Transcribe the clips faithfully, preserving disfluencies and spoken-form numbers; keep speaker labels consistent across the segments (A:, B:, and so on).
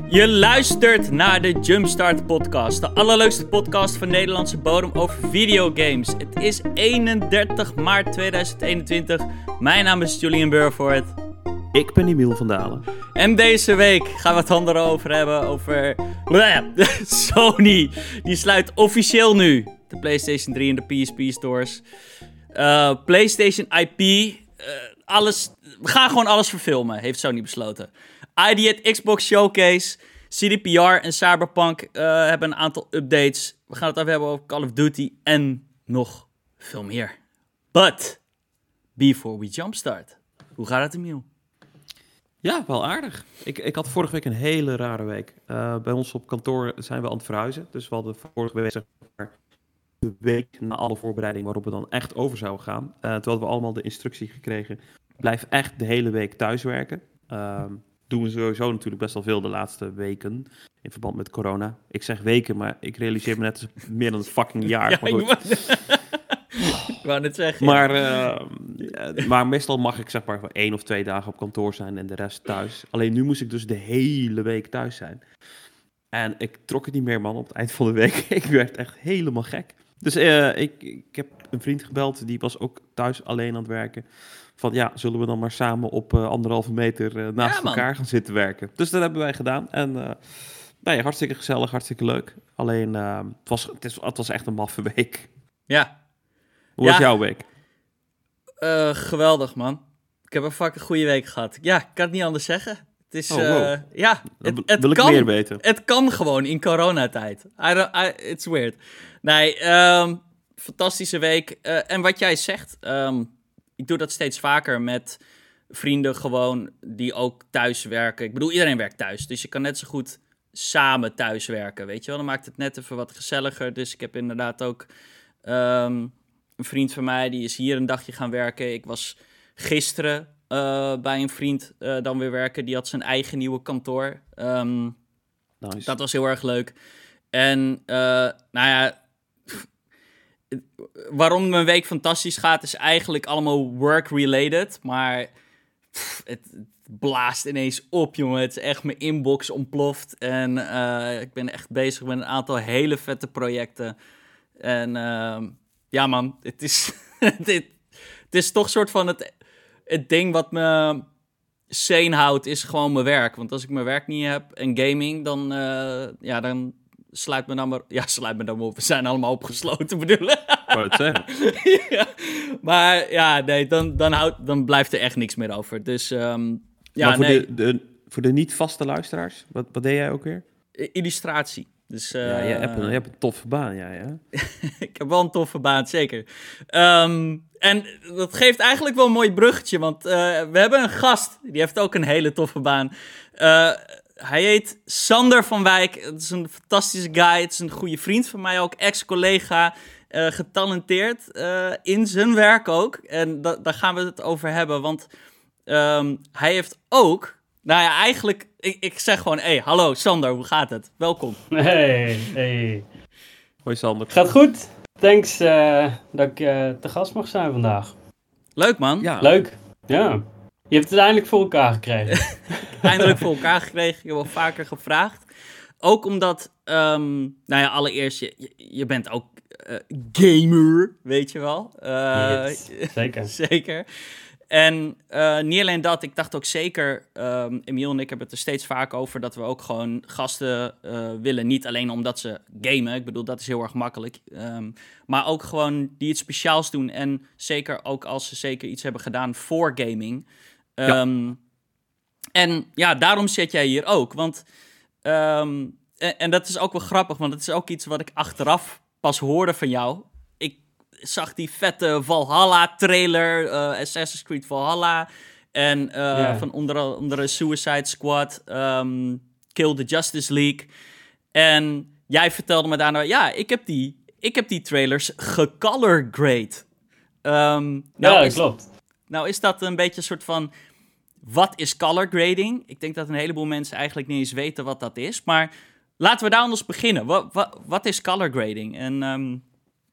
A: Je luistert naar de Jumpstart podcast, de allerleukste podcast van Nederlandse bodem over videogames. Het is eenendertig maart tweeduizend eenentwintig. Mijn naam is Julian Burvoort.
B: Ik ben Emiel van Dalen.
A: En deze week gaan we het dan erover hebben over Sony. Die sluit officieel nu de PlayStation drie en de P S P stores. Uh, PlayStation I P, uh, alles, we gaan gewoon alles verfilmen, heeft Sony besloten. I D at Xbox Showcase, C D P R en Cyberpunk uh, hebben een aantal updates. We gaan het even hebben over Call of Duty en nog veel meer. But, before we jumpstart, hoe gaat het, Emiel?
B: Ja, wel aardig. Ik, ik had vorige week een hele rare week. Uh, bij ons op kantoor zijn we aan het verhuizen. Dus we hadden vorige week zeg maar, de week na alle voorbereiding waarop we dan echt over zouden gaan. Uh, toen hadden we allemaal de instructie gekregen. Blijf echt de hele week thuiswerken. Uh, doen we sowieso natuurlijk best wel veel de laatste weken. In verband met corona. Ik zeg weken, maar ik realiseer me net als meer dan een fucking jaar.
A: Ja,
B: maar
A: ik, wou... ik wou net zeggen.
B: Maar, uh, maar meestal mag ik zeg maar één of twee dagen op kantoor zijn en de rest thuis. Alleen nu moest ik dus de hele week thuis zijn. En ik trok het niet meer, man, op het eind van de week. Ik werd echt helemaal gek. Dus uh, ik, ik heb een vriend gebeld, die was ook thuis alleen aan het werken. Van ja, zullen we dan maar samen op uh, anderhalve meter uh, naast ja, elkaar gaan zitten werken. Dus dat hebben wij gedaan. En uh, nou ja, hartstikke gezellig, hartstikke leuk. Alleen, uh, het, was, het, is, het was echt een maffe week.
A: Ja.
B: Hoe
A: ja.
B: was jouw week?
A: Uh, geweldig, man. Ik heb een fucking goede week gehad. Ja, ik kan het niet anders zeggen. Het is,
B: oh, wow.
A: uh, ja, het, het
B: wil
A: kan,
B: ik meer weten.
A: Het kan gewoon in coronatijd. I don't, I, it's weird. Nee, um, fantastische week. Uh, en wat jij zegt, um, ik doe dat steeds vaker met vrienden gewoon die ook thuis werken. Ik bedoel, iedereen werkt thuis, dus je kan net zo goed samen thuis werken, weet je wel. Dan maakt het net even wat gezelliger. Dus ik heb inderdaad ook um, een vriend van mij, die is hier een dagje gaan werken. Ik was gisteren uh, bij een vriend uh, dan weer werken. Die had zijn eigen nieuwe kantoor. Um,
B: nice.
A: Dat was heel erg leuk. En uh, nou ja, waarom mijn week fantastisch gaat, is eigenlijk allemaal work-related. Maar pff, het, het blaast ineens op, jongen. Het is echt, mijn inbox ontploft. En uh, ik ben echt bezig met een aantal hele vette projecten. En uh, ja, man, het is, het, het is toch soort van het, het ding wat me sane houdt, is gewoon mijn werk. Want als ik mijn werk niet heb en gaming, dan, uh, ja, dan sluit me dan maar... Ja, sluit me dan maar op. We zijn allemaal opgesloten, bedoelen.
B: Wou het zeggen.
A: Ja, maar ja, nee, dan, dan, houdt, dan blijft er echt niks meer over. Dus um, ja,
B: maar voor
A: nee.
B: De, de, voor de niet-vaste luisteraars, wat, wat deed jij ook weer?
A: Illustratie. Dus, uh,
B: ja, je hebt, een, je hebt een toffe baan, ja, ja.
A: Ik heb wel een toffe baan, zeker. Um, en dat geeft eigenlijk wel een mooi bruggetje, want uh, we hebben een gast, die heeft ook een hele toffe baan. Uh, hij heet Sander van Wijk, het is een fantastische guy, het is een goede vriend van mij ook, ex-collega, uh, getalenteerd uh, in zijn werk ook. En da- daar gaan we het over hebben, want um, hij heeft ook... Nou ja, eigenlijk, ik, ik zeg gewoon, hey, hallo Sander, hoe gaat het? Welkom.
C: Hey, hey.
B: Hoi Sander.
C: Gaat goed. Thanks uh, dat ik uh, te gast mag zijn vandaag.
A: Leuk, man.
C: Ja. Leuk, ja. Je hebt het eindelijk voor elkaar gekregen.
A: Eindelijk voor elkaar gekregen, ik heb wel vaker gevraagd. Ook omdat, um, nou ja, allereerst, je, je bent ook uh, gamer, weet je wel. Uh,
C: yes, zeker.
A: Zeker. En uh, niet alleen dat, ik dacht ook zeker, um, Emiel en ik hebben het er steeds vaak over, dat we ook gewoon gasten uh, willen. Niet alleen omdat ze gamen, ik bedoel, dat is heel erg makkelijk. Um, maar ook gewoon die iets speciaals doen. En zeker ook als ze zeker iets hebben gedaan voor gaming. Um, ja. En ja, daarom zit jij hier ook. Want, um, en, en dat is ook wel grappig, want het is ook iets wat ik achteraf pas hoorde van jou. Zag die vette Valhalla-trailer, uh, Assassin's Creed Valhalla. En uh, yeah. van onder andere Suicide Squad, um, Kill the Justice League. En jij vertelde me daarna, ja, ik heb die, ik heb die trailers gecolor grade. Um, nou
C: ja,
A: is,
C: klopt.
A: Nou is dat een beetje een soort van, wat is color grading? Ik denk dat een heleboel mensen eigenlijk niet eens weten wat dat is. Maar laten we daar anders beginnen. Wat, wat, wat is color grading? En... Um,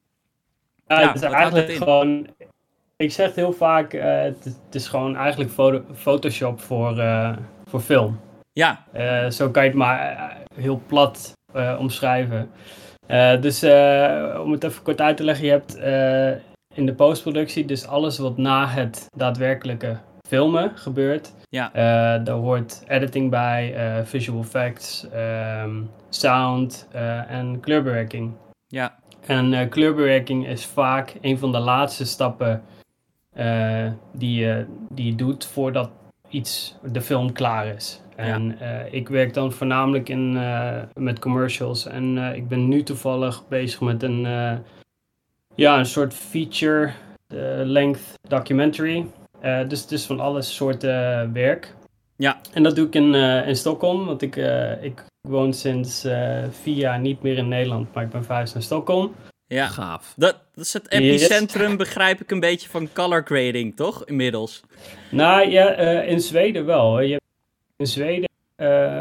C: Ja, ja, het is eigenlijk het gewoon... Ik zeg het heel vaak, uh, het, het is gewoon eigenlijk foto, Photoshop voor, uh, voor film.
A: Ja.
C: Uh, zo kan je het maar uh, heel plat uh, omschrijven. Uh, dus uh, om het even kort uit te leggen, je hebt uh, in de postproductie dus alles wat na het daadwerkelijke filmen gebeurt.
A: Ja.
C: Uh, daar hoort editing bij, uh, visual effects, um, sound uh, en kleurbewerking.
A: Ja.
C: En uh, kleurbewerking is vaak een van de laatste stappen uh, die, je, die je doet voordat iets, de film klaar is. En ja. uh, ik werk dan voornamelijk in, uh, met commercials. En uh, ik ben nu toevallig bezig met een, uh, ja, een soort feature-length uh, documentary. Uh, dus het is van alle soorten uh, werk.
A: Ja.
C: En dat doe ik in, uh, in Stockholm. Want ik, uh, ik woon sinds uh, vier jaar niet meer in Nederland. Maar ik ben verhuisd naar Stockholm.
A: Ja,
B: gaaf.
A: Dat, dat is het epicentrum, yes. Begrijp ik, een beetje van color grading, toch? Inmiddels.
C: Nou ja, uh, in Zweden wel. Je hebt in Zweden, uh,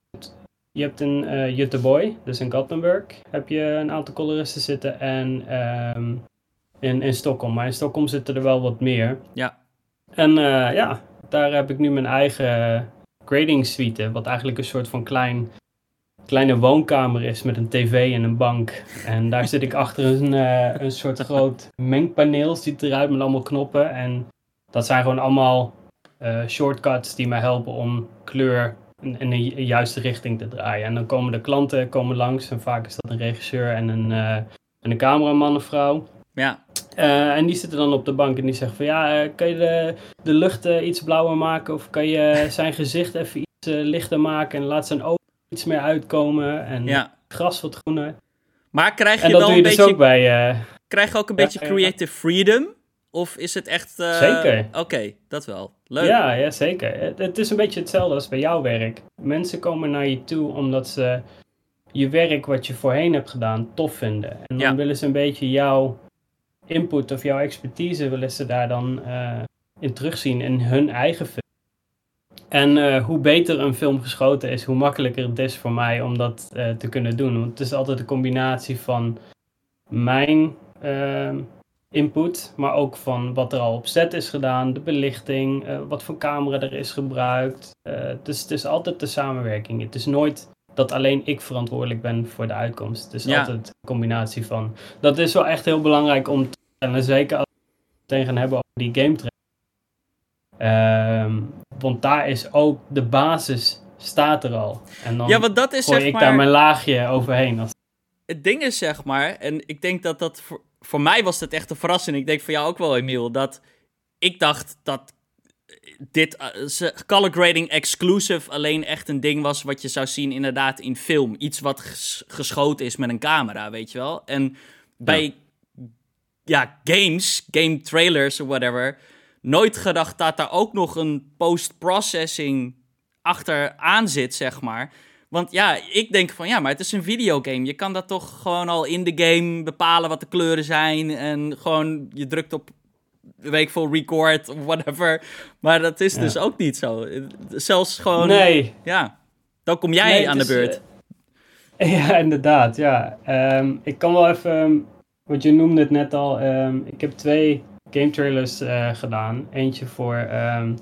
C: je hebt in uh, Göteborg, dus in Gothenburg, heb je een aantal coloristen zitten. En um, in, in Stockholm. Maar in Stockholm zitten er wel wat meer.
A: Ja.
C: En uh, ja, daar heb ik nu mijn eigen grading suite. Wat eigenlijk een soort van klein... kleine woonkamer is met een tv en een bank. En daar zit ik achter een, uh, een soort groot mengpaneel. Ziet eruit met allemaal knoppen. En dat zijn gewoon allemaal uh, shortcuts die mij helpen om kleur in, in de juiste richting te draaien. En dan komen de klanten komen langs. En vaak is dat een regisseur en een, uh, en een cameraman of vrouw.
A: Ja.
C: Uh, en die zitten dan op de bank en die zeggen van ja, uh, kan je de, de lucht uh, iets blauwer maken? Of kan je zijn gezicht even iets uh, lichter maken en laat zijn ogen iets meer uitkomen en
A: ja.
C: gras wat groener.
A: Maar krijg je
C: en dat
A: wel
C: doe je
A: een
C: dus
A: beetje...
C: ook bij... Uh...
A: Krijg je ook een
C: ja,
A: beetje creative freedom? Of is het echt... Uh...
C: Zeker.
A: Oké, okay, dat wel. Leuk.
C: Ja, ja, zeker. Het, het is een beetje hetzelfde als bij jouw werk. Mensen komen naar je toe omdat ze je werk wat je voorheen hebt gedaan tof vinden. En dan
A: ja.
C: willen ze een beetje jouw input of jouw expertise willen ze daar dan uh, in terugzien in hun eigen film. En uh, hoe beter een film geschoten is, hoe makkelijker het is voor mij om dat uh, te kunnen doen. Want het is altijd een combinatie van mijn uh, input, maar ook van wat er al op set is gedaan, de belichting, uh, wat voor camera er is gebruikt. Uh, dus het is altijd de samenwerking. Het is nooit dat alleen ik verantwoordelijk ben voor de uitkomst. Het is
A: ja.
C: altijd een combinatie van. Dat is wel echt heel belangrijk om te stellen, zeker als we het tegen hebben over die game trailer. Um, want daar is ook de basis staat er al. En dan
A: ja, want dat is,
C: gooi
A: zeg
C: ik
A: maar,
C: daar mijn laagje overheen. Als...
A: Het ding is, zeg maar, en ik denk dat dat... Voor, voor mij was dat echt een verrassing. Ik denk voor jou ook wel, Emiel, dat ik dacht dat dit uh, color grading exclusive alleen echt een ding was wat je zou zien inderdaad in film. Iets wat ges- geschoten is met een camera, weet je wel. En bij ja, ja games, game trailers of whatever... nooit gedacht dat daar ook nog een post-processing achteraan zit, zeg maar. Want ja, ik denk van ja, maar het is een videogame. Je kan dat toch gewoon al in de game bepalen wat de kleuren zijn. En gewoon, je drukt op, weet ik veel, record of whatever. Maar dat is ja. dus ook niet zo. Zelfs gewoon...
C: Nee.
A: Ja, dan kom jij nee, aan is, de beurt.
C: Uh, ja, inderdaad, ja. Um, ik kan wel even... Um, wat je noemde het net al. Um, ik heb twee... game trailers uh, gedaan. Eentje voor um,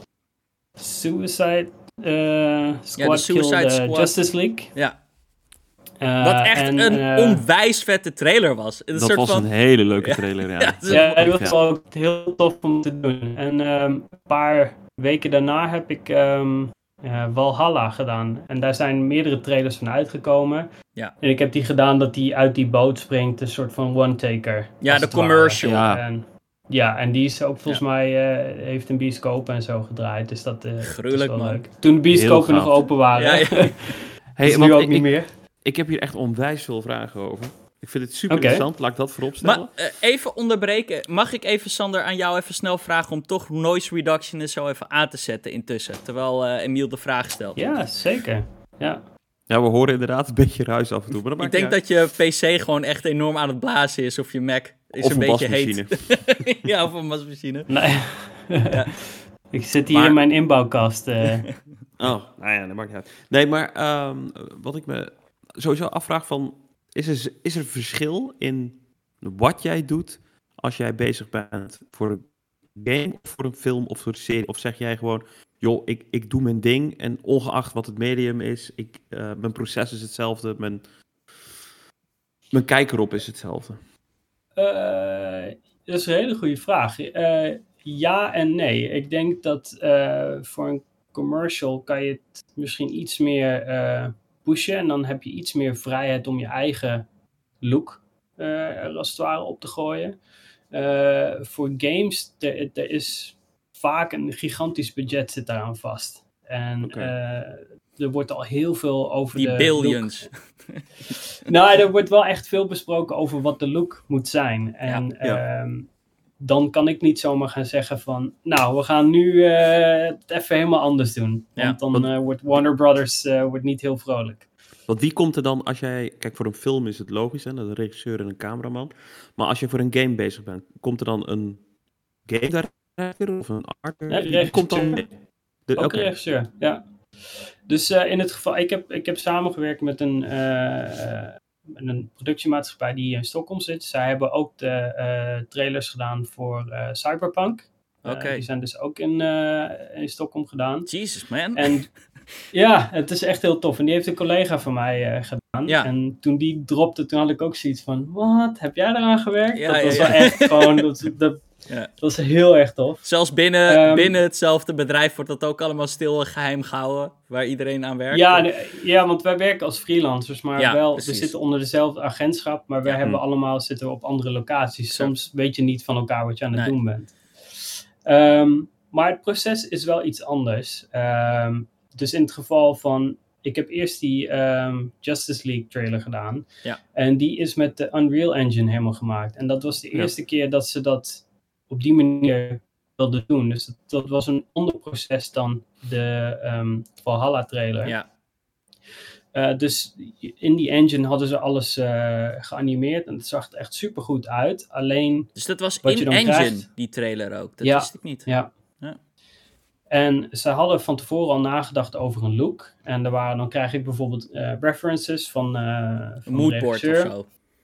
C: Suicide uh, Squad
A: ja, Suicide
C: Killed, uh,
A: Squad.
C: Justice League.
A: Ja.
C: Uh,
A: Wat echt
C: en,
A: een
C: uh,
A: onwijs vette trailer was. Een
B: dat
A: soort
B: was
A: van...
B: een hele leuke trailer, ja.
A: Ja,
C: ja, ja dat was ook heel tof om te doen. En um, een paar weken daarna heb ik um, uh, Valhalla gedaan. En daar zijn meerdere trailers van uitgekomen.
A: Ja.
C: En ik heb die gedaan dat die uit die boot springt. Een soort van one-taker.
A: Ja, de commercial.
B: Ja.
C: En, ja, en die is ook volgens ja. mij, uh, heeft een bioscoop en zo gedraaid. Dus dat, uh,
A: Gruwelijk,
C: dat is wel
A: man.
C: leuk. Toen de bioscopen nog open waren.
A: Ja, ja.
B: Hey,
C: is nu ook
B: ik,
C: niet
B: ik,
C: meer.
B: Ik heb hier echt onwijs veel vragen over. Ik vind het super okay. interessant, laat ik dat voorop stellen.
A: Maar uh, even onderbreken. Mag ik even, Sander, aan jou even snel vragen om toch noise reduction en zo even aan te zetten intussen? Terwijl uh, Emiel de vraag stelt.
C: Ja, zeker. Ja.
B: Ja, we horen inderdaad een beetje ruis af en toe. Maar dat
A: ik denk dat je P C gewoon echt enorm aan het blazen is. Of je Mac is
B: of
A: een,
B: een
A: beetje heet. ja, of een wasmachine.
C: Nee. ja. Ik zit hier maar... in mijn inbouwkast. Uh.
B: oh, nou ja, dat maakt niet uit. Nee, maar um, wat ik me sowieso afvraag van... Is er, is er verschil in wat jij doet als jij bezig bent voor een game of voor een film of voor een serie? Of zeg jij gewoon, joh, ik, ik doe mijn ding en ongeacht wat het medium is, ik, uh, mijn proces is hetzelfde, mijn, mijn kijk erop is hetzelfde?
C: Uh, dat is een hele goede vraag. Uh, ja en nee. Ik denk dat uh, voor een commercial kan je het misschien iets meer uh, pushen en dan heb je iets meer vrijheid om je eigen look uh, er als het ware op te gooien. Uh, voor games, er, er is vaak een gigantisch budget zit daaraan vast. En okay. uh, er wordt al heel veel over
A: Die
C: de
A: billions.
C: look. Nou, er wordt wel echt veel besproken over wat de look moet zijn. En ja, ja. Um, dan kan ik niet zomaar gaan zeggen van, nou, we gaan nu uh, het even helemaal anders doen. Ja, want dan uh, wordt Warner Brothers uh, wordt niet heel vrolijk.
B: Want wie komt er dan, als jij... Kijk, voor een film is het logisch, hè? Dat een regisseur en een cameraman. Maar als je voor een game bezig bent, komt er dan een game director of een art?
C: Ja,
B: wie komt dan...
C: De, Ook okay. een regisseur, ja. Dus uh, in het geval, ik heb, ik heb samengewerkt met een, uh, een productiemaatschappij die hier in Stockholm zit. Zij hebben ook de uh, trailers gedaan voor uh, Cyberpunk. Uh, okay. Die zijn dus ook in, uh, in Stockholm gedaan.
A: Jesus, man.
C: En ja, het is echt heel tof. En die heeft een collega van mij uh, gedaan. Ja. En toen die dropte, toen had ik ook zoiets van, wat, heb jij eraan gewerkt? Ja, dat was ja, ja. wel echt gewoon, dat, dat, ja. dat is heel erg tof.
A: Zelfs binnen, um, binnen hetzelfde bedrijf wordt dat ook allemaal stil en geheim gehouden, waar iedereen aan werkt.
C: Ja, de, ja want wij werken als freelancers, maar ja, wel, precies. We zitten onder dezelfde agentschap, maar wij ja. hebben allemaal, zitten we op andere locaties. Soms weet je niet van elkaar wat je aan het nee. doen bent. Um, maar het proces is wel iets anders. Um, dus in het geval van, ik heb eerst die um, Justice League trailer gedaan. Ja. En die is met de Unreal Engine helemaal gemaakt. En dat was de eerste ja. keer dat ze dat op die manier wilden doen. Dus dat, dat was een ander proces dan de um, Valhalla trailer. Ja. Uh, dus in die engine hadden ze alles uh, geanimeerd. En het zag er echt super goed uit. Alleen.
A: Dus dat was in engine, krijgt, die trailer ook? Dat
C: ja,
A: wist ik niet.
C: Ja. ja. En ze hadden van tevoren al nagedacht over een look. En er waren, dan krijg ik bijvoorbeeld uh, references van, uh, van
A: een moodboard of zo.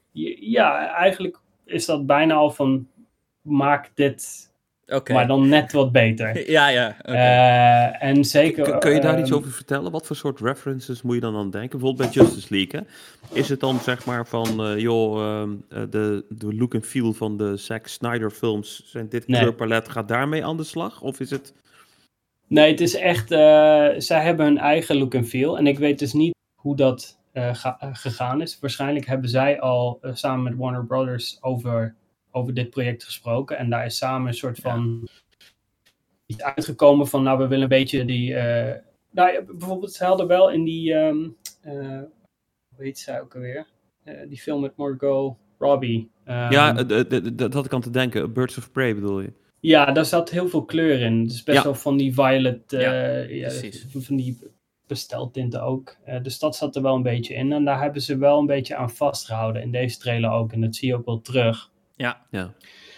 C: Ja, eigenlijk is dat bijna al van, maak dit, okay. maar dan net wat beter.
A: ja, ja. Okay.
C: Uh, en zeker...
B: Kun, kun je daar uh, iets over vertellen? Wat voor soort references moet je dan aan denken? Bijvoorbeeld bij Justice League, hè? Is het dan zeg maar van, uh, joh, uh, de, de look en feel van de Zack Snyder films, zijn dit nee. kleurpalet, gaat daarmee aan de slag? Of is het...
C: Nee, het is echt, uh, zij hebben hun eigen look en feel. En ik weet dus niet hoe dat uh, ga, uh, gegaan is. Waarschijnlijk hebben zij al uh, samen met Warner Brothers over, over dit project gesproken. En daar is samen een soort van ja. iets uitgekomen van, nou, we willen een beetje die... Uh, nou, ja, bijvoorbeeld, ze hadden wel in die, um, uh, hoe heet zij ook alweer? Uh, die film met Margot Robbie. Um,
B: ja, uh, d- d- d- dat had ik aan te denken. Birds of Prey bedoel je?
C: Ja, daar zat heel veel kleur in. Dus best ja. wel van die violet, uh,
A: ja,
C: ja, van die pasteltinten ook. Uh, dus dat zat er wel een beetje in. En daar hebben ze wel een beetje aan vastgehouden. In deze trailer ook. En dat zie je ook wel terug.
A: Ja. ja.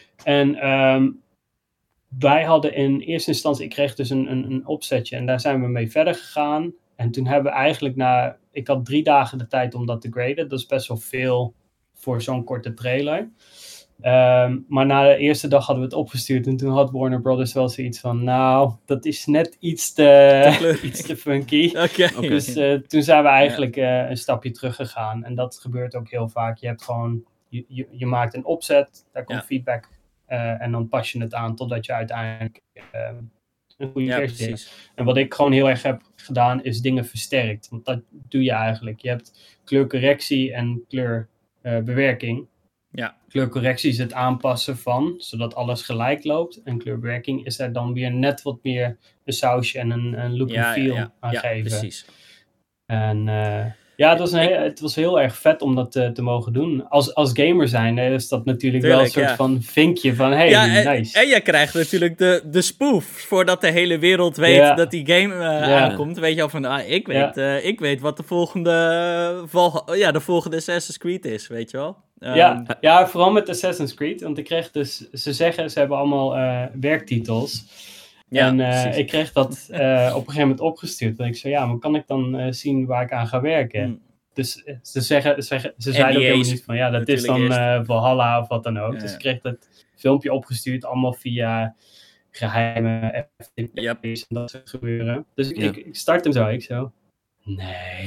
C: En um, wij hadden in eerste instantie, ik kreeg dus een, een, een opzetje. En daar zijn we mee verder gegaan. En toen hebben we eigenlijk na, ik had drie dagen de tijd om dat te graden. Dat is best wel veel voor zo'n korte trailer. Um, maar na de eerste dag hadden we het opgestuurd en toen had Warner Brothers wel zoiets van, nou, dat is net iets te, te iets te funky.
A: Okay. Okay.
C: Dus uh, toen zijn we eigenlijk uh, een stapje terug gegaan en dat gebeurt ook heel vaak. Je hebt gewoon, je, je, je maakt een opzet, daar komt ja. feedback uh, en dan pas je het aan totdat je uiteindelijk uh, een goede
A: ja,
C: versie hebt. En wat ik gewoon heel erg heb gedaan is dingen versterkt, want dat doe je eigenlijk. Je hebt kleurcorrectie en kleurbewerking. Uh,
A: Ja.
C: Kleurcorrectie is het aanpassen van, zodat alles gelijk loopt. En kleurbewerking is er dan weer net wat meer een sausje en een, een look
A: ja,
C: and feel
A: ja, ja.
C: aan
A: ja,
C: geven.
A: Precies.
C: En uh, ja, het was, een heel, het was heel erg vet om dat uh, te mogen doen. Als, als gamer zijn is dat natuurlijk Tuurlijk, wel een soort ja. van vinkje van, hey,
A: ja, en,
C: nice.
A: En je krijgt natuurlijk de, de spoof, voordat de hele wereld weet ja. dat die game uh, ja. aankomt. Weet je al van, ah, ik, weet, ja. uh, ik weet wat de volgende, uh, vol, ja, de volgende Assassin's Creed is, weet je wel. Um,
C: ja, ja, vooral met Assassin's Creed. Want ik kreeg dus, ze zeggen, ze hebben allemaal uh, werktitels. Ja, en uh, ik kreeg dat uh, op een gegeven moment opgestuurd. En ik zei, ja, maar kan ik dan uh, zien waar ik aan ga werken? Hmm. Dus uh, ze, zeggen, zeggen, ze zeiden ook helemaal niet van, ja, dat is dan uh, Valhalla of wat dan ook. Ja, dus ik kreeg dat filmpje opgestuurd, allemaal via geheime F T P's
A: Yep.
C: en dat soort gebeuren. Dus ik,
B: Ja.
C: ik, ik start hem zo, ik zo, nee,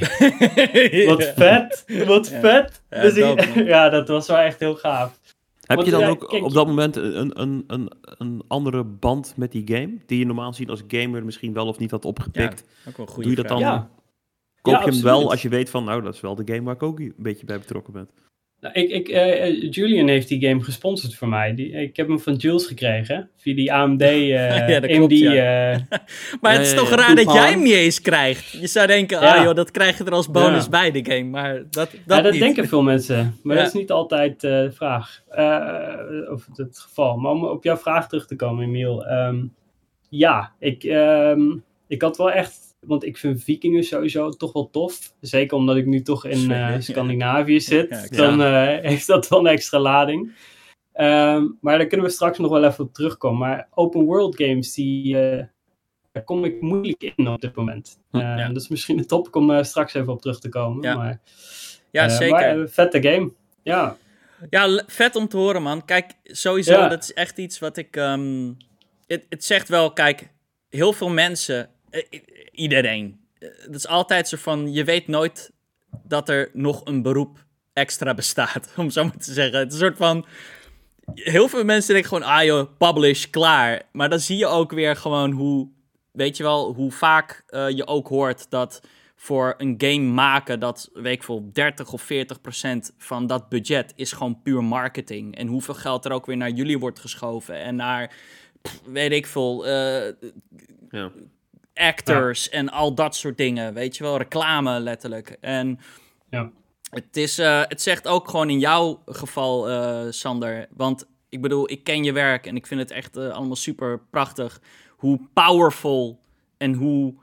C: wat vet, wat
A: Ja.
C: vet.
A: Ja,
C: Dus ik-
A: dope, man.
C: ja, dat was wel echt heel gaaf.
B: Heb
C: Want,
B: je dan
C: ja,
B: ook
C: kijk,
B: op dat moment een, een, een, een andere band met die game? Die je normaal ziet als gamer misschien wel of niet had opgepikt?
A: Ja, ook wel een goede
B: Doe je dat dan?
C: Ja.
B: Koop
C: Ja,
B: je hem
C: absoluut.
B: wel als je weet van, nou, dat is wel de game waar ik ook een beetje bij betrokken ben.
C: Nou, ik, ik, eh, Julian heeft die game gesponsord voor mij. Die, ik heb hem van Jules gekregen. Via die A M D eh
A: Ja, dat
C: A M D
A: klopt, ja.
C: eh,
A: Maar
B: Ja,
A: het is
B: ja,
A: toch
B: ja.
A: raar dat
C: Coupon.
A: jij hem niet eens krijgt. Je zou denken,
C: Ja.
A: ah joh, dat krijg je er als bonus
C: Ja.
A: bij de game. Maar dat, dat,
C: ja, dat
A: niet.
C: denken veel mensen. Maar
A: Ja.
C: dat is niet altijd eh, de vraag. Eh, of het geval. Maar om op jouw vraag terug te komen, Emiel. ehm, ja, ik, ehm, ik had wel echt... Want ik vind vikingen sowieso toch wel tof. Zeker omdat ik nu toch in eh, Scandinavië zit.
A: Ja, ik-
C: Dan eh, heeft dat wel een extra lading. Ehm, maar daar kunnen we straks nog wel even op terugkomen. Maar open world games, die, eh, daar kom ik moeilijk in op dit moment.
B: Hm,
C: Eh,
A: ja.
C: Dat is misschien een topic om uh, straks even op terug te komen.
A: Ja.
C: Maar,
A: Ja,
C: uh,
A: zeker.
C: Maar uh, vette game. Ja.
A: Ja, l- vet om te horen, man. Kijk, sowieso,
C: Ja.
A: dat is echt iets wat ik... Um, het, het zegt wel, kijk, heel veel mensen... eh, iedereen. Eh, Het is altijd zo van, je weet nooit dat er nog een beroep extra bestaat, om zo maar te zeggen. Het is een soort van... Heel veel mensen denken gewoon, ah joh, publish, klaar. Maar dan zie je ook weer gewoon hoe... Weet je wel, hoe vaak uh, je ook hoort dat voor een game maken... dat, weet ik veel, dertig of veertig procent van dat budget is gewoon puur marketing. En hoeveel geld er ook weer naar jullie wordt geschoven. En naar, pff, weet ik veel... Uh,
B: Ja.
A: actors ja. en al dat soort dingen, weet je wel, reclame letterlijk. En
C: ja.
A: het, is, uh, het zegt ook gewoon in jouw geval, uh, Sander, want ik bedoel, ik ken je werk en ik vind het echt uh, allemaal super prachtig, hoe powerful en hoe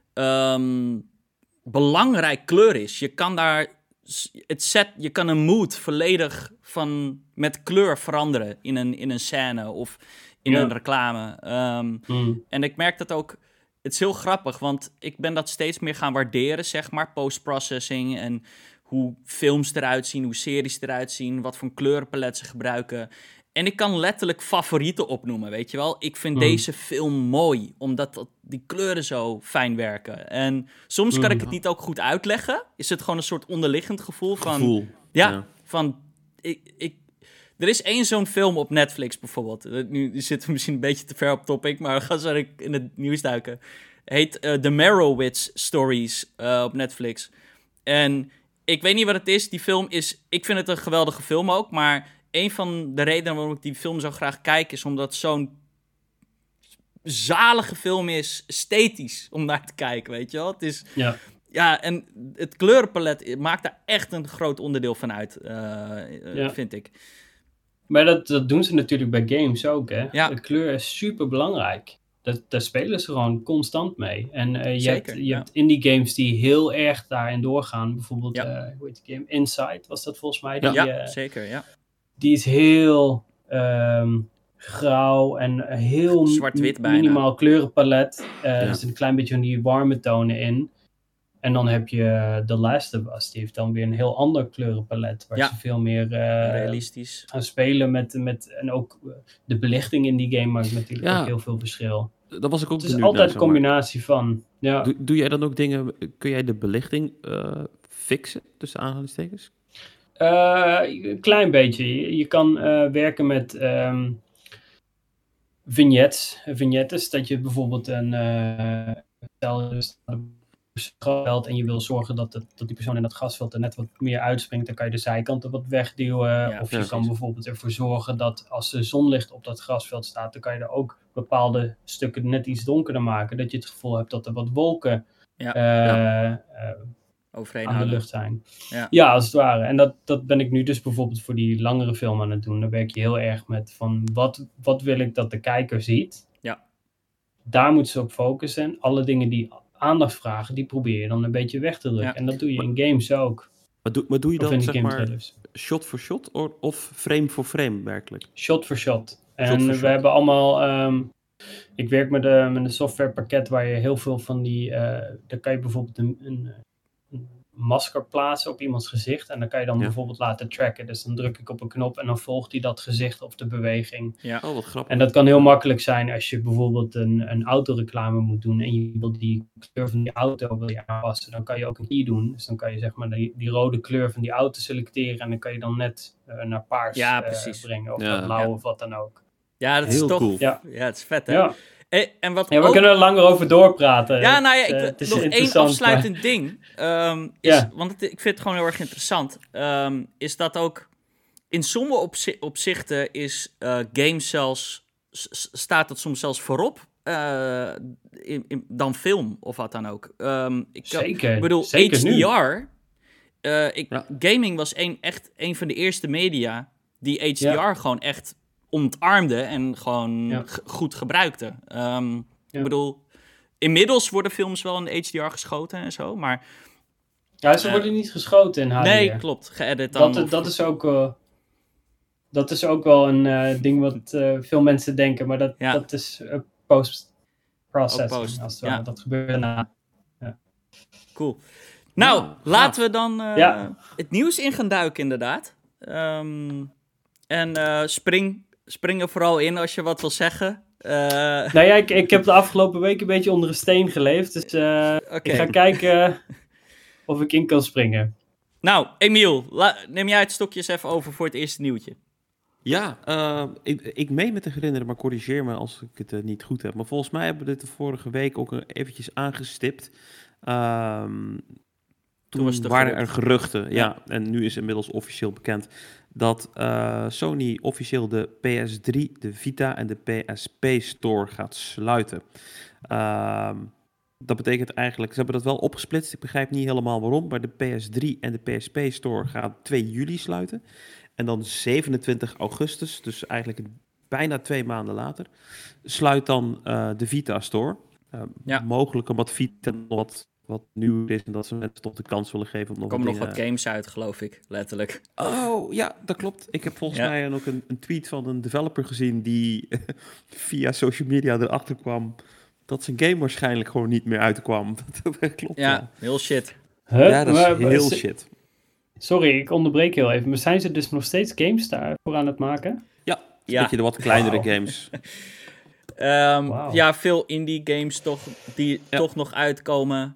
A: um, belangrijk kleur is. Je kan daar, het set, je kan een mood volledig van, met kleur veranderen in een, in een scène of in ja. een reclame. Um, mm. En ik merk dat ook. Het is heel grappig, want ik ben dat steeds meer gaan waarderen, zeg maar, post-processing en hoe films eruit zien, hoe series eruit zien, wat voor kleurenpalet ze gebruiken. En ik kan letterlijk favorieten opnoemen, weet je wel. Ik vind mm. deze film mooi, omdat dat, die kleuren zo fijn werken. En soms kan mm. ik het niet ook goed uitleggen. Is het gewoon een soort onderliggend gevoel van...
B: Gevoel.
A: Ja, ja. van... Ik, ik, er is één zo'n film op Netflix bijvoorbeeld. Nu zitten we misschien een beetje te ver op topic, maar we gaan zo in het nieuws duiken. Heet uh, The Merowitz Stories uh, op Netflix. En ik weet niet wat het is. Die film is... Ik vind het een geweldige film ook, maar een van de redenen waarom ik die film zo graag kijk is omdat het zo'n zalige film is, esthetisch, om naar te kijken, weet je wel. Het is...
C: Ja.
A: Ja, en het kleurenpalet maakt daar echt een groot onderdeel van uit, uh, ja. vind ik.
C: Maar dat, dat doen ze natuurlijk bij games ook, hè.
A: Ja.
C: De kleur is super belangrijk. Dat, daar spelen ze gewoon constant mee. En uh, je,
A: Zeker,
C: hebt, je
A: ja.
C: hebt indie games die heel erg daarin doorgaan. Bijvoorbeeld,
A: ja.
C: uh, hoe heet die game? Inside was dat volgens mij.
A: Die,
C: die,
A: ja,
C: uh,
A: zeker, ja.
C: Die is heel um, grauw en heel
A: zwart-wit
C: m-
A: bijna.
C: minimaal kleurenpalet. Uh,
B: ja.
C: Er zit een klein beetje van die warme tonen in. En dan heb je The Last of Us. Die heeft dan weer een heel ander kleurenpalet. Waar
A: ja.
C: ze veel meer uh,
A: realistisch
C: gaan spelen. Met, met, en ook de belichting in die game maakt natuurlijk
B: ja.
C: ook heel veel verschil.
B: Dat was ik ook
C: Het is altijd een combinatie van. Ja.
B: Doe, doe jij dan ook dingen... Kun jij de belichting uh, fixen, tussen aanhalingstekens?
C: Uh, een klein beetje. Je, je kan uh, werken met um, vignettes. Vignettes, dat je bijvoorbeeld een... Uh, stel, gasveld en je wil zorgen dat, het, dat die persoon in dat gasveld er net wat meer uitspringt, dan kan je de zijkanten wat wegduwen. Ja, of je precies. kan bijvoorbeeld ervoor zorgen dat als er zonlicht op dat grasveld staat, dan kan je er ook bepaalde stukken net iets donkerder maken, dat je het gevoel hebt dat er wat wolken
A: ja.
C: Uh,
A: ja.
C: Uh,
A: Overheen
C: aan de
A: houden.
C: lucht zijn.
A: Ja.
C: ja, als het ware. En dat, dat ben ik nu dus bijvoorbeeld voor die langere film aan het doen. Dan werk je heel erg met van wat, wat wil ik dat de kijker ziet.
A: Ja.
C: Daar moet ze op focussen. Alle dingen die aandacht vragen, die probeer je dan een beetje weg te drukken. Ja. En dat doe je in games ook.
B: Maar doe, maar doe je
C: of
B: dan, zeg maar,
C: trailers.
B: shot voor shot or, of frame voor frame werkelijk?
C: Shot voor shot. En
B: shot
C: we
B: shot.
C: hebben allemaal... Um, ik werk met, uh, met een softwarepakket waar je heel veel van die... Uh, daar kan je bijvoorbeeld een, een, een masker plaatsen op iemands gezicht. En dan kan je dan
B: Ja.
C: bijvoorbeeld laten tracken. Dus dan druk ik op een knop en dan volgt hij dat gezicht of de beweging.
A: Ja.
B: Oh, wat grappig.
C: En dat kan heel makkelijk zijn als je bijvoorbeeld een, een autoreclame moet doen. En je wil die kleur van die auto wil je aanpassen. Dan kan je ook een key doen. Dus dan kan je zeg maar die, die rode kleur van die auto selecteren. En dan kan je dan net uh, naar paars
A: Ja,
C: uh,
A: precies.
C: brengen. Of
B: Ja.
C: naar blauw
A: Ja.
C: of wat dan ook.
A: Ja, dat is
B: Heel
A: toch...
B: cool.
C: Ja.
A: Ja, het is vet, hè?
C: Ja.
A: En, en wat
C: Ja, we
A: ook...
C: kunnen er langer over doorpraten.
A: Ja, nou ja,
C: Het,
A: ik,
C: uh,
A: wil-
C: het is
A: nog één
C: interessant,
A: afsluitend
C: maar-
A: ding. ehm, is,
C: Ja.
A: Want het, ik vind het gewoon heel erg interessant. ehm, is dat ook... In sommige opzi- opzichten is eh games zelfs... s- s- staat het soms zelfs voorop... eh, in, in, dan film of wat dan ook. Ehm, ik, heb-
C: Zeker.
A: Ik bedoel,
C: Zeker
A: H D
C: nu.
A: R... eh, ik,
B: Ja.
A: Gaming was een, echt een van de eerste media... die H D R
C: Ja.
A: gewoon echt ontarmde... en gewoon
C: Ja.
A: g- goed gebruikte. Ehm,
C: Ja.
A: Ik bedoel... Inmiddels worden films wel in H D R geschoten en zo, maar...
C: Ja, ze
A: Eh,
C: worden niet geschoten in H D R.
A: Nee, klopt. Geëdit dan.
C: Dat,
A: of-
C: dat, is ook, uh, dat is ook wel een uh, ding wat uh, veel mensen denken, maar dat,
A: Ja.
C: dat is uh, post-processing.
A: Ook post,
C: Als het
A: ja.
C: ware. Dat gebeurt daarna.
A: Cool. Nou,
B: Ja,
A: laten we dan uh,
C: Ja.
A: het nieuws in gaan duiken, inderdaad. Um, en uh, spring, spring er vooral in als je wat wil zeggen. Uh,
C: Nou ja, ik, ik heb de afgelopen week een beetje onder een steen geleefd, dus uh,
A: Oké.
C: ik ga kijken of ik in kan springen.
A: Nou, Emiel, la- neem jij het stokje eens even over voor het eerste nieuwtje.
B: Ja, uh, ik, ik meen me te herinneren, maar corrigeer me als ik het uh, niet goed heb. Maar volgens mij hebben we dit de vorige week ook eventjes aangestipt. Um, toen
A: was het
B: waren
A: gerucht.
B: er geruchten, ja.
A: Ja.
B: En nu is inmiddels officieel bekend dat uh, Sony officieel de P S drie, de Vita en de P S P Store gaat sluiten. Um, dat betekent eigenlijk, ze hebben dat wel opgesplitst. Ik begrijp niet helemaal waarom, maar de P S drie en de P S P Store gaan twee juli sluiten. En dan zevenentwintig augustus, dus eigenlijk een, bijna twee maanden later, sluit dan uh, de Vita Store. Uh,
A: Ja.
B: Mogelijk omdat Vita nog wat, wat nieuw is en dat ze mensen toch de kans willen geven om nog
A: Er komen
B: wat
A: nog wat
B: dingen...
A: games uit, geloof ik, letterlijk.
B: Oh, ja, dat klopt. Ik heb volgens
A: Ja.
B: mij ook een, een tweet van een developer gezien die via social media erachter kwam dat zijn game waarschijnlijk gewoon niet meer uitkwam. Dat, dat klopt
A: Ja,
B: wel.
A: heel shit.
C: Huh?
B: Ja, dat is
C: Maar- maar
B: heel
C: ze-
B: shit.
C: Sorry, ik onderbreek heel even. Maar zijn ze dus nog steeds games daarvoor aan het maken?
B: Ja,
A: Ja.
B: beetje de wat kleinere
C: Wauw.
B: games.
A: Um,
C: Wauw.
A: Ja, veel indie games toch, die
B: Ja.
A: toch nog uitkomen.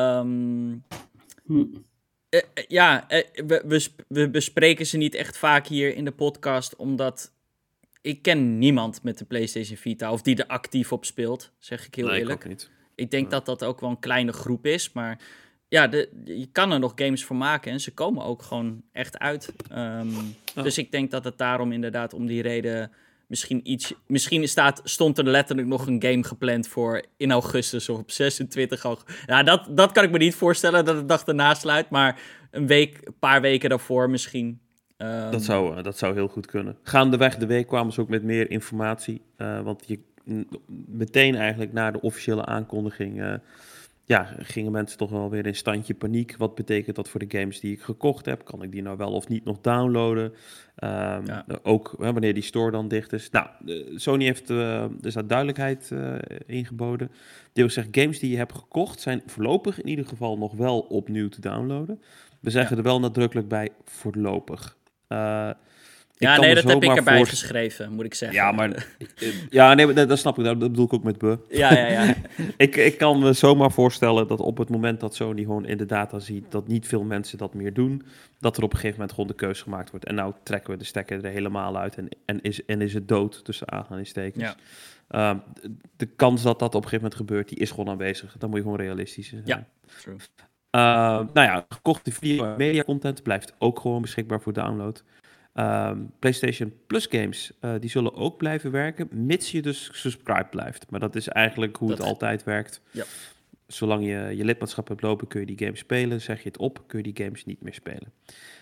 A: Um,
C: Hm.
A: eh, eh, ja, eh, we, we, sp- we bespreken ze niet echt vaak hier in de podcast, omdat ik ken niemand met de PlayStation Vita of die er actief op speelt, zeg ik heel
B: Nee, ik
A: eerlijk.
B: ook niet.
A: Ik denk
B: Ja.
A: dat dat ook wel een kleine groep is, maar ja, de, je kan er nog games voor maken en ze komen ook gewoon echt uit. Um,
B: Ja.
A: Dus ik denk dat het daarom inderdaad om die reden misschien iets... Misschien staat, stond er letterlijk nog een game gepland voor in augustus of op zesentwintig augustus. Ja, dat, dat kan ik me niet voorstellen dat het dag erna sluit, maar een week, een paar weken daarvoor misschien. Um,
B: Dat zou, uh, dat zou heel goed kunnen. Gaandeweg de week kwamen ze ook met meer informatie. Uh, want je, n- meteen eigenlijk na de officiële aankondiging... Uh, ja, gingen mensen toch wel weer in standje paniek. Wat betekent dat voor de games die ik gekocht heb? Kan ik die nou wel of niet nog downloaden? Um,
A: Ja.
B: Ook hè, wanneer die store dan dicht is. Nou, uh, Sony heeft uh, dus daar duidelijkheid uh, ingeboden. Die wil zeggen, games die je hebt gekocht... zijn voorlopig in ieder geval nog wel opnieuw te downloaden. We zeggen er wel nadrukkelijk bij voorlopig. Uh, ik
A: ja,
B: kan
A: nee,
B: me
A: dat heb ik
B: zomaar
A: erbij
B: voorst-
A: geschreven, moet ik zeggen.
B: Ja, maar... ja, nee, dat, dat snap ik. Dat bedoel ik ook met be.
A: Ja, ja, ja.
B: ik, ik kan me zomaar voorstellen dat op het moment dat Sony gewoon in de data ziet dat niet veel mensen dat meer doen, dat er op een gegeven moment gewoon de keus gemaakt wordt. En nou trekken we de stekker er helemaal uit en, en, is, en is het dood tussen aanhalingstekens.
A: Ja.
B: Um, de kans dat dat op een gegeven moment gebeurt, die is gewoon aanwezig. Dan moet je gewoon realistisch zijn.
A: Ja, true.
B: Uh, nou ja, gekochte video en media content blijft ook gewoon beschikbaar voor download. Um, PlayStation Plus games, uh, die zullen ook blijven werken, mits je dus subscribed blijft. Maar dat is eigenlijk hoe
A: Dat-
B: het altijd werkt.
A: Ja.
B: Zolang je je lidmaatschap hebt lopen, kun je die games spelen. Zeg je het op, kun je die games niet meer spelen.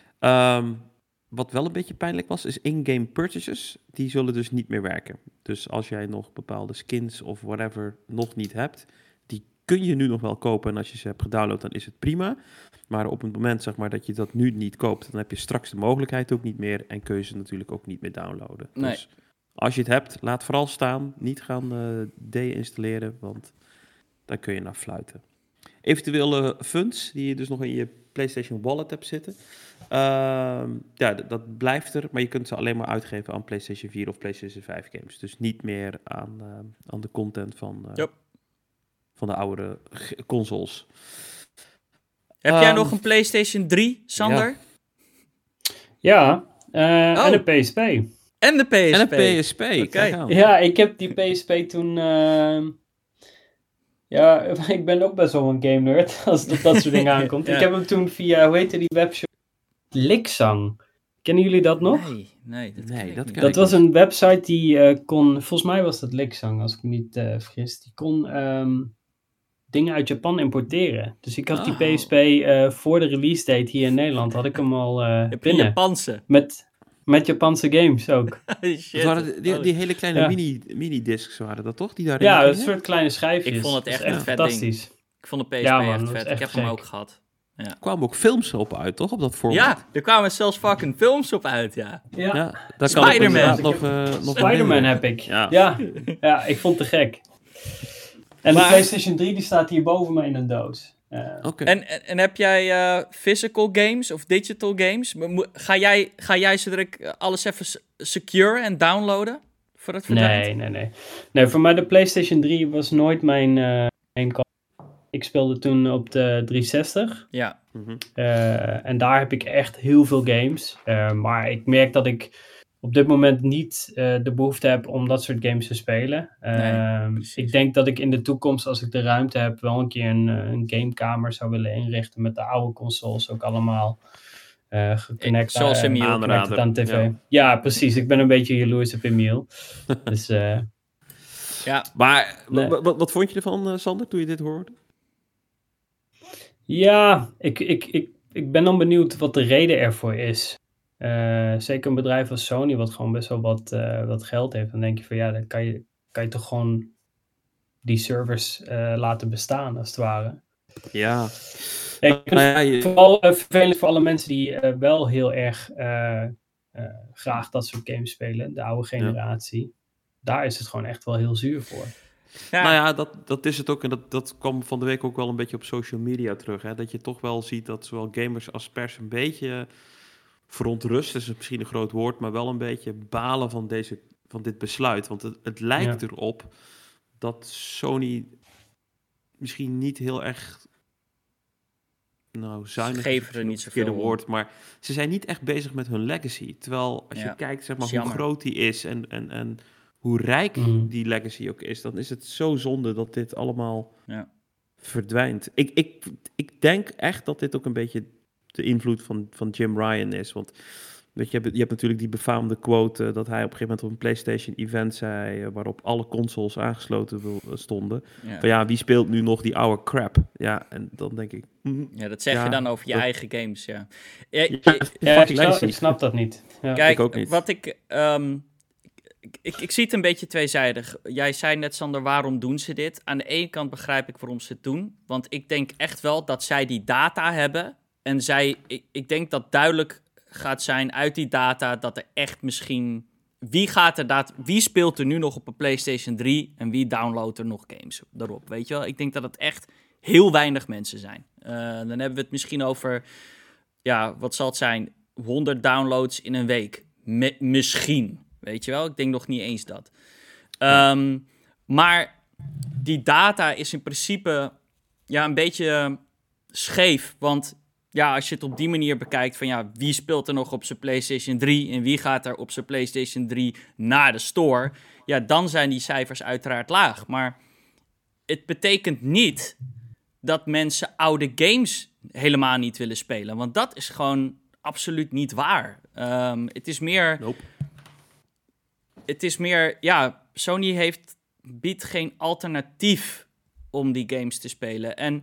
B: Um, wat wel een beetje pijnlijk was, is in-game purchases. Die zullen dus niet meer werken. Dus als jij nog bepaalde skins of whatever nog niet hebt, die kun je nu nog wel kopen. En als je ze hebt gedownload, dan is het prima. Maar op het moment zeg maar, dat je dat nu niet koopt, dan heb je straks de mogelijkheid ook niet meer. En kun je ze natuurlijk ook niet meer downloaden.
A: Nee.
B: Dus als je het hebt, laat vooral staan. Niet gaan uh, deinstalleren, want daar kun je naar fluiten. eventuele funds die je dus nog in je PlayStation Wallet hebt zitten. Uh, ja, d- dat blijft er, maar je kunt ze alleen maar uitgeven aan PlayStation vier of PlayStation vijf games. Dus niet meer aan, uh, aan de content van, uh,
A: Yep.
B: van de oudere g- consoles.
A: Heb jij
B: Um,
A: nog een PlayStation drie, Sander?
C: Ja, uh,
A: Oh.
C: en een P S P.
A: En de P S P.
B: En een P S P.
A: Oké.
B: Kijk aan.
C: Ja, ik heb die P S P toen... uh, ja, ik ben ook best wel een game nerd als het op dat soort dingen aankomt.
A: Ja.
C: Ik heb hem toen via, hoe heette die webshop? Liksang. Kennen jullie dat nog?
A: Nee, nee, dat,
B: Nee,
A: ken ik
B: dat
A: niet.
B: ken
C: Dat
B: ik
C: was
B: niet.
C: een website die uh, kon, volgens mij was dat Liksang, als ik me niet uh, vergis, die kon um, dingen uit Japan importeren. Dus ik had
B: Oh.
C: die P S P uh, voor de release date hier in Nederland, had ik hem al uh,
A: Heb je
C: binnen.
A: Japanse?
C: Met, met Japanse games ook.
A: Shit.
B: Dat waren die, die hele kleine
C: Ja.
B: mini, mini-discs waren dat toch? Die daarin
C: Ja, een
B: gingen?
C: soort kleine schijfjes.
A: Ik vond het
C: Dat is
A: echt een vet
C: fantastisch.
A: Ik vond de P S P
C: Ja, man,
A: echt
C: dat
A: vet.
C: is echt
A: ik heb hem
C: gek.
A: ook gehad.
B: Er kwamen ook films op uit, toch? Op dat format.
A: Ja, er kwamen zelfs fucking films op uit, ja.
C: Ja.
B: Ja, daar kan ik me
A: Spider-Man.
B: inderdaad nog, uh, nog
C: Spider-Man
B: herinneren.
C: heb ik.
B: Ja.
C: Ja. Ja, ik vond het te gek. En
B: Maar-
C: de PlayStation drie die staat hier boven me in een doos. Uh,
B: Oké.
A: En, en, en heb jij uh, physical games of digital games? Mo- mo- Ga jij, ga jij zo direct uh, alles even s- secure en downloaden? Voor het verdwijnt?
C: Nee, nee, nee. Nee, voor mij de PlayStation drie was nooit mijn, uh, mijn kant. Ik speelde toen op de driehonderdzestig.
A: Ja,
B: Mhm.
C: Uh, en daar heb ik echt heel veel games. Uh, maar ik merk dat ik op dit moment niet uh, de behoefte heb om dat soort games te spelen. Uh,
A: Nee, precies.
C: ik denk dat ik in de toekomst, als ik de ruimte heb, wel een keer een, uh, een gamekamer zou willen inrichten met de oude consoles ook allemaal. Uh, geconnect
A: Zoals
C: uh,
A: Emiel.
C: connected aan tv.
B: Ja.
C: Ja. ja, precies. Ik ben een beetje jaloers op Emiel. Dus uh,
A: ja.
B: Maar
C: Nee.
B: w- w- wat vond je ervan, uh, Sander, toen je dit hoorde?
C: ja, ik, ik, ik, ik ben dan benieuwd wat de reden ervoor is. Uh, zeker een bedrijf als Sony, wat gewoon best wel wat, uh, wat geld heeft. Dan denk je van ja, dan kan je, kan je toch gewoon die servers uh, laten bestaan, als het ware.
B: Ja.
C: Ja, ik vind
B: Nou ja,
C: het
B: je-
C: vooral uh, vervelend voor alle mensen die uh, wel heel erg uh, uh, graag dat soort games spelen, de oude generatie. Daar is het gewoon echt wel heel zuur voor.
A: Ja.
B: Nou ja, dat, dat is het ook. En dat, dat kwam van de week ook wel een beetje op social media terug. Hè? Dat je toch wel ziet dat zowel gamers als pers een beetje verontrust, is misschien een groot woord, maar wel een beetje balen van, deze, van dit besluit. Want het, het lijkt
C: Ja.
B: erop dat Sony misschien niet heel erg, nou, zuinig
A: geven
B: is
A: er
B: misschien
A: niet
B: het
A: zoveel
B: verkeerde
A: om.
B: woord, maar ze zijn niet echt bezig met hun legacy. Terwijl als
A: Ja,
B: je kijkt, zeg maar,
A: is
B: hoe
A: jammer.
B: groot die is en, en, en hoe rijk
C: Mhm.
B: die legacy ook is, dan is het zo zonde dat dit allemaal
A: Ja.
B: verdwijnt. Ik, ik, ik denk echt dat dit ook een beetje de invloed van, van Jim Ryan is. Want weet je, je hebt, je hebt natuurlijk die befaamde quote uh, dat hij op een gegeven moment op een PlayStation-event zei, uh, waarop alle consoles aangesloten wil, uh, stonden.
A: Ja.
B: Van ja, wie speelt nu nog die oude crap? Ja, en dan denk ik... mm,
A: ja, dat zeg
B: Ja,
A: je dan over je
B: dat-
A: eigen games, ja. Ja,
B: ja,
A: je-
C: Ja,
B: fucking
C: ik, snap,
B: legacy.
C: ik snap dat niet. Ja.
A: Kijk,
B: ik ook niet.
A: wat ik, ehm, ik, ik... Ik zie het een beetje tweezijdig. Jij zei net, Sander, waarom doen ze dit? Aan de ene kant begrijp ik waarom ze het doen. Want ik denk echt wel dat zij die data hebben. En zij, ik, ik denk dat duidelijk gaat zijn uit die data dat er echt misschien... Wie, gaat er dat, wie speelt er nu nog op een PlayStation drie en wie downloadt er nog games daarop? Weet je wel? Ik denk dat het echt heel weinig mensen zijn. Uh, dan hebben we het misschien over... Ja, wat zal het zijn? honderd downloads in een week. Me- misschien, weet je wel? Ik denk nog niet eens dat. Um, maar die data is in principe ja, een beetje scheef. Want ja, als je het op die manier bekijkt van ja, wie speelt er nog op zijn PlayStation drie en wie gaat er op zijn PlayStation drie naar de store? Ja, dan zijn die cijfers uiteraard laag. Maar het betekent niet dat mensen oude games helemaal niet willen spelen. Want dat is gewoon absoluut niet waar. Um, het is meer...
B: Nope.
A: Het is meer... Ja, Sony heeft, biedt geen alternatief om die games te spelen. En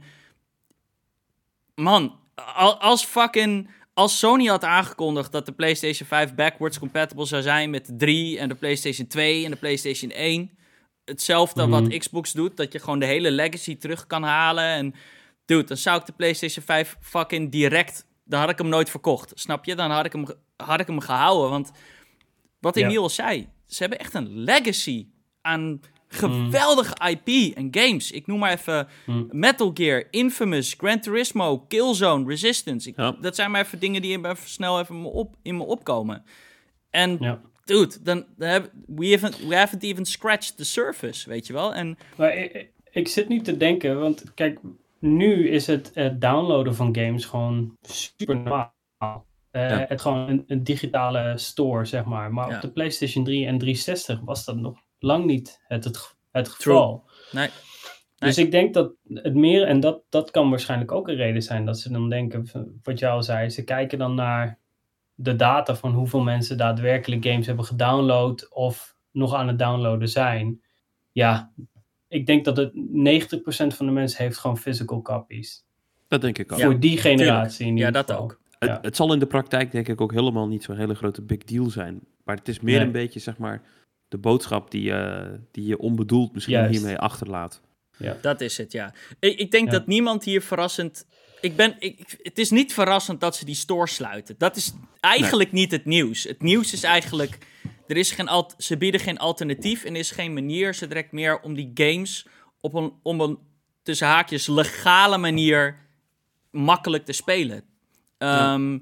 A: man, als fucking... Als Sony had aangekondigd dat de PlayStation vijf backwards compatible zou zijn met de drie en de PlayStation twee en de PlayStation één... Hetzelfde
C: Mm-hmm.
A: wat Xbox doet, dat je gewoon de hele legacy terug kan halen. En dude, dan zou ik de PlayStation vijf fucking direct... Dan had ik hem nooit verkocht, snap je? Dan had ik hem, had ik hem gehouden, want wat
C: Ja.
A: Emiel zei... Ze hebben echt een legacy aan Geweldige I P en games. Ik noem maar even
C: Mm.
A: Metal Gear, Infamous, Gran Turismo, Killzone, Resistance. Ik,
B: Ja.
A: Dat zijn maar even dingen die even snel even me op, in me opkomen. En
C: Ja.
A: dude, dan, dan heb, we, haven't, we haven't even scratched the surface, weet je wel? En
C: Maar ik, ik zit nu te denken, want kijk, nu is het, het downloaden van games gewoon super normaal. Uh,
B: Ja.
C: Het gewoon een, een digitale store, zeg maar. Maar
A: Ja.
C: op de PlayStation drie en driehonderdzestig was dat nog lang niet het, het, het geval.
A: nee,
C: Dus ik denk dat het meer, en dat, dat kan waarschijnlijk ook een reden zijn, dat ze dan denken, van wat jij al zei, ze kijken dan naar de data van hoeveel mensen daadwerkelijk games hebben gedownload of nog aan het downloaden zijn. Ja, ik denk dat het negentig procent van de mensen heeft gewoon physical copies.
B: Dat denk ik ook.
C: Voor die generatie in
A: ja,
C: ieder
A: dat
C: geval.
A: ook.
B: Het,
C: Ja.
B: het zal in de praktijk denk ik ook helemaal niet zo'n hele grote big deal zijn. Maar het is meer
C: Nee.
B: een beetje, zeg maar, de boodschap die, je die je onbedoeld misschien
C: Juist.
B: hiermee achterlaat.
A: Dat is het, ja. Ik, ik denk
C: Ja.
A: dat niemand hier verrassend... Ik ben, ik, ik- het is niet verrassend dat ze die store sluiten. Dat is eigenlijk niet het nieuws. Het nieuws is eigenlijk... Er is geen alt, ze bieden geen alternatief en er is geen manier. Ze direct meer om die games op een, om een tussen haakjes legale manier makkelijk te spelen. Ehm,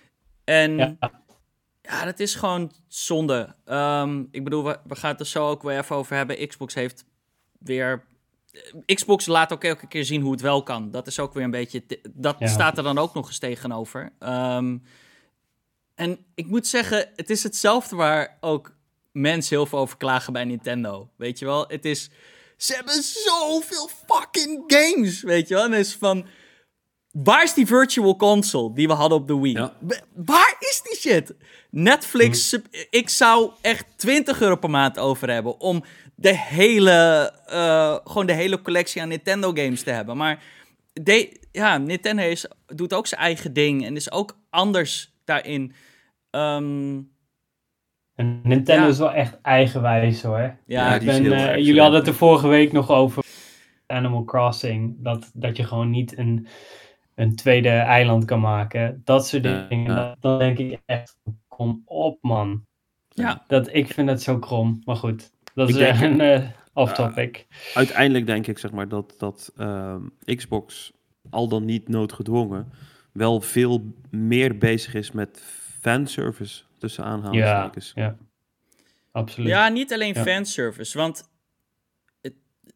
A: En
C: Ja.
A: ja, dat is gewoon zonde. Ehm, ik bedoel, we, we gaan het er zo ook weer even over hebben. Xbox heeft weer... Xbox laat ook elke keer zien hoe het wel kan. Dat is ook weer een beetje... Dat
C: Ja.
A: staat er dan ook nog eens tegenover. Um, en ik moet zeggen, het is hetzelfde waar ook mensen heel veel over klagen bij Nintendo. Weet je wel? Het is... Ze hebben zoveel fucking games, weet je wel? En het is van... Waar is die virtual console die we hadden op de Wii?
B: Ja.
A: W- Waar is die shit? Netflix, sub- ik zou echt twintig euro per maand over hebben om de hele, uh, gewoon de hele collectie aan Nintendo games te hebben. Maar de, ja, Nintendo is, doet ook zijn eigen ding en is ook anders daarin. Um,
C: En Nintendo
A: Ja.
C: is wel echt eigenwijs hoor.
A: ja,
B: Ja,
C: Ik
B: die is
C: ben,
B: heel
C: eh,
B: erg,
C: jullie
B: eh,
C: hadden het er vorige week nog over Animal Crossing. Dat, dat je gewoon niet een, een tweede eiland kan maken. Dat soort
B: Ja,
C: dingen.
B: ja.
C: Dat, dan denk ik echt, kom op man.
A: ja.
C: Dat, ik vind het zo krom. Maar goed, dat
B: Ik
C: is
B: denk-
C: echt een eh, off-topic.
B: Uiteindelijk denk ik, zeg maar, dat, dat ehm, Xbox, al dan niet noodgedwongen, wel veel meer bezig is met fanservice, tussen
C: ja,
B: aanhalingstekens.
C: ja. Absoluut.
A: Ja, niet alleen
C: Ja.
A: fanservice, want het,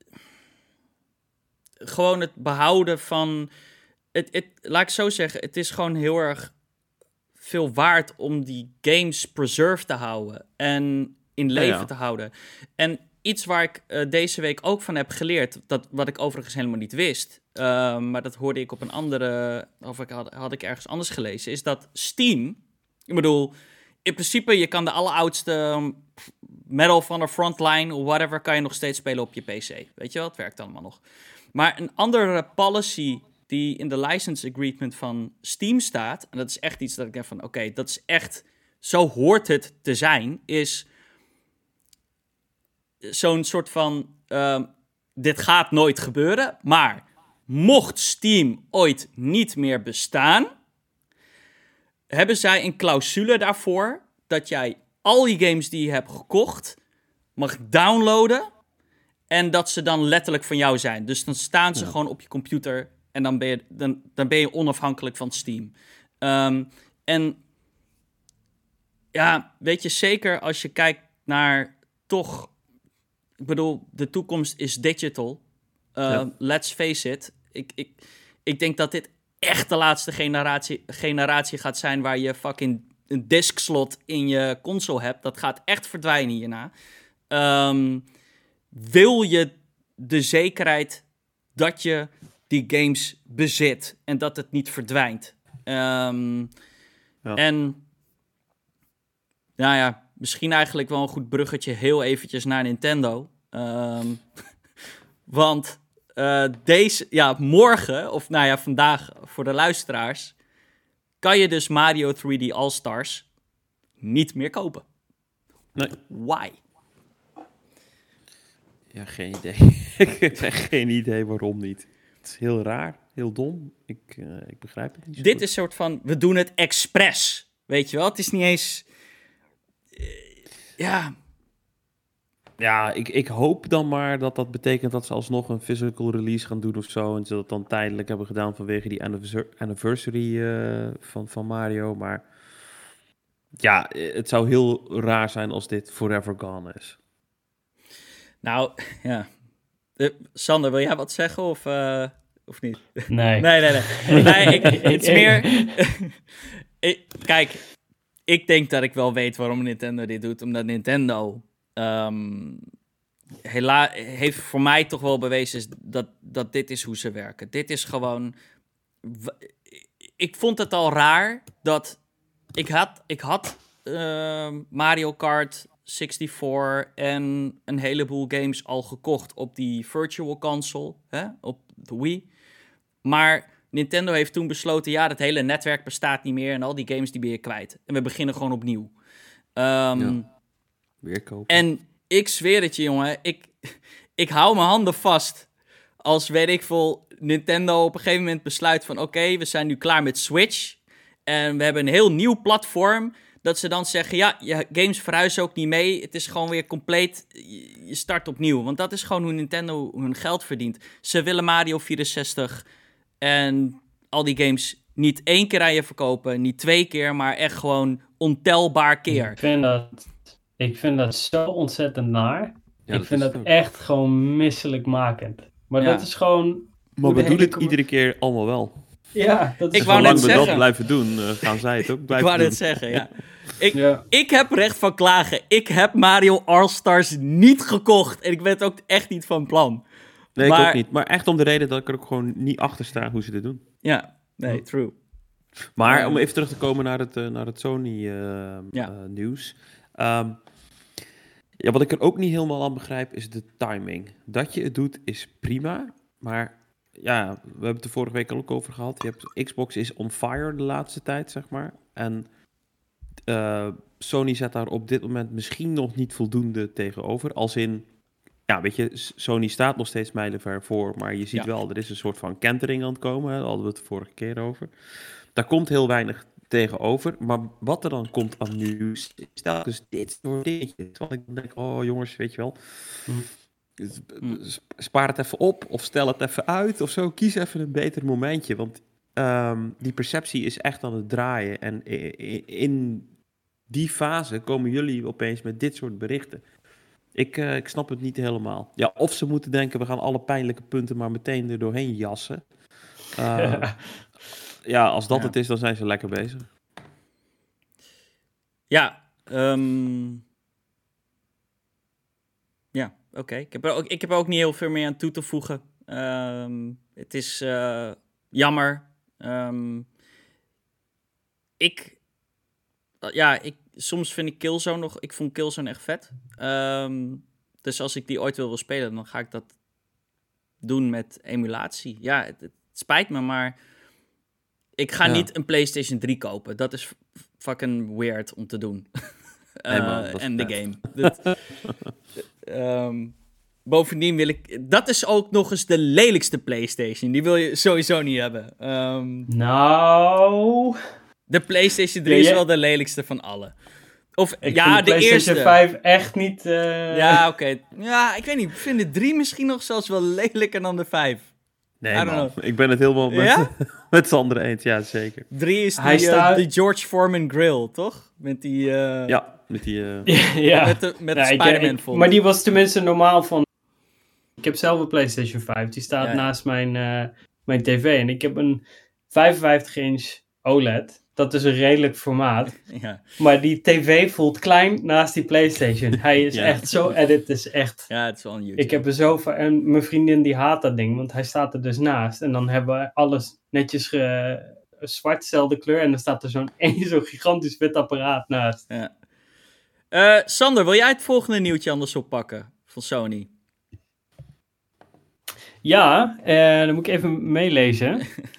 A: gewoon het behouden van... Het, het, laat ik zo zeggen, het is gewoon heel erg veel waard om die games preserved te houden en in leven
B: Ja, ja.
A: te houden. En iets waar ik uh, deze week ook van heb geleerd, dat, wat ik overigens helemaal niet wist, uh, maar dat hoorde ik op een andere, of ik had, had ik ergens anders gelezen, is dat Steam, ik bedoel, in principe, je kan de alleroudste um, Medal of Honor Frontline of whatever, kan je nog steeds spelen op je P C. Weet je wel, het werkt allemaal nog. Maar een andere policy die in de license agreement van Steam staat, en dat is echt iets dat ik denk van, oké, okay, dat is echt, zo hoort het te zijn, is zo'n soort van, um, dit gaat nooit gebeuren, maar mocht Steam ooit niet meer bestaan, hebben zij een clausule daarvoor dat jij al die games die je hebt gekocht mag downloaden en dat ze dan letterlijk van jou zijn. Dus dan staan ze ja. gewoon op je computer en dan ben je, dan, dan ben je onafhankelijk van Steam. Um, en ja, weet je, zeker als je kijkt naar toch, ik bedoel, de toekomst is digital. Uh, ja. Let's face it. Ik, ik, ik denk dat dit echt de laatste generatie, generatie gaat zijn waar je fucking een disk slot in je console hebt. Dat gaat echt verdwijnen hierna. Um, wil je de zekerheid dat je die games bezit en dat het niet verdwijnt? Um, ja. En nou ja, misschien eigenlijk wel een goed bruggetje heel eventjes naar Nintendo. Um, want uh, deze, ja, morgen, of nou ja, vandaag voor de luisteraars, kan je dus Mario drie D All-Stars niet meer kopen.
B: Nee.
A: Why?
B: Ja, geen idee. Ik heb echt geen idee waarom niet. Het is heel raar, heel dom. Ik, uh, ik begrijp het niet zo
A: Dit
B: goed.
A: is een soort van, we doen het expres. Weet je wel, het is niet eens... Uh, ja...
B: Ja, ik, ik hoop dan maar dat dat betekent dat ze alsnog een physical release gaan doen of zo. En ze dat dan tijdelijk hebben gedaan vanwege die anniversa- anniversary uh, van, van Mario. Maar ja, het zou heel raar zijn als dit forever gone is.
A: Nou, ja. Uh, Sander, wil jij wat zeggen of, uh, of niet?
C: Nee.
A: nee, nee, nee. nee ik, het is meer... ik, kijk, ik denk dat ik wel weet waarom Nintendo dit doet. Omdat Nintendo... Um, hela- heeft voor mij toch wel bewezen dat, dat dit is hoe ze werken. Dit is gewoon... W- ik vond het al raar dat... Ik had, ik had uh, Mario Kart zesenzestig en een heleboel games al gekocht op die Virtual Console, hè, op de Wii. Maar Nintendo heeft toen besloten, ja, dat hele netwerk bestaat niet meer en al die games die ben je kwijt. En we beginnen gewoon opnieuw. Um,
B: ja. Weer kopen.
A: En ik zweer het je, jongen, ik, ik hou mijn handen vast als, weet ik veel, Nintendo op een gegeven moment besluit van, oké, okay, we zijn nu klaar met Switch en we hebben een heel nieuw platform. Dat ze dan zeggen, ja, je games verhuizen ook niet mee. Het is gewoon weer compleet, je start opnieuw. Want dat is gewoon hoe Nintendo hun geld verdient. Ze willen Mario vierenzestig en al die games niet één keer aan je verkopen. Niet twee keer, maar echt gewoon ontelbaar keer.
C: Ik vind dat, ik vind dat zo ontzettend naar.
B: Ja,
C: ik vind dat ook echt gewoon misselijkmakend. Maar
A: ja.
C: dat is gewoon...
B: Maar we doen het com- iedere keer allemaal wel.
C: Ja, dat is
A: ik wou
B: zolang
A: net
B: we
A: zeggen.
B: dat blijven doen, uh, gaan zij het ook blijven
A: ik wou
B: doen.
A: net zeggen, ja. Ik,
C: ja.
A: ik heb recht van klagen. Ik heb Mario All-Stars niet gekocht. En ik ben het ook echt niet van plan.
B: Nee,
A: maar...
B: ik ook niet. Maar echt om de reden dat ik er ook gewoon niet achter sta hoe ze dit doen.
A: Ja, nee, true.
B: Maar
A: um,
B: om even terug te komen naar het, uh, naar het Sony uh,
A: ja.
B: uh, nieuws. Um, ja, wat ik er ook niet helemaal aan begrijp is de timing. Dat je het doet is prima, maar... Ja, we hebben het er vorige week al ook over gehad. Je hebt, Xbox is on fire de laatste tijd, zeg maar. En uh, Sony zet daar op dit moment misschien nog niet voldoende tegenover. Als in, ja, weet je, Sony staat nog steeds mijlenver voor. Maar je ziet ja. wel, er is een soort van kentering aan het komen. Hè? Daar hadden we het de vorige keer over. Daar komt heel weinig tegenover. Maar wat er dan komt aan nieuws, is telkens dit soort dingetjes. Want ik denk, oh jongens, weet je wel... Mm. Spaar het even op of stel het even uit of zo. Kies even een beter momentje. Want um, die perceptie is echt aan het draaien. En in die fase komen jullie opeens met dit soort berichten. Ik, uh, ik snap het niet helemaal. Ja, of ze moeten denken, we gaan alle pijnlijke punten maar meteen er doorheen jassen. Uh, ja, als dat ja. het is, dan zijn ze lekker bezig.
A: Ja, um... ja. Oké, okay. ik, heb er ook, ik heb er ook niet heel veel meer aan toe te voegen. Um, het is uh, jammer. Um, ik, ja, ik, soms vind ik Killzone nog, ik vond Killzone echt vet. Um, dus als ik die ooit wil, wil spelen, dan ga ik dat doen met emulatie. Ja, het, het spijt me, maar ik ga ja. niet een PlayStation drie kopen. Dat is fucking weird om te doen. Uh, hey man, en de game. Dat, um, bovendien wil ik... Dat is ook nog eens de lelijkste PlayStation. Die wil je sowieso niet hebben. Um,
C: nou...
A: De PlayStation drie ja, is wel de lelijkste van alle. Of
C: ik
A: ja,
C: vind
A: de,
C: de PlayStation
A: eerste.
C: vijf echt niet... Uh...
A: Ja, oké. Okay. Ja, ik weet niet. Ik vind de drie misschien nog zelfs wel lelijker dan de vijf.
B: Nee, man. Ik ben het helemaal met,
A: ja?
B: met Sander eens. Ja, zeker.
A: drie is die, staat... uh, de George Foreman grill, toch? Met die... Uh...
B: Ja, met die... Uh...
C: ja.
A: Met de, met
C: ja,
A: de Spider-Man vol.
C: Maar die was tenminste normaal van... Ik heb zelf een PlayStation vijf. Die staat ja. naast mijn, uh, mijn tv. En ik heb een vijfenvijftig inch O L E D. Dat is een redelijk formaat.
A: Ja.
C: Maar die tv voelt klein naast die PlayStation. Hij is ja. echt zo... En het is echt...
A: Ja, het is wel een YouTube.
C: Ik heb er zo... En mijn vriendin die haat dat ding. Want hij staat er dus naast. En dan hebben we alles netjes ge, zwart, dezelfde kleur. En dan staat er zo'n één zo'n gigantisch wit apparaat naast.
A: Ja. Uh, Sander, wil jij het volgende nieuwtje anders oppakken? Van Sony?
C: Ja, uh, dan moet ik even meelezen.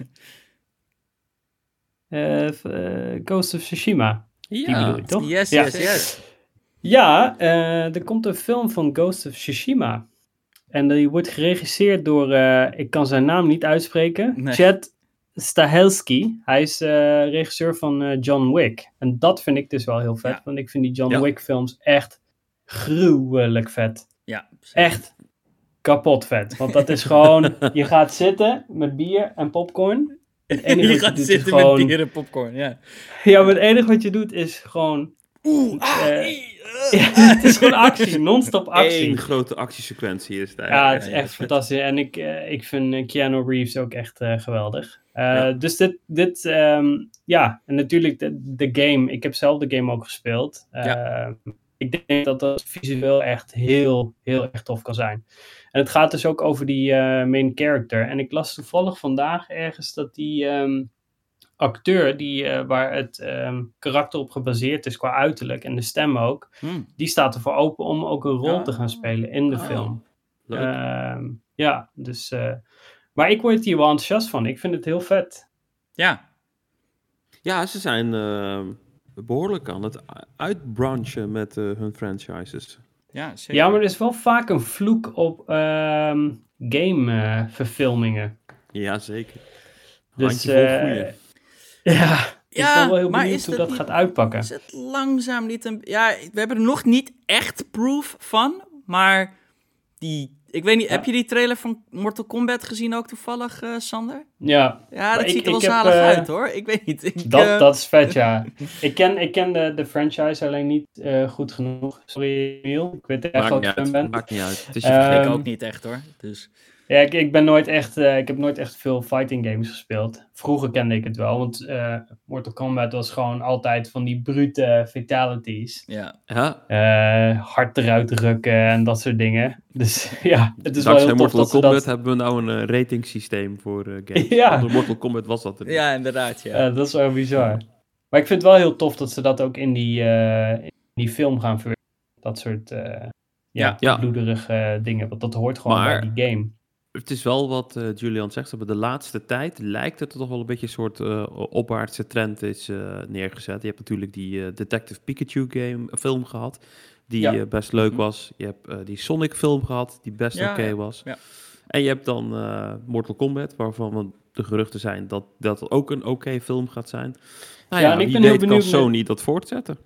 C: Uh, uh, Ghost of Tsushima.
A: Ja,
C: die bedoel je, toch?
A: Yes,
C: ja.
A: yes, yes.
C: Ja, uh, er komt een film van Ghost of Tsushima. En die wordt geregisseerd door, uh, ik kan zijn naam niet uitspreken, nee. Chad Stahelski. Hij is uh, regisseur van uh, John Wick. En dat vind ik dus wel heel vet, ja. want ik vind die John ja. Wick films echt, gruwelijk vet.
A: Ja, zeker.
C: Echt kapot vet. Want dat is gewoon, je gaat zitten met bier en popcorn. Het enige
A: je
C: wat
A: gaat
C: doet
A: zitten
C: is gewoon,
A: met bier en popcorn, ja.
C: Ja, maar het enige wat je doet is gewoon...
A: Oeh, ah,
C: eh,
A: ii,
C: ja, het is gewoon actie, non-stop actie.
B: Eén grote actiesequentie is daar.
C: Ja, het is
A: ja,
C: echt fantastisch. En ik, uh, ik vind uh, Keanu Reeves ook echt uh, geweldig. Uh,
B: Ja.
C: Dus dit, dit um, ja, en natuurlijk de, de game. Ik heb zelf de game ook gespeeld. Uh,
A: Ja.
C: Ik denk dat dat visueel echt heel, heel erg tof kan zijn. En het gaat dus ook over die uh, main character. En ik las toevallig vandaag ergens dat die um, acteur, die, uh, waar het um, karakter op gebaseerd is qua uiterlijk en de stem ook,
A: Hmm.
C: die staat ervoor open om ook een rol
A: Oh.
C: te gaan spelen in de
A: Oh.
C: film.
B: Leuk.
C: Uh, ja, dus... Uh, maar ik word hier wel enthousiast van. Ik vind het heel vet.
A: Ja.
B: Ja, ze zijn uh, behoorlijk aan het uitbranchen met uh, hun franchises.
A: Ja, zeker.
C: Ja, maar er is wel vaak een vloek op uh, game-verfilmingen.
B: Uh, ja, zeker.
C: Dus,
B: Handje vol
C: uh,
B: goeie.
C: Ja, ik
A: Ja,
C: ben wel heel
A: maar
C: benieuwd
A: is
C: hoe
A: dat
C: dat
A: niet-
C: gaat uitpakken.
A: Is het langzaam niet een... Ja, we hebben er nog niet echt proof van, maar die... Ik weet niet,
C: Ja.
A: heb je die trailer van Mortal Kombat gezien ook toevallig, uh, Sander?
C: Ja,
A: Ja, dat
C: Maar
A: ziet
C: ik-
A: er wel
C: ik heb,
A: zalig
C: uh,
A: uit, hoor. Ik weet niet. Ik,
C: dat,
A: uh,
C: dat is vet, ja. Ik ken, ik ken de, de franchise alleen niet uh, goed genoeg. Sorry, Emiel. Ik weet echt
B: Maakt
C: wat
B: niet
C: ik fan
B: uit.
C: ben.
B: Maakt niet uit. Het is je
C: Eh,
B: vergeten.
A: ik
C: um,
A: ook niet echt, hoor. Dus...
C: Ja, ik, ik ben nooit echt, uh, ik heb nooit echt veel fighting games gespeeld. Vroeger kende ik het wel, want uh, Mortal Kombat was gewoon altijd van die brute fatalities.
A: Ja.
B: Ja,
C: Uh, hard eruit rukken en dat soort dingen. Dus ja, het is wel
B: dankzij
C: heel tof
B: Mortal
C: dat ze
B: Kombat
C: dat...
B: hebben we nou een uh, ratingsysteem voor uh, games.
C: Ja.
B: Onder Mortal Kombat was dat er niet.
A: ja, inderdaad, ja.
C: Ja, dat is wel bizar. Maar ik vind het wel heel tof dat ze dat ook in die, uh, in die film gaan verwerken. Dat soort uh, ja,
A: Ja.
B: Ja.
C: bloederige uh, dingen, want dat hoort gewoon
B: Maar-
C: bij die game.
B: Het is wel wat uh, Julian zegt, maar de laatste tijd lijkt het er toch wel een beetje een soort uh, opwaartse trend is uh, neergezet. Je hebt natuurlijk die uh, Detective Pikachu game, film gehad, die
C: Ja.
B: uh, best leuk
A: Mhm.
B: was. Je hebt uh, die Sonic film gehad, die best
A: Ja,
B: oké
A: ja,
B: was.
A: ja.
B: En je hebt dan uh, Mortal Kombat, waarvan de geruchten zijn dat dat ook een oké film gaat zijn. Nou
C: Ja,
B: ja,
C: en ik
B: wie
C: ben heel
B: weet kan
C: benieuwd met-
B: Sony dat voortzetten.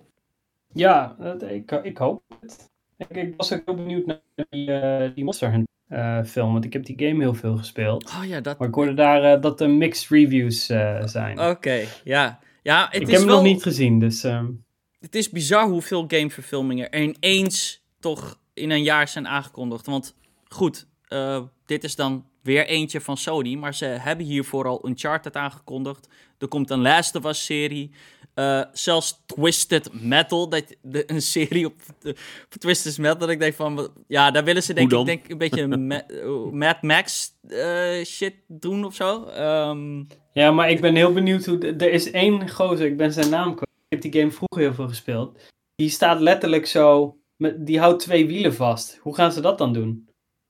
C: Ja, dat, ik, ik hoop het. Ik, ik was ook heel benieuwd naar die, uh, die Monster Hunter uh, film, want ik heb die game heel veel gespeeld.
A: Oh ja, dat...
C: Maar ik hoorde daar uh, dat er mixed reviews uh, zijn.
A: Oké, ja. Ja, het
C: ik
A: is
C: heb hem
A: wel...
C: nog niet gezien, dus... Um,
A: Het is bizar hoeveel gameverfilmingen er ineens toch in een jaar zijn aangekondigd. Want goed, uh, dit is dan weer eentje van Sony, maar ze hebben hiervoor al Uncharted aangekondigd. Er komt een Last of Us serie. Uh, zelfs Twisted Metal, dat, de, een serie op, de, op Twisted Metal. Dat ik denk van, ja, daar willen ze denk
B: Hoe
A: ik
B: dan?
A: denk, een beetje ma- uh, Mad Max uh, shit doen of zo. Um,
C: ja, maar ik ben heel benieuwd hoe... De, er is één gozer, ik ben zijn naam kwijt. Ik heb die game vroeger heel veel gespeeld. Die staat letterlijk zo... Met, die houdt twee wielen vast. Hoe gaan ze dat dan doen?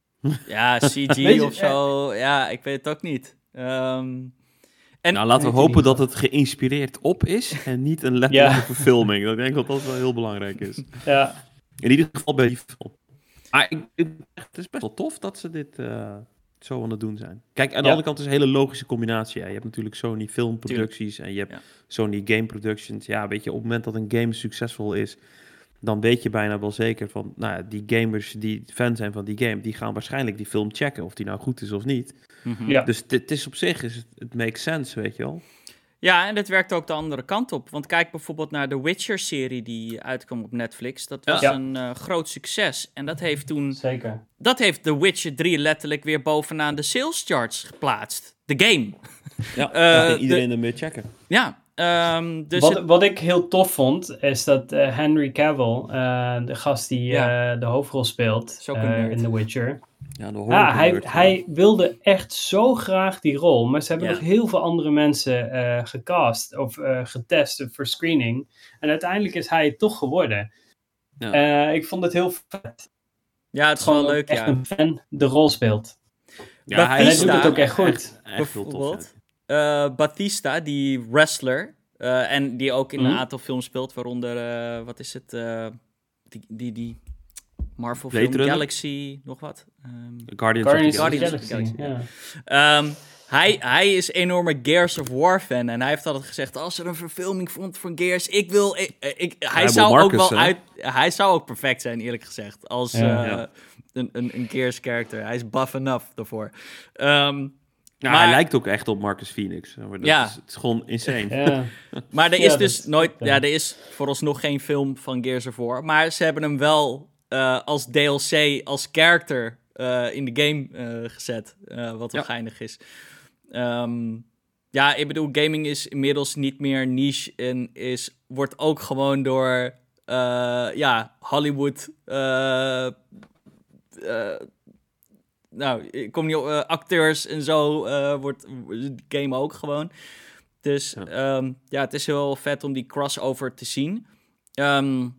A: ja, C G
C: Weet je,
A: of zo. Ja, ik weet het ook niet. Um,
B: En nou, laten we
C: weet ik
B: hopen
C: niet.
B: dat het geïnspireerd op is en niet een letterlijke
C: Ja.
B: verfilming. Ik denk dat dat wel heel belangrijk is.
C: Ja,
B: In ieder geval bij die film. Maar ik, ik, het is best wel tof dat ze dit uh, zo aan het doen zijn. Kijk, aan de
C: Ja.
B: andere kant is het een hele logische combinatie. Hè. Je hebt natuurlijk Sony filmproducties en je hebt
A: Ja.
B: Sony game productions. Ja, weet je, op het moment dat een game succesvol is, dan weet je bijna wel zeker van, nou ja, die gamers die fan zijn van die game, die gaan waarschijnlijk die film checken of die nou goed is of niet.
A: mm-hmm.
C: ja.
B: Dus het is op zich, is het, het makes sense, weet je wel.
A: Ja, en het werkt ook de andere kant op. Want kijk bijvoorbeeld naar de Witcher-serie die uitkwam op Netflix. Dat was
C: Ja.
A: een uh, groot succes. En dat heeft toen...
C: zeker.
A: Dat heeft The Witcher drie letterlijk weer bovenaan de sales charts geplaatst. De game.
B: Ja,
A: Eh,
B: ging
A: de-
B: iedereen ermee checken.
A: Ja, um, dus...
C: wat,
A: het-
C: wat ik heel tof vond, is dat uh, Henry Cavill, uh, de gast die
A: Ja.
C: uh, de hoofdrol speelt
A: Is ook een
C: uh,
A: nerd.
C: in The Witcher.
B: Ja, de
C: Ja, hij,
B: horror
C: hij wilde echt zo graag die rol. Maar ze hebben
A: Ja.
C: nog heel veel andere mensen uh, gecast of uh, getest voor screening. En uiteindelijk is hij het toch geworden.
B: Ja.
C: Uh, ik vond het heel vet.
A: ja, het is
C: Gewoon
A: wel leuk,
C: echt
A: ja.
C: een fan de rol speelt.
A: Ja,
C: En hij
A: Batista-
C: doet het ook echt goed.
B: Echt, echt heel tof.
A: Bijvoorbeeld. Uh, Batista, die wrestler. uh, en die ook in
C: Mhm.
A: een aantal films speelt. Waaronder, uh, wat is het? Uh, die, die, die Marvel
B: Blade
A: film
B: Runner?
A: Galaxy, nog wat? Um,
B: Guardians,
C: Guardians
B: of
C: of
B: the
C: the
A: Guardians
B: Galaxy.
C: Galaxy,
A: Galaxy,
C: ja.
A: Um, Hij, hij is een enorme Gears of War fan. En hij heeft altijd gezegd, als er een verfilming vond van Gears, ik wil... Ik, ik, hij
B: Ja,
A: zou
B: Marcus,
A: ook wel
B: hè?
A: uit... Hij zou ook perfect zijn, eerlijk gezegd. Als
C: Ja.
A: uh,
B: Ja.
A: een, een, een Gears character. Hij is buff enough daarvoor. Um,
B: Ja,
A: maar,
B: hij lijkt ook echt op Marcus Phoenix. Maar dat
A: Ja.
B: is, het is gewoon insane.
C: Ja.
A: maar er
C: Ja,
A: is
C: dat
A: dus
C: is-
A: nooit...
C: ja.
A: Ja, er is vooralsnog geen film van Gears of War. Maar ze hebben hem wel uh, als D L C, als character uh, in de game uh, gezet. Uh, wat wel
B: Ja.
A: geinig is. Um, ja, ik bedoel, gaming is inmiddels niet meer niche en is, wordt ook gewoon door uh, ja, Hollywood... Uh, uh, nou, ik kom niet op, uh, acteurs en zo uh, wordt de game ook gewoon. Dus ja. Um, ja, het is heel vet om die crossover te zien. Um,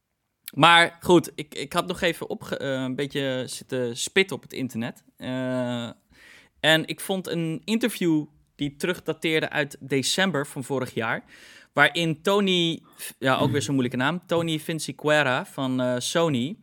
A: maar goed, ik, ik had nog even opge- uh, een beetje zitten spitten op het internet. Uh, en ik vond een interview die terugdateerde uit december van vorig jaar, waarin Tony, ja, ook weer zo'n moeilijke naam, Tony Vinciquerra van uh, Sony,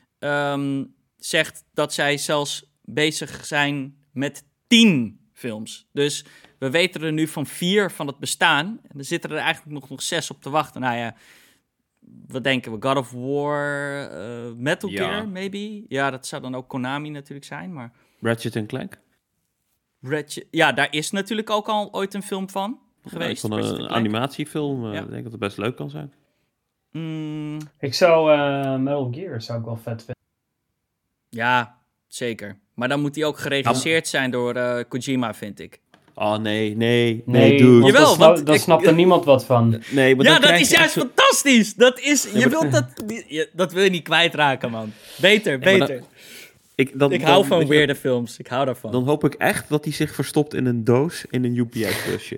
A: um, zegt dat zij zelfs bezig zijn met tien films. Dus we weten er nu van vier van het bestaan. En er zitten er eigenlijk nog, nog zes op te wachten. Nou ja, wat denken we? God of War, uh, Metal
B: Ja.
A: Gear, maybe? Ja, dat zou dan ook Konami natuurlijk zijn, maar...
B: Ratchet en Clank.
A: Ratchet, ja, daar is natuurlijk ook al ooit een film van geweest.
B: Ja, ik vond een, een animatiefilm. Uh,
A: Ja.
B: Ik denk dat het best leuk kan zijn.
A: Mm,
C: Ik zou uh, Metal Gear zou ik wel vet vinden.
A: ja, zeker. Maar dan moet die ook geregisseerd zijn door uh, Kojima, vind ik.
B: Oh, nee, nee, nee,
C: Nee,
B: dude.
C: want
A: Jawel,
C: dan, snap,
A: want
C: dan
A: ik-
C: snapt er niemand wat van.
B: Nee, maar
A: Ja,
B: dan
A: dat
B: krijg
A: is
B: je
A: juist
B: echt zo-
A: fantastisch! Dat is, je
B: maar-
A: wilt dat... je- dat wil je niet kwijtraken, man. Beter,
B: maar
A: beter.
B: Ik, dan,
A: ik hou
B: dan-
A: van
B: weet je-
A: weirde films. Ik hou daarvan.
B: Dan hoop ik echt dat hij zich verstopt in een doos in een U P S-busje.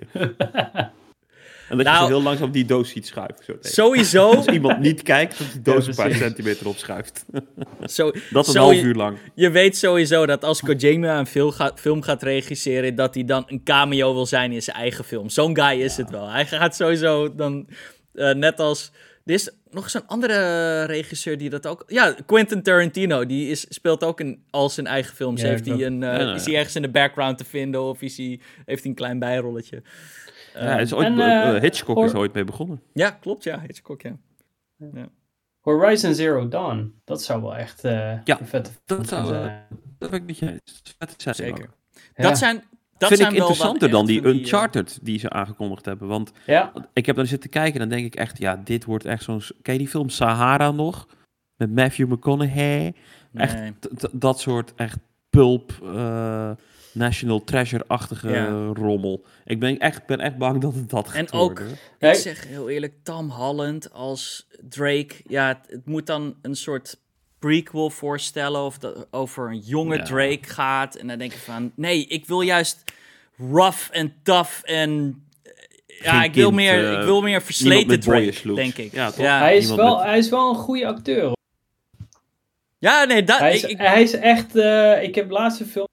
B: En dat je
A: Nou-
B: zo heel langzaam die doos ziet schuiven. Zo tegen.
A: Sowieso...
B: Als iemand niet kijkt, dat die doos
C: Ja,
B: een paar
C: precies.
B: centimeter opschuift.
A: zo,
B: Dat is een
A: zo-
B: half uur lang.
A: Je weet sowieso dat als Kojima een film gaat, film gaat regisseren, dat hij dan een cameo wil zijn in zijn eigen film. Zo'n guy is het wel. Hij gaat sowieso dan, uh, net als... Er is nog zo'n andere regisseur die dat ook... Ja, Quentin Tarantino, die is, speelt ook in al zijn eigen films.
C: Ja,
A: heeft hij
C: klopt.
A: een, uh,
B: Ja, ja.
A: is hij ergens in de background te vinden of is hij, heeft hij een klein bijrolletje? Uh,
B: Ja, het is ooit,
C: en,
B: uh,
C: uh,
B: Hitchcock
C: or-
B: is er ooit mee begonnen.
A: ja, klopt, ja. Hitchcock, ja.
C: Horizon Zero Dawn, dat zou wel echt uh,
B: Ja,
C: een vette
B: dat
C: film
B: zou,
C: zijn.
B: Dat weet ik niet eens. Vette setting
A: Zeker.
B: ook.
C: Ja.
A: Dat zijn... Dat
B: vind
A: zijn
B: ik
A: wel
B: interessanter dan
A: echt
B: die
A: van die, uh,
B: Uncharted die ze aangekondigd hebben. Want
C: Ja,
B: ik heb dan zitten kijken en dan denk ik echt, ja, dit wordt echt zo'n... Ken je die film Sahara nog? Met Matthew McConaughey. Echt
A: nee.
B: t- t- dat soort echt pulp, uh, National Treasure-achtige
A: Ja.
B: rommel. Ik ben echt, ben echt bang dat het dat gaat
A: En ook-
B: worden.
A: Ik
C: Hey.
A: zeg heel eerlijk, Tom Holland als Drake. Ja, het, het moet dan een soort prequel voorstellen of dat over een jonge
B: Ja.
A: Drake gaat. En dan denk ik van, nee, ik wil juist rough en tough en... Ja,
B: Geen
A: ik wil,
B: kind,
A: meer,
B: uh,
A: ik wil meer
B: iemand
A: versleten
B: met
A: Drake,
B: boyish looks.
A: denk ik.
B: Ja, toch?
A: Ja,
C: hij, is
B: iemand
C: wel,
B: met-
C: hij is wel een goede acteur. hoor.
A: ja nee, dat...
C: Hij is,
A: ik, ik,
C: hij is echt... uh, ik heb laatste film...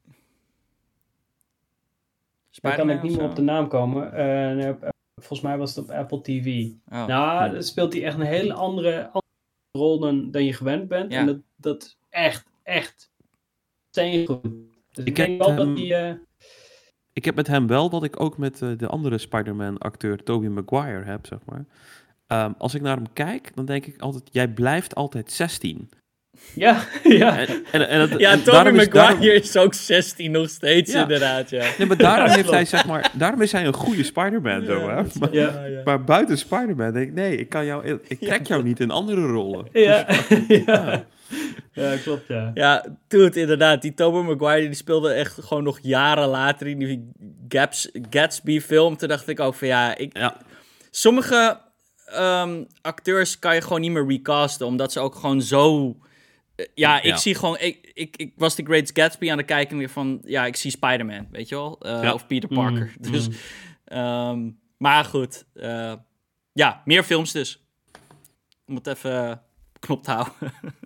C: Daar kan
A: Spider-Man
C: ik niet
A: of
C: meer
A: zo?
C: op de naam komen. Uh, nee, op- volgens mij was het op Apple T V.
A: Oh.
C: Nou, dan speelt hij echt een hele andere, andere rol dan, dan je gewend bent.
A: Ja.
C: En dat, dat is echt, echt steengoed. Dus ik,
B: Ik
C: denk
B: heb,
C: wel
B: ehm,
C: dat hij... Uh,
B: Ik heb met hem wel wat ik ook met uh, de andere Spider-Man-acteur Tobey Maguire heb, zeg maar. Um, als ik naar hem kijk, dan denk ik altijd, jij blijft altijd zestien.
C: ja, ja.
B: En, en, en, dat-
A: Ja,
B: en
A: Tobey
B: daarom is-
A: Maguire
B: daarom-
A: is ook zestien nog steeds,
B: Ja.
A: inderdaad, ja.
B: Nee, maar daarom, heeft
C: klopt.
B: hij, zeg maar, daarom is hij een goede Spider-Man, zo, hè?
A: dat is
B: Maar,
C: Ja.
A: waar, ja.
B: maar buiten Spider-Man denk ik, nee, ik, kan jou, ik trek jou niet in andere rollen.
C: Ja. ja. ja, klopt, ja.
A: Ja, dude, inderdaad. Die Tobey Maguire die speelde echt gewoon nog jaren later in die Gaps, Gatsby-film. Toen dacht ik ook van ja, ik,
B: Ja,
A: sommige um, acteurs kan je gewoon niet meer recasten, omdat ze ook gewoon zo... Uh, ja, ik
B: Ja.
A: zie gewoon... Ik, ik, ik was The Great Gatsby aan het kijken en weer van... Ja, ik zie Spider-Man, weet je wel? Uh,
B: Ja.
A: Of Peter Parker.
C: Mm,
A: Dus,
C: mm.
A: um, maar goed. Uh, ja, meer films dus. Om het even uh, beknopt te houden.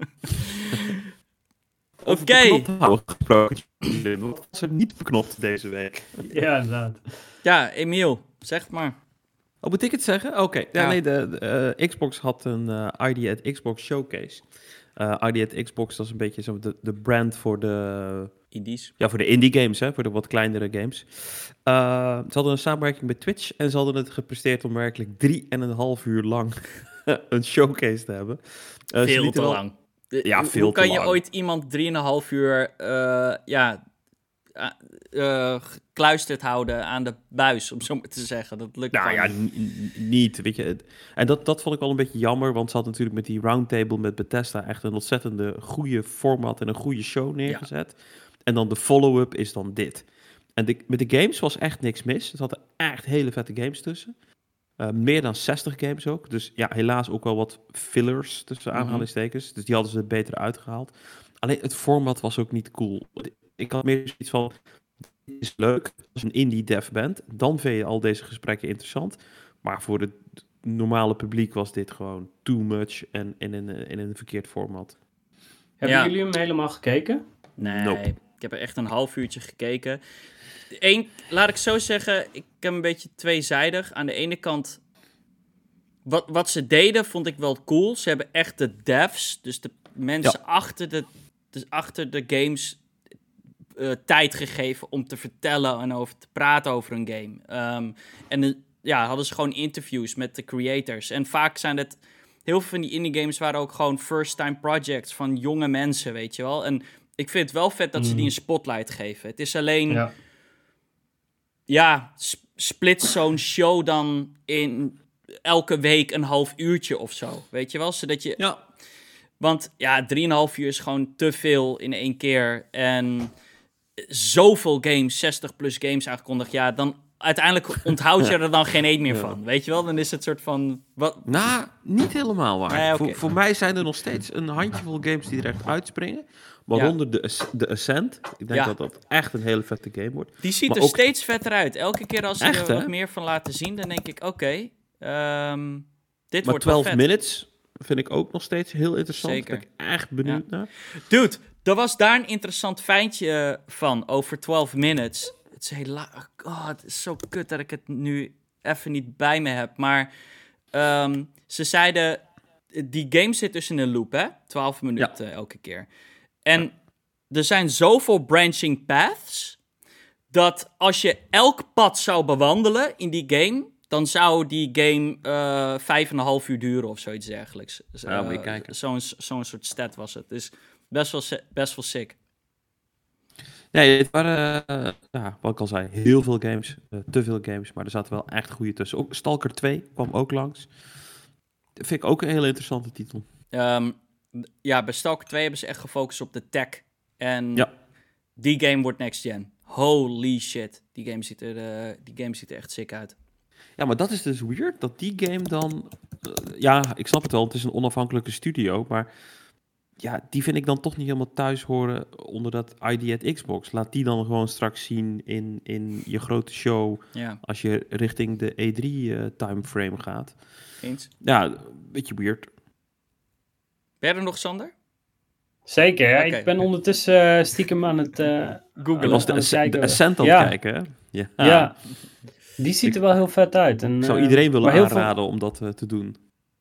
A: Oké.
B: Okay. Wat was er niet beknopt deze week?
C: Ja, inderdaad.
A: Ja, Emiel, zeg het maar.
B: Oh, moet ik het zeggen? Oké. Okay. Ja,
A: Ja.
B: nee, de, de uh, Xbox had een uh, I D at Xbox Showcase. Uh, I D at Xbox, dat is een beetje zo de, de brand voor de...
A: Indies.
B: Ja, voor de indie games, hè, voor de wat kleinere games. Uh, ze hadden een samenwerking met Twitch en ze hadden het gepresteerd om werkelijk drie en een half uur lang een showcase te hebben. Uh,
A: veel te
B: wel...
A: lang.
B: Ja, veel
A: Hoe
B: te
A: kan
B: lang.
A: je ooit iemand drieënhalf uur uh, ja, uh, gekluisterd houden aan de buis, om zo maar te zeggen? Dat lukt
B: nou ja,
A: niet.
B: N- niet, weet je. En dat, dat vond ik wel een beetje jammer, want ze had natuurlijk met die roundtable met Bethesda echt een ontzettende goede format en een goede show neergezet. Ja. En dan de follow-up is dan dit. En de, met de games was echt niks mis. Er zaten echt hele vette games tussen. Uh, meer dan zestig games ook. Dus ja, helaas ook wel wat fillers tussen aanhalingstekens. Mm-hmm. Dus die hadden ze beter uitgehaald. Alleen het format was ook niet cool. Ik had meer zoiets van, dit is leuk als je een indie dev bent. Dan vind je al deze gesprekken interessant. Maar voor het normale publiek was dit gewoon too much en in een, in een verkeerd format.
C: Hebben
A: Ja.
C: jullie hem helemaal gekeken?
A: Nee,
B: Nope.
A: ik heb er echt een half uurtje gekeken. Eén, laat ik zo zeggen, ik heb een beetje tweezijdig. Aan de ene kant, wat, wat ze deden vond ik wel cool. Ze hebben echt de devs, dus de mensen ja. achter, de, dus achter de games uh, tijd gegeven om te vertellen en over te praten over een game. Um, en de, ja, hadden ze gewoon interviews met de creators. En vaak zijn het, heel veel van die indie games waren ook gewoon first-time projects van jonge mensen, weet je wel. En ik vind het wel vet dat mm. ze die een spotlight geven. Het is alleen... Ja. Ja, sp- split zo'n show dan in elke week een half uurtje of zo. Weet je wel? Zodat je...
B: Ja.
A: Want ja, drieënhalf uur is gewoon te veel in één keer. En zoveel games, zestig plus games aangekondigd. Ja, dan uiteindelijk onthoud je er dan geen één meer ja. van. Weet je wel? Dan is het soort van... Wat...
B: Nou, niet helemaal waar.
A: Nee, okay.
B: voor, voor mij zijn er nog steeds een handjevol games die er echt uitspringen. Waaronder ja. de, de Ascent. Ik denk ja. dat dat echt een hele vette game wordt.
A: Die ziet maar er ook... steeds vetter uit. Elke keer als ze echt, er hè? wat meer van laten zien, dan denk ik, oké, okay, um, dit
B: maar
A: wordt wel vet.
B: twaalf minutes vind ik ook nog steeds heel interessant.
A: Zeker.
B: Ben ik echt benieuwd ja. naar.
A: Dude, er was daar een interessant feitje van over twaalf minutes. Het is helaas... Oh, het is zo kut dat ik het nu even niet bij me heb. Maar um, ze zeiden... Die game zit dus in een loop, hè? twaalf minuten ja. elke keer. En er zijn zoveel branching paths, dat als je elk pad zou bewandelen in die game, dan zou die game uh, vijf en een half uur duren of zoiets dergelijks. Uh,
B: ja, moet je kijken.
A: Zo'n, zo'n soort stat was het. Dus best wel, best wel sick.
B: Nee, het waren, uh, ja, wat ik al zei, heel veel games. Uh, te veel games, maar er zaten wel echt goede tussen. Ook Stalker twee kwam ook langs. Dat vind ik ook een hele interessante titel.
A: Um, Ja, bij Stalker twee hebben ze echt gefocust op de tech. En
B: ja.
A: die game wordt next gen. Holy shit. Die game ziet er, uh, die game ziet er echt sick uit.
B: Ja, maar dat is dus weird, dat die game dan... Uh, ja, ik snap het wel, het is een onafhankelijke studio, maar... Ja, die vind ik dan toch niet helemaal thuis horen onder dat I D at Xbox. Laat die dan gewoon straks zien in, in je grote show...
A: Ja.
B: als je richting de E drie uh, timeframe gaat.
A: Eens.
B: Ja, een beetje weird.
A: Ben je er nog, Sander?
C: Zeker, ja. Okay. Ik ben ondertussen uh, stiekem aan het uh,
B: googlen. Was de, de, de Ascent aan het ja. kijken, hè?
C: Ja. ja, die ziet er wel heel vet uit. En,
B: ik zou iedereen willen aanraden veel... om dat uh, te doen.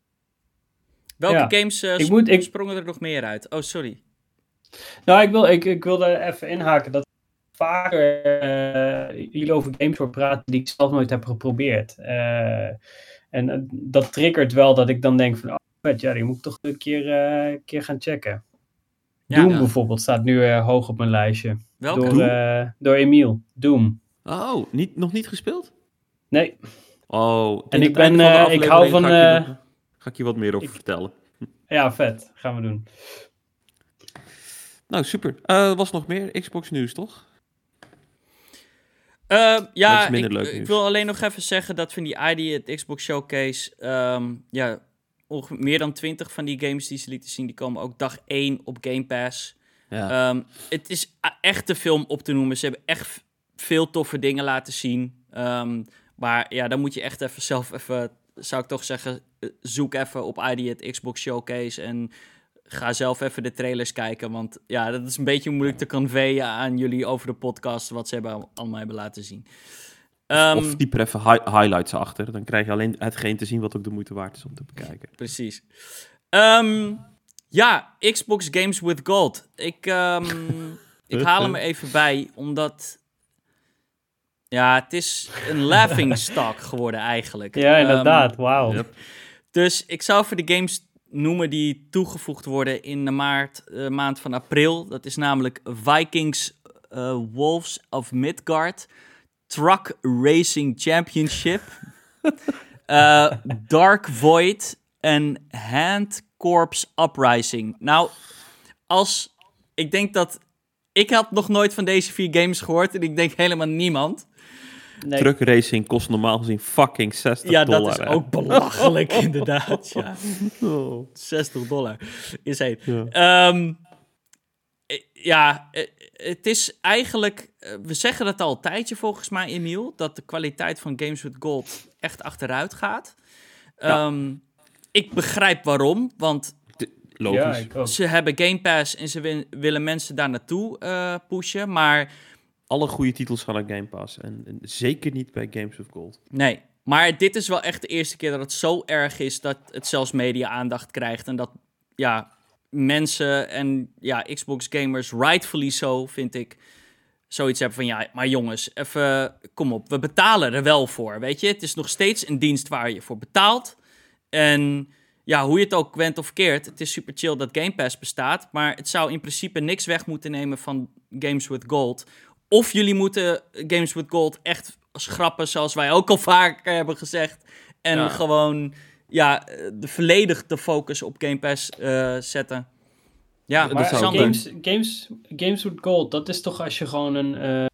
A: Welke
C: ja.
A: games uh,
C: ik moet, ik...
A: sprongen er nog meer uit? Oh, sorry.
C: Nou, ik wil, ik, ik wil daar even inhaken dat vaker uh, jullie over games voor praten die ik zelf nooit heb geprobeerd. Uh, en uh, dat triggert wel dat ik dan denk van... Oh, ja, die moet ik toch een keer, uh, keer gaan checken. Ja, Doom ja. bijvoorbeeld staat nu uh, hoog op mijn lijstje.
A: Welke?
C: Door, uh, door Emiel. Doom.
B: Oh, niet, nog niet gespeeld?
C: Nee.
B: Oh.
C: En ik ben, uh, ik hou van...
B: Ga ik,
C: uh,
B: je, ga ik je wat meer over
C: ik,
B: vertellen.
C: Ja, vet. Gaan we doen.
B: Nou, super. Er uh, was nog meer Xbox nieuws, toch?
A: Uh, ja, ik, ik wil alleen nog even zeggen dat van die I D at Xbox Showcase... Um, ja, meer dan twintig van die games die ze lieten zien, die komen ook dag één op Game Pass. Ja. Um, het is echt te veel om op te noemen. Ze hebben echt veel toffe dingen laten zien. Um, maar ja, dan moet je echt even zelf even, zou ik toch zeggen, zoek even op I D at Xbox Showcase en ga zelf even de trailers kijken. Want ja, dat is een beetje moeilijk te conveyen aan jullie over de podcast, wat ze hebben allemaal hebben laten zien.
B: Um, of typ er even hi- highlights achter. Dan krijg je alleen hetgeen te zien wat ook de moeite waard is om te bekijken.
A: Precies. Um, Ja, Xbox Games with Gold. Ik, um, ik haal hem er even bij, omdat... Ja, het is een laughingstock geworden eigenlijk.
C: Ja, inderdaad.
A: Um,
C: Wauw.
B: Yep.
A: Dus ik zou even de games noemen die toegevoegd worden in de maart, uh, maand van april. Dat is namelijk Vikings uh, Wolves of Midgard, Truck Racing Championship, uh, Dark Void en Hand Corps Uprising. Nou, als ik denk dat... Ik had nog nooit van deze vier games gehoord en ik denk helemaal niemand.
C: Nee.
B: Truck racing kost normaal gezien fucking zestig
A: Ja,
B: dollar.
A: dat is
B: hè?
A: ook belachelijk inderdaad. Ja.
B: Oh.
A: zestig dollar. Insane.
B: Ja.
A: Um, ja, het is eigenlijk... We zeggen dat al een tijdje volgens mij, Emiel, dat de kwaliteit van Games with Gold echt achteruit gaat.
B: Ja.
A: Um, ik begrijp waarom, want
B: Logisch.
C: Ja, ik ook.
A: ze hebben Game Pass en ze win- willen mensen daar naartoe uh, pushen, maar...
B: Alle goede titels gaan naar Game Pass. En, en zeker niet bij Games with Gold.
A: Nee, maar dit is wel echt de eerste keer dat het zo erg is dat het zelfs media-aandacht krijgt. En dat, ja, mensen en ja, Xbox-gamers, rightfully so, vind ik, zoiets hebben van, ja, maar jongens, even, kom op, we betalen er wel voor, weet je. Het is nog steeds een dienst waar je voor betaalt. En ja, hoe je het ook went of keert, het is super chill dat Game Pass bestaat, maar het zou in principe niks weg moeten nemen van Games with Gold. Of jullie moeten Games with Gold echt schrappen, zoals wij ook al vaak hebben gezegd. En
B: Ja.
A: gewoon ja, de volledig de focus op Game Pass uh, zetten. Ja,
B: Dat
C: Maar
B: zou
A: Sander.
C: games, games, games with Gold, dat is toch als je gewoon een uh,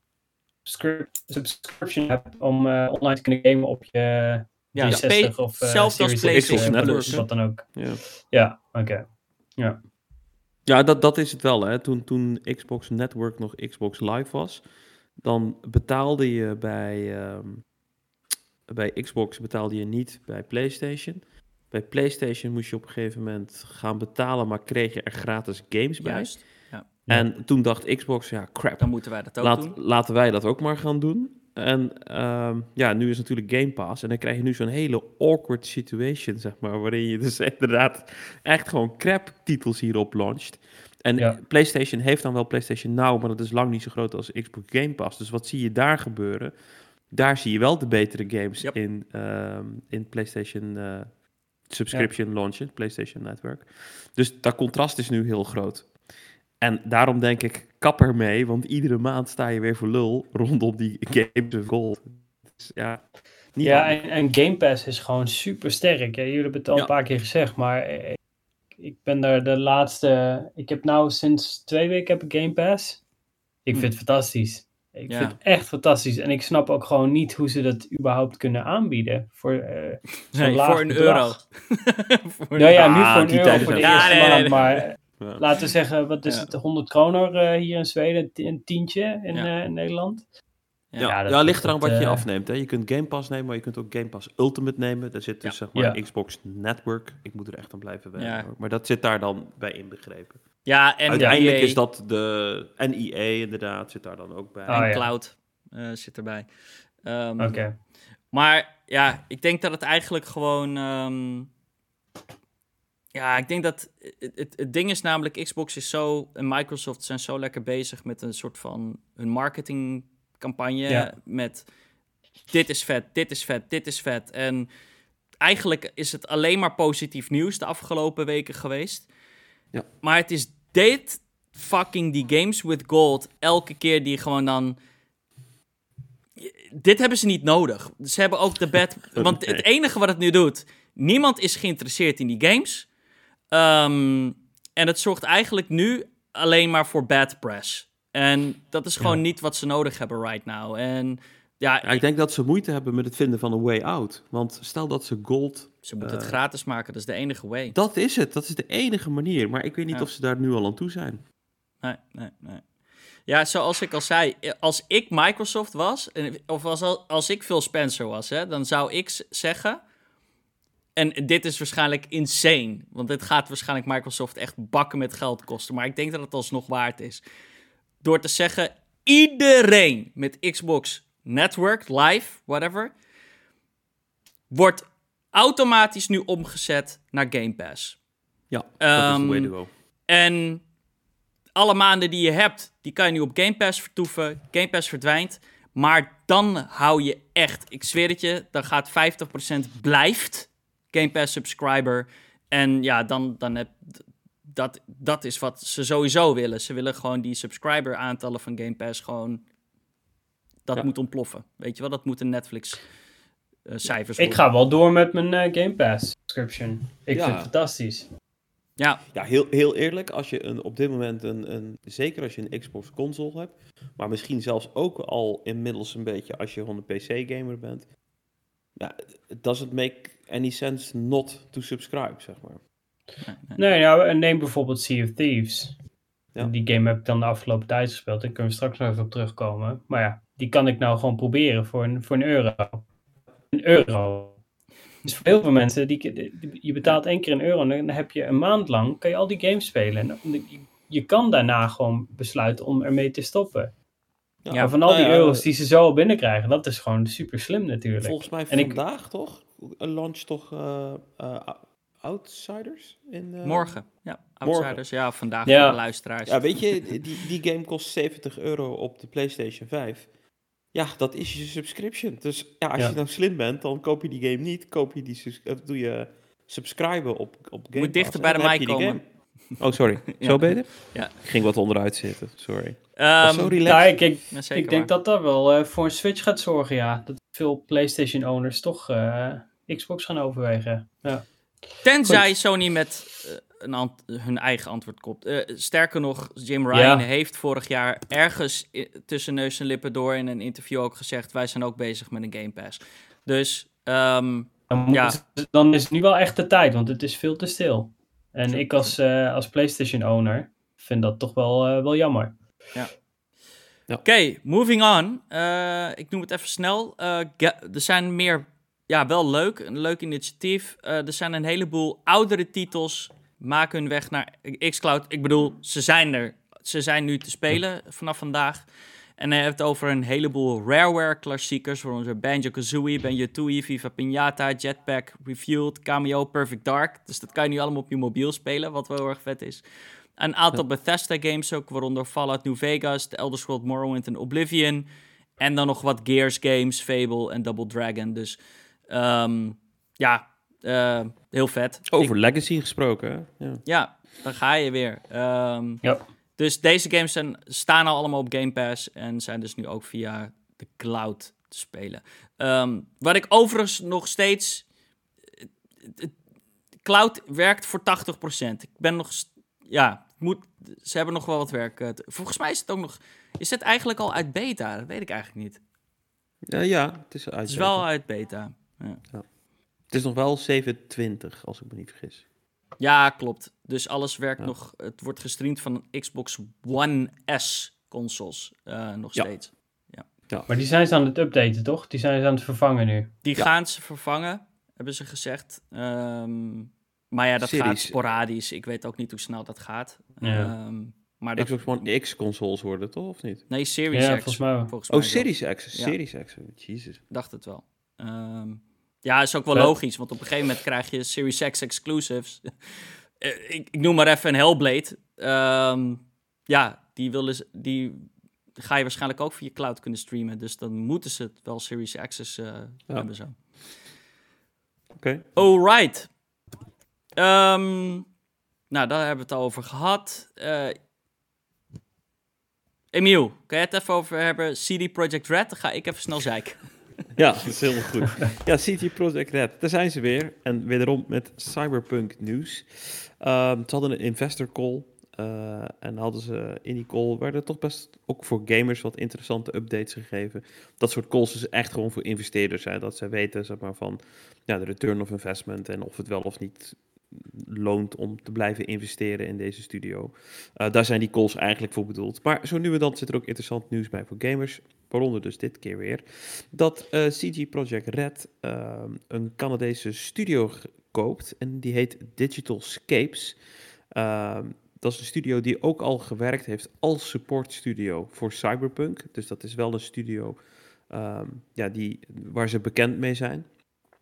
C: script, subscription hebt om uh, online te kunnen gamen op je
A: Ja,
C: driehonderdzestig
A: pay-
C: of uh,
A: zelfs als
C: Series X,
A: PlayStation
C: uh,
B: Plus.
C: wat dan ook.
B: Ja,
C: Ja, oké. Okay. Ja.
B: ja dat, dat is het wel. Hè. Toen, toen Xbox Network nog Xbox Live was, dan betaalde je bij, um, bij Xbox betaalde je niet bij PlayStation. Bij PlayStation moest je op een gegeven moment gaan betalen, maar kreeg je er gratis games bij.
A: Juist, ja.
B: En toen dacht Xbox, ja crap,
A: Dan moeten wij dat ook
B: Laat,
A: doen.
B: laten wij dat ook maar gaan doen. En um, ja, nu is natuurlijk Game Pass. En dan krijg je nu zo'n hele awkward situation, zeg maar. Waarin je dus inderdaad echt gewoon crap titels hierop launcht. En
C: Ja.
B: PlayStation heeft dan wel PlayStation Now, maar dat is lang niet zo groot als Xbox Game Pass. Dus wat zie je daar gebeuren? Daar zie je wel de betere games
A: Yep.
B: in, um, in PlayStation uh, subscription ja. launchen, PlayStation Network. Dus dat contrast is nu heel groot. En daarom denk ik, kap ermee, want iedere maand sta je weer voor lul rondom die Games of Gold. Dus ja, niet
C: Ja, en, en Game Pass is gewoon super sterk. Jullie hebben het al
B: Ja.
C: een paar keer gezegd, maar ik, ik ben daar de laatste... Ik heb nou sinds twee weken heb ik Game Pass. Ik
A: Hm.
C: vind het fantastisch. Ik
A: Ja.
C: vind het echt fantastisch. En ik snap ook gewoon niet hoe ze dat überhaupt kunnen aanbieden. Voor, uh, zo'n
A: Nee,
C: laag
A: voor een
C: bedrag.
A: euro. voor
C: Nou ja, nu
B: Ah,
C: voor een
B: die
C: euro
B: tijden
C: voor de
B: zijn-
C: eerste
A: Ja, nee,
C: maand.
A: nee,
C: Maar
B: Ja.
C: laten we zeggen, wat is
A: Ja.
C: het, honderd kroner uh, hier in Zweden, een ti- een tientje in,
A: Ja.
C: uh, in Nederland.
B: Ja,
C: Ja,
B: ja,
C: dat-
B: ligt eraan
C: dat,
B: wat je
C: eh,
B: afneemt. Hè. Je kunt Game Pass nemen, maar je kunt ook Game Pass Ultimate nemen. Daar zit dus
A: Ja.
B: zeg maar
C: Ja.
B: Xbox Network. Ik moet er echt aan blijven wennen.
A: Ja.
B: hoor. Maar dat zit daar dan bij inbegrepen.
A: Ja, en
B: Uiteindelijk
A: E A
B: is dat de... En E A inderdaad zit daar dan ook bij.
C: Oh,
A: en
C: ja.
A: Cloud uh, zit erbij. Um,
C: Oké. Okay.
A: Maar ja, ik denk dat het eigenlijk gewoon... Um, ja, ik denk dat... Het, het, het ding is namelijk, Xbox is zo... En Microsoft zijn zo lekker bezig met een soort van... Hun marketingcampagne
C: Ja.
A: met... Dit is vet, dit is vet, dit is vet. En eigenlijk is het alleen maar positief nieuws de afgelopen weken geweest.
B: Ja.
A: Maar het is dit fucking die Games with Gold... Elke keer die gewoon dan... Dit hebben ze niet nodig. Ze hebben ook de bad... Want het enige wat het nu doet... Niemand is geïnteresseerd in die games. Um, en het zorgt eigenlijk nu alleen maar voor bad press. En dat is gewoon
C: Ja.
A: niet wat ze nodig hebben right now. En ja,
B: Ja, ik denk dat ze moeite hebben met het vinden van een way out. Want stel dat ze Gold...
A: ze moeten het
B: uh,
A: gratis maken. Dat is de enige way.
B: Dat is het. Dat is de enige manier. Maar ik weet niet
A: Ja.
B: of ze daar nu al aan toe zijn.
A: Nee, nee, nee. Ja, zoals ik al zei, als ik Microsoft was, of als, als ik Phil Spencer was, hè, dan zou ik zeggen, en dit is waarschijnlijk insane, want dit gaat waarschijnlijk Microsoft echt bakken met geld kosten, maar ik denk dat het alsnog waard is. Door te zeggen, iedereen met Xbox Network, Live, whatever, wordt automatisch nu omgezet naar Game Pass.
B: Ja, dat is the way
A: Um,
B: to go.
A: En alle maanden die je hebt, die kan je nu op Game Pass vertoeven. Game Pass verdwijnt. Maar dan hou je echt, ik zweer het je, dan gaat vijftig procent blijft Game Pass subscriber. En ja, dan, dan heb dat, dat is wat ze sowieso willen. Ze willen gewoon die subscriber aantallen van Game Pass gewoon, dat
B: Ja.
A: moet ontploffen. Weet je wel, dat moeten Netflix uh, cijfers
C: Ik
A: worden.
C: ga wel door met mijn uh, Game Pass subscription. Ik
B: Ja.
C: vind het fantastisch.
A: Ja,
B: Ja, heel, heel eerlijk, als je een, op dit moment een, een, zeker als je een Xbox console hebt, maar misschien zelfs ook al inmiddels een beetje als je gewoon een P C-gamer bent, ja, does it make any sense not to subscribe, zeg maar.
C: Nee, nou, neem bijvoorbeeld Sea of Thieves.
B: Ja.
C: Die game heb ik dan de afgelopen tijd gespeeld. Daar kunnen we straks nog even op terugkomen. Maar ja, die kan ik nou gewoon proberen voor een, voor een euro. Een euro. Dus voor heel veel mensen, die, die, je betaalt één keer een euro en dan heb je een maand lang, kan je al die games spelen. En je, je kan daarna gewoon besluiten om ermee te stoppen.
B: Ja,
C: Maar van al die
B: nou ja,
C: euro's die ze zo al binnenkrijgen, dat is gewoon super slim natuurlijk.
B: Volgens mij
C: En ik-
B: vandaag toch? Een launch toch uh, uh, Outsiders? In, uh,
A: morgen. Ja, Outsiders. Ja, vandaag
C: Ja.
A: voor de luisteraars.
B: Ja, weet je, die, die game kost zeventig euro op de PlayStation vijf. Ja, dat is je subscription. Dus ja, als
C: Ja.
B: je nou slim bent, dan koop je die game niet. Koop je die, sus- uh, doe je subscriben op, op Game
A: Moet dichter
B: Pass,
A: bij
B: en
A: de
B: dan
A: mic
B: heb je die
A: komen.
B: game. Oh, sorry.
A: Ja.
B: Zo beter?
A: Ja.
B: Ik ging wat onderuit zitten, sorry.
A: Ehm,
B: Oh, sorry,
C: Ja, ik, ik,
A: ja, zeker
C: ik denk
A: waar.
C: dat dat wel uh, voor een Switch gaat zorgen, ja. Dat veel PlayStation-owners toch uh, Xbox gaan overwegen. Ja.
A: Tenzij
C: Goed.
A: Sony met uh, een ant- hun eigen antwoord komt. Uh, sterker nog, Jim Ryan
C: Ja.
A: heeft vorig jaar ergens i- tussen neus en lippen door in een interview ook gezegd, wij zijn ook bezig met een Game Pass. Dus, um,
C: Dan, moet-
A: Ja.
C: dan is het nu wel echt de tijd, want het is veel te stil. En
A: Zo-
C: ik als, uh, als PlayStation-owner vind dat toch wel, uh, wel jammer.
A: oké, okay, moving on. Uh, ik noem het even snel. Uh, ga- er zijn meer, ja, wel leuk, een leuk initiatief. Uh, er zijn een heleboel oudere titels, maken hun weg naar xCloud. Ik bedoel, ze zijn er. Ze zijn nu te spelen vanaf vandaag. En hij heeft het over een heleboel Rareware-klassiekers, waaronder Banjo-Kazooie, Banjo-Tooie, Viva Pinata, Jetpack, Refueled, Cameo, Perfect Dark. Dus dat kan je nu allemaal op je mobiel spelen, wat wel heel erg vet is. Een aantal Bethesda-games ook, waaronder Fallout New Vegas, The Elder Scrolls Morrowind en Oblivion. En dan nog wat Gears-games, Fable en Double Dragon. Dus um, ja, uh, heel vet.
B: Over
A: Ik,
B: Legacy gesproken, hè? Ja.
A: ja, dan ga je weer. Um,
C: Ja.
A: Dus deze games zijn, staan al allemaal op Game Pass en zijn dus nu ook via de cloud te spelen. Um, wat ik overigens nog steeds... Cloud werkt voor tachtig procent. Ik ben nog... Ja, moet, ze hebben nog wel wat werk. Uh, te, volgens mij is het ook nog... Is het eigenlijk al uit beta? Dat weet ik eigenlijk niet.
B: Ja, ja, het is uit.
A: Het is wel uit beta. Ja.
B: Ja. Het is nog wel zeven twintig, als ik me niet vergis.
A: Ja, klopt. Dus alles werkt
B: Ja.
A: nog... Het wordt gestreamd van Xbox One S consoles uh, nog
B: Ja.
A: steeds.
B: Ja.
C: Maar die zijn ze aan het updaten, toch? Die zijn ze aan het vervangen nu.
A: Die
B: Ja.
A: gaan ze vervangen, hebben ze gezegd. Um, maar ja, dat
B: Series.
A: gaat sporadisch. Ik weet ook niet hoe snel dat gaat.
C: Ja.
A: Um, maar dat,
B: Xbox One X-consoles worden, toch? Of niet?
A: nee, Series
C: Ja,
A: X.
C: volgens mij wel.
A: Volgens mij
B: Oh,
A: wel.
B: Series X.
A: Ja.
B: Series X. Jesus.
A: Dacht het wel. Um, ja, is ook wel
C: Vet.
A: logisch, want op een gegeven moment krijg je Series X exclusives. Uh, ik, ik noem maar even een Hellblade. Um, ja, die, willen ze, die ga je waarschijnlijk ook via cloud kunnen streamen. Dus dan moeten ze het wel Series Access uh,
B: Ja.
A: hebben zo.
B: Oké. Okay.
A: Alright. Um, nou, daar hebben we het al over gehad. Uh, Emiel, kan je het even over hebben? C D Projekt Red? Dan ga ik even snel zeiken.
B: Ja, dat is heel goed. Ja, C D Projekt Red, daar zijn ze weer. En wederom met Cyberpunk nieuws. Um, ze hadden een investor call. Uh, en hadden ze in die call, werden toch best ook voor gamers wat interessante updates gegeven. Dat soort calls is echt gewoon voor investeerders zijn. Dat zij weten, zeg maar, van ja, de return of investment en of het wel of niet loont om te blijven investeren in deze studio. Uh, daar zijn die calls eigenlijk voor bedoeld. Maar zo nu en dan zit er ook interessant nieuws bij voor gamers. Waaronder dus dit keer weer. Dat uh, C D Projekt Red uh, een Canadese studio koopt. En die heet Digital Scapes. Uh, dat is een studio die ook al gewerkt heeft als support studio voor Cyberpunk. Dus dat is wel een studio um, ja, die, waar ze bekend mee zijn.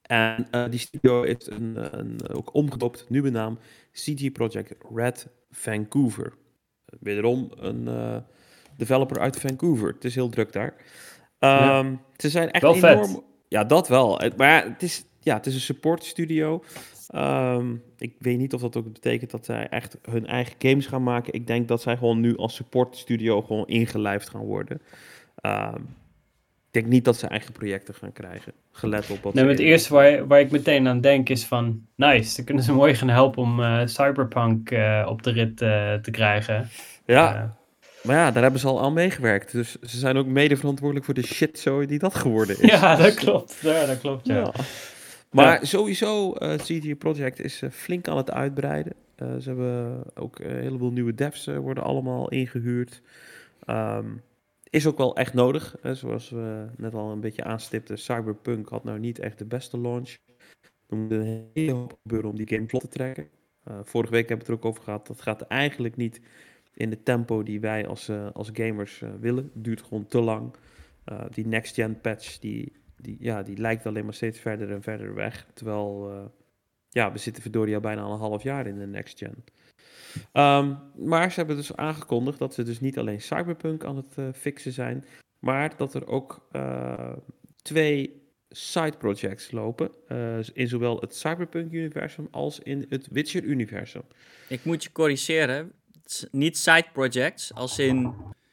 B: En uh, die studio is een, een, ook omgedoopt, nieuwe naam, C G Project Red Vancouver. Wederom een uh, developer uit Vancouver. Het is heel druk daar. Um, ja. Ze zijn echt
C: wel
B: enorm...
C: Vet.
B: Ja, dat wel. Maar het is, ja, het is een support studio. Um, ik weet niet of dat ook betekent dat zij echt hun eigen games gaan maken. Ik denk dat zij gewoon nu als support studio gewoon ingelijfd gaan worden. Um, ik denk niet dat ze eigen projecten gaan krijgen. Gelet op wat
C: nee, het eerste waar, waar ik meteen aan denk is van... Nice, dan kunnen ze mooi gaan helpen om uh, Cyberpunk uh, op de rit uh, te krijgen.
B: Ja,
C: uh,
B: maar ja, daar hebben ze al aan meegewerkt. Dus ze zijn ook mede verantwoordelijk voor de shitzooi die dat geworden is.
C: Ja, dat klopt. Ja, dat klopt, ja. ja.
B: Maar ja. sowieso, uh, C G Project is uh, flink aan het uitbreiden. Uh, ze hebben ook uh, een heleboel nieuwe devs uh, worden allemaal ingehuurd. Um, is ook wel echt nodig. Hè, zoals we net al een beetje aanstipten. Cyberpunk had nou niet echt de beste launch. Er moet een hele hoop gebeuren om die game vlot te trekken. Uh, vorige week hebben we het er ook over gehad. Dat gaat eigenlijk niet in de tempo die wij als, uh, als gamers uh, willen. Het duurt gewoon te lang. Uh, die next-gen patch, die, die, ja, die lijkt alleen maar steeds verder en verder weg. Terwijl, uh, ja, we zitten verdorie al bijna al een half jaar in de next-gen. Um, maar ze hebben dus aangekondigd dat ze dus niet alleen Cyberpunk aan het uh, fixen zijn, maar dat er ook uh, twee side projects lopen. Uh, in zowel het Cyberpunk-universum als in het Witcher-universum.
A: Ik moet je corrigeren. Niet side projects, als in,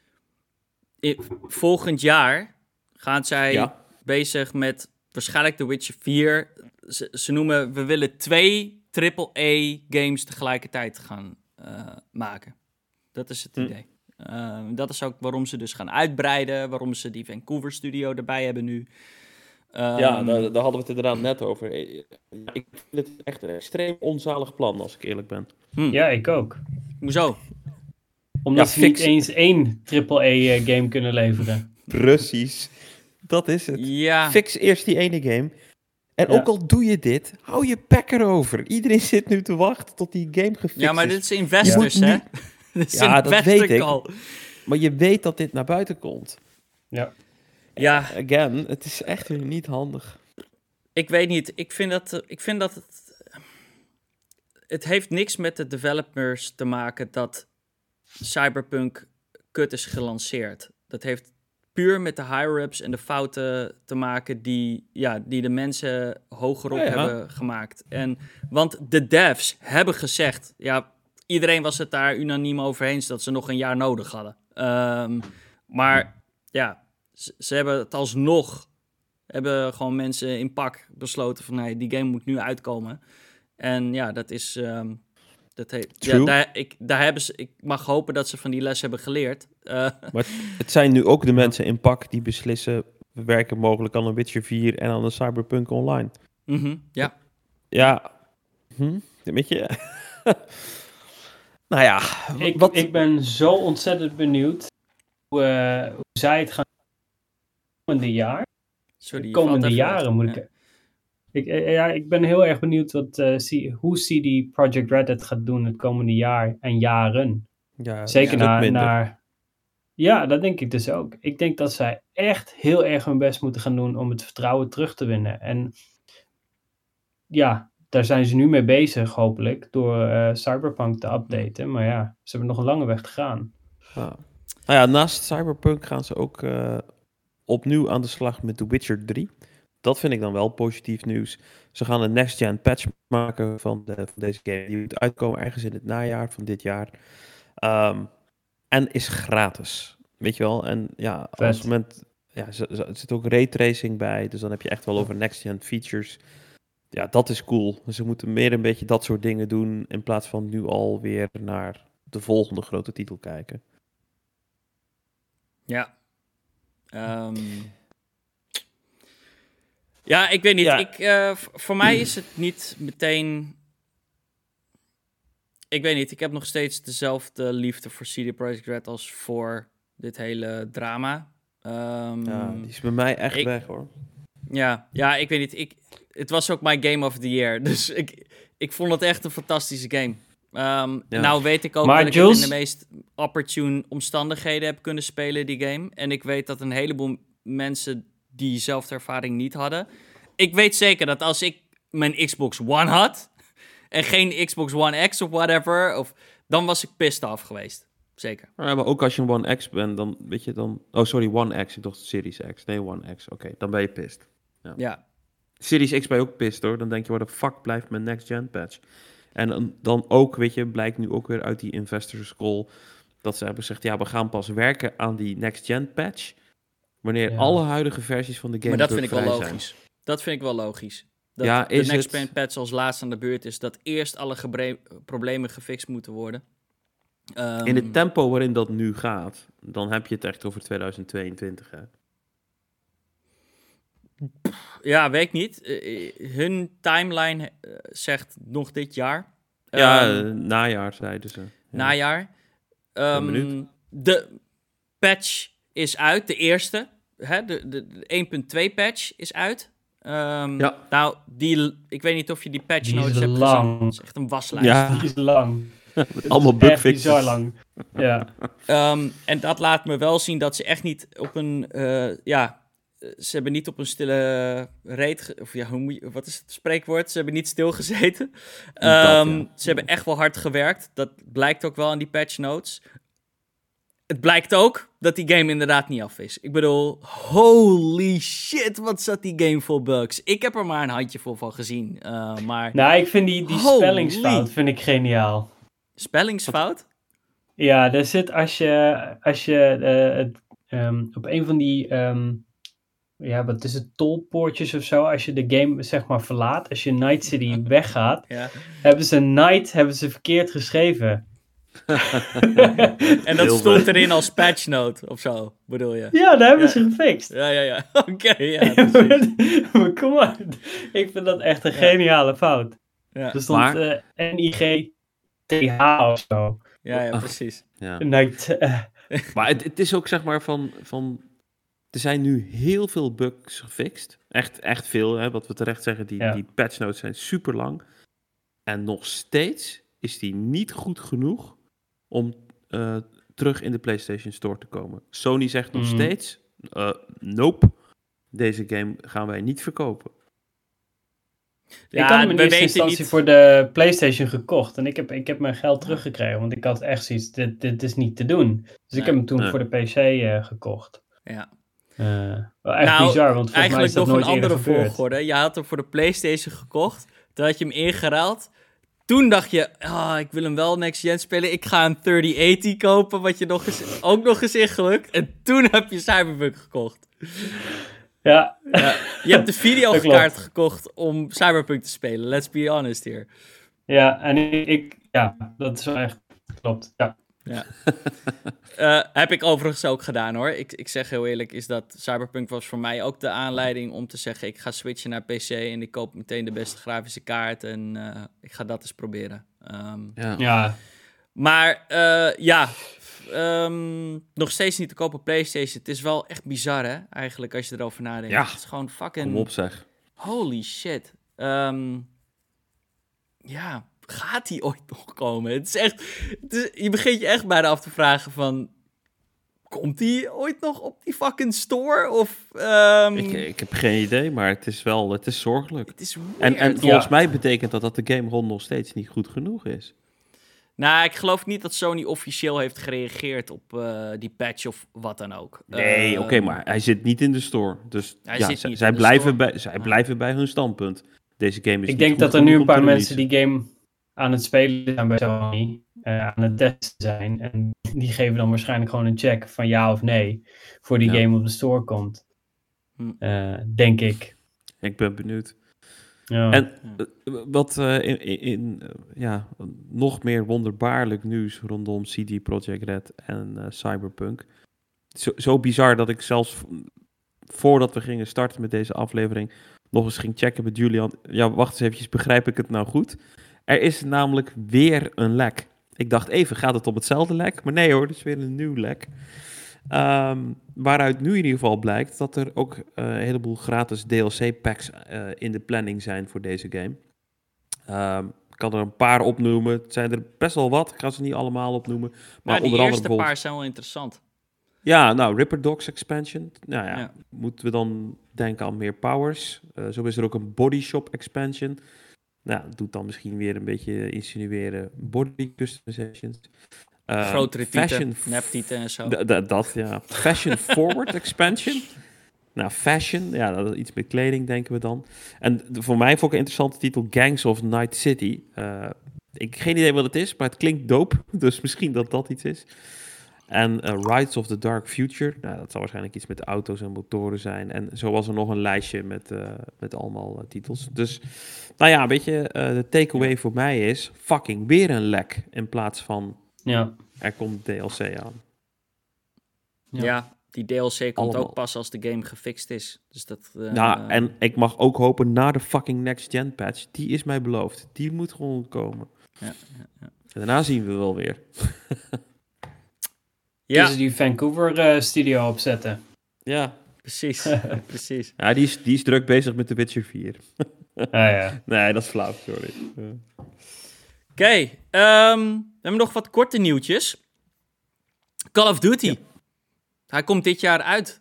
A: in volgend jaar gaan zij ja. bezig met waarschijnlijk The Witcher vier. Ze, ze noemen, we willen twee triple A games tegelijkertijd gaan uh, maken. Dat is het hm. idee. Uh, dat is ook waarom ze dus gaan uitbreiden, waarom ze die Vancouver studio erbij hebben nu. Um,
B: ja, daar, daar hadden we het inderdaad net over. Ik vind het echt een extreem onzalig plan, als ik eerlijk ben.
C: Hm. Ja, ik ook.
A: Hoezo?
C: Omdat ja, ze fix... niet eens één triple A game kunnen leveren.
B: Precies. Dat is het.
A: Ja.
B: Fix eerst die ene game. En ja. ook al doe je dit, hou je pek erover. Iedereen zit nu te wachten tot die game gefixt is.
A: Ja, maar dit is investors, ja. hè? dit is
B: ja, dat weet ik.
A: Call.
B: Maar je weet dat dit naar buiten komt.
C: Ja.
A: Ja.
B: Again, het is echt weer niet handig.
A: Ik weet niet. Ik vind dat, ik vind dat het... Het heeft niks met de developers te maken dat Cyberpunk kut is gelanceerd. Dat heeft puur met de higher-ups en de fouten te maken die, ja, die de mensen hogerop ja, ja. hebben gemaakt. En, want de devs hebben gezegd... Ja, iedereen was het daar unaniem over eens dat ze nog een jaar nodig hadden. Um, maar ja, ze, ze hebben het alsnog... Hebben gewoon mensen in pak besloten van... Nee, die game moet nu uitkomen. En ja, dat is... Um, dat heeft, ja, daar, ik, daar hebben ze, ik mag hopen dat ze van die les hebben geleerd. Uh,
B: maar het zijn nu ook de mensen in pak die beslissen... we werken mogelijk aan een Witcher vier en aan een Cyberpunk Online.
A: Mm-hmm, ja.
B: Ja. Hm? Weet je... nou ja.
C: Ik,
B: wat...
C: ik ben zo ontzettend benieuwd... hoe, uh, hoe zij het gaan doen komende jaar.
A: Sorry,
C: de komende jaren uit. moet ik... Ja. Ik, ja, ik ben heel erg benieuwd wat, uh, C, hoe C D Projekt Red het gaat doen het komende jaar en jaren.
B: Ja,
C: Zeker ja, naar, naar... Ja, dat denk ik dus ook. Ik denk dat zij echt heel erg hun best moeten gaan doen om het vertrouwen terug te winnen. En ja, daar zijn ze nu mee bezig, hopelijk, door uh, Cyberpunk te updaten. Maar ja, ze hebben nog een lange weg te gaan.
B: Ah. Nou ja, naast Cyberpunk gaan ze ook uh, opnieuw aan de slag met The Witcher drie. Dat vind ik dan wel positief nieuws. Ze gaan een next-gen patch maken van, de, van deze game. Die moet uitkomen ergens in het najaar van dit jaar. Um, en is gratis. Weet je wel? En ja, op het moment... Ja, er zit ook raytracing bij. Dus dan heb je echt wel over next-gen features. Ja, dat is cool. Ze moeten meer een beetje dat soort dingen doen... in plaats van nu alweer naar de volgende grote titel kijken.
A: Ja. Um... Ja, ik weet niet. Ja. Ik, uh, v- voor mij is het niet meteen... Ik weet niet, ik heb nog steeds dezelfde liefde voor C D Projekt Red als voor dit hele drama. Um,
B: ja, die is bij mij echt ik, weg, hoor.
A: Ja, ja, ik weet niet. Ik, het was ook mijn Game of the Year. Dus ik, ik vond het echt een fantastische game. Um, ja. Nou weet ik ook
C: maar
A: dat
C: Jules...
A: ik het in de meest opportune omstandigheden heb kunnen spelen, die game. En ik weet dat een heleboel mensen diezelfde ervaring niet hadden. ik weet zeker dat als ik mijn Xbox One had en geen Xbox One X of whatever, of, dan was ik pissed off geweest. Zeker.
B: Ja, maar ook als je een One X bent, dan weet je dan... Oh, sorry, One X. Ik dacht Series X. Nee, One X. Oké, okay, dan ben je pissed. Ja.
A: ja.
B: Series X ben je ook pissed, hoor. Dan denk je, what the fuck blijft mijn next-gen patch? En dan, dan ook, weet je, blijkt nu ook weer uit die investors call dat ze hebben gezegd, ja, we gaan pas werken aan die next-gen patch wanneer ja. alle huidige versies van de game
A: Maar dat vind ik wel logisch.
B: Zijn.
A: Dat vind ik wel logisch. Dat
B: ja,
A: de next-gen het... patch als laatste aan de beurt is, dat eerst alle gebre- problemen gefixt moeten worden. Um,
B: In het tempo waarin dat nu gaat, dan heb je het echt over tweeduizend tweeëntwintig, hè?
A: Ja, weet ik niet. Uh, hun timeline uh, zegt nog dit jaar.
B: Ja,
A: um,
B: uh, najaar zeiden ze. Ja.
A: Najaar. Um, de patch is uit, de eerste. Hè, de, de, de één punt twee patch is uit. Um,
B: ja.
A: Nou, die, ik weet niet of je die patch
C: die
A: notes hebt
C: lang.
A: gezien. Het is echt een waslijst.
C: Ja, die is lang.
B: Allemaal bugfixes.
C: Bizar lang. Ja.
A: Um, en dat laat me wel zien dat ze echt niet op een... Uh, ja, ze hebben niet op een stille reet... Ge- of ja, hoe moet je, wat is het spreekwoord? Ze hebben niet stilgezeten. Um, dat, ja. Ze hebben echt wel hard gewerkt. Dat blijkt ook wel aan die patch notes. Het blijkt ook dat die game inderdaad niet af is. Ik bedoel, holy shit, wat zat die game vol bugs. Ik heb er maar een handjevol van gezien. Uh, maar...
C: Nou, ik vind die, die spellingsfout vind ik geniaal.
A: Spellingsfout?
C: Ja, er zit als je, als je uh, het, um, op een van die, um, ja, wat is het, tolpoortjes of zo, als je de game zeg maar verlaat, als je Night City weggaat,
A: ja. hebben
C: ze Night hebben ze verkeerd geschreven.
A: En dat Heel stond erin als patch note of zo, bedoel je?
C: Ja, daar hebben
A: ja.
C: ze gefixt.
A: Ja, ja, ja. Oké, okay, ja.
C: Maar kom maar, ik vind dat echt een ja. geniale fout. Ja. Er stond maar... uh, N I G T H of zo.
A: Ja, ja, precies.
B: Ja.
C: Night, uh...
B: Maar het, het is ook zeg maar van, van... Er zijn nu heel veel bugs gefixt. Echt, echt veel, hè, wat we terecht zeggen. Die, ja. die patch notes zijn super lang. En nog steeds is die niet goed genoeg om uh, terug in de PlayStation Store te komen. Sony zegt nog mm. steeds, uh, nope, deze game gaan wij niet verkopen.
C: Ja, ik had hem in eerste instantie niet... voor de PlayStation gekocht. En ik heb, ik heb mijn geld teruggekregen. Want ik had echt zoiets, dit, dit is niet te doen. Dus nee, ik heb hem toen nee. voor de P C uh, gekocht.
A: Ja.
C: Uh, wel echt nou, bizar, want volgens mij is dat
A: nog
C: nooit
A: een andere
C: gebeurd.
A: volgorde. Je had hem voor de PlayStation gekocht. Toen had je hem ingeruild. Toen dacht je, oh, ik wil hem wel next gen spelen. Ik ga een dertig tachtig kopen, wat je nog eens, ook nog eens ingelukt. En toen heb je Cyberpunk gekocht.
C: Ja.
A: ja. Je hebt de videokaart gekocht om Cyberpunk te spelen. Let's be honest hier.
C: Ja, en ik, ik ja, dat is wel echt, klopt, ja.
A: Ja. uh, heb ik overigens ook gedaan hoor. Ik, ik zeg heel eerlijk, is dat Cyberpunk was voor mij ook de aanleiding om te zeggen, ik ga switchen naar P C en ik koop meteen de beste grafische kaart en uh, ik ga dat eens proberen. Um,
C: ja. ja.
A: Maar uh, ja, um, nog steeds niet te kopen PlayStation. Het is wel echt bizar hè, eigenlijk als je erover nadenkt.
B: Ja.
A: Het is gewoon fucking...
B: Kom op zeg.
A: Holy shit. Um, ja... Gaat die ooit nog komen? Het is echt... Het is, je begint je echt bijna af te vragen van... Komt die ooit nog op die fucking store? Of, um...
B: ik, ik heb geen idee, maar het is wel... Het is zorgelijk.
A: Het is
B: en, en volgens ja. mij betekent dat dat de game gewoon nog steeds niet goed genoeg is.
A: Nou, ik geloof niet dat Sony officieel heeft gereageerd op uh, die patch of wat dan ook.
B: Nee, uh, oké, okay, maar hij zit niet in de store. Dus
A: hij
B: ja,
A: zit
B: zij,
A: niet
B: zij,
A: in de
B: blijven,
A: store.
B: bij, zij ja. blijven bij hun standpunt. Deze game is
C: ik
B: niet
C: denk
B: goed
C: dat er nu een paar mensen
B: release.
C: die game aan het spelen zijn bij Sony, uh, aan het testen zijn. En die geven dan waarschijnlijk gewoon een check van ja of nee, voor die ja. game op de store komt. Uh, denk ik.
B: Ik ben benieuwd.
C: Ja.
B: En uh, wat uh, in, in uh, ja, nog meer wonderbaarlijk nieuws rondom C D Projekt Red en uh, Cyberpunk. Zo, zo bizar dat ik zelfs v- voordat we gingen starten met deze aflevering nog eens ging checken met Julian. Ja, wacht eens eventjes, begrijp ik het nou goed? Er is namelijk weer een lek. Ik dacht even, gaat het om hetzelfde lek? Maar nee hoor, er is weer een nieuw lek. Um, waaruit nu in ieder geval blijkt dat er ook uh, een heleboel gratis D L C-packs uh, in de planning zijn voor deze game. Um, ik kan er een paar opnoemen. Het zijn er best wel wat. Ik ga ze niet allemaal opnoemen. Maar
A: nou, die
B: onder andere
A: eerste paar zijn wel interessant.
B: Ja, nou, Ripper Dogs Expansion. Nou ja,
A: ja.
B: moeten we dan Denk aan meer powers. Uh, zo is er ook een body shop expansion. Nou, dat doet dan misschien weer een beetje insinueren body customizations. Uh,
A: Grotere
B: fashion
A: tieten, neptieten en zo.
B: D- d- dat, ja. Fashion forward expansion. Nou, fashion, ja, dat is iets met kleding, denken we dan. En d- voor mij vond ik een interessante titel, Gangs of Night City. Uh, ik heb geen idee wat het is, maar het klinkt dope. Dus misschien dat dat iets is. En uh, Rides of the Dark Future. Nou, dat zal waarschijnlijk iets met auto's en motoren zijn. En zo was er nog een lijstje met, uh, met allemaal uh, titels. Dus, nou ja, weet je, uh, de takeaway ja. voor mij is... fucking weer een lek in plaats van...
C: Ja.
B: Er komt D L C aan.
A: Ja, ja die D L C komt
B: allemaal.
A: ook pas als de game gefixt is. Dus dat... Uh,
B: nou, en ik mag ook hopen na de fucking next-gen patch. Die is mij beloofd. Die moet gewoon komen.
A: Ja, ja, ja.
B: En daarna zien we wel weer.
C: Ja. Dus die Vancouver uh, studio opzetten.
B: Ja.
A: Precies, precies.
B: Ja, die is, die is druk bezig met The Witcher vier.
C: ah, ja.
B: Nee, dat is flauw, sorry. Uh.
A: Oké, okay, um, we hebben nog wat korte nieuwtjes. Call of Duty. Ja. Hij komt dit jaar uit.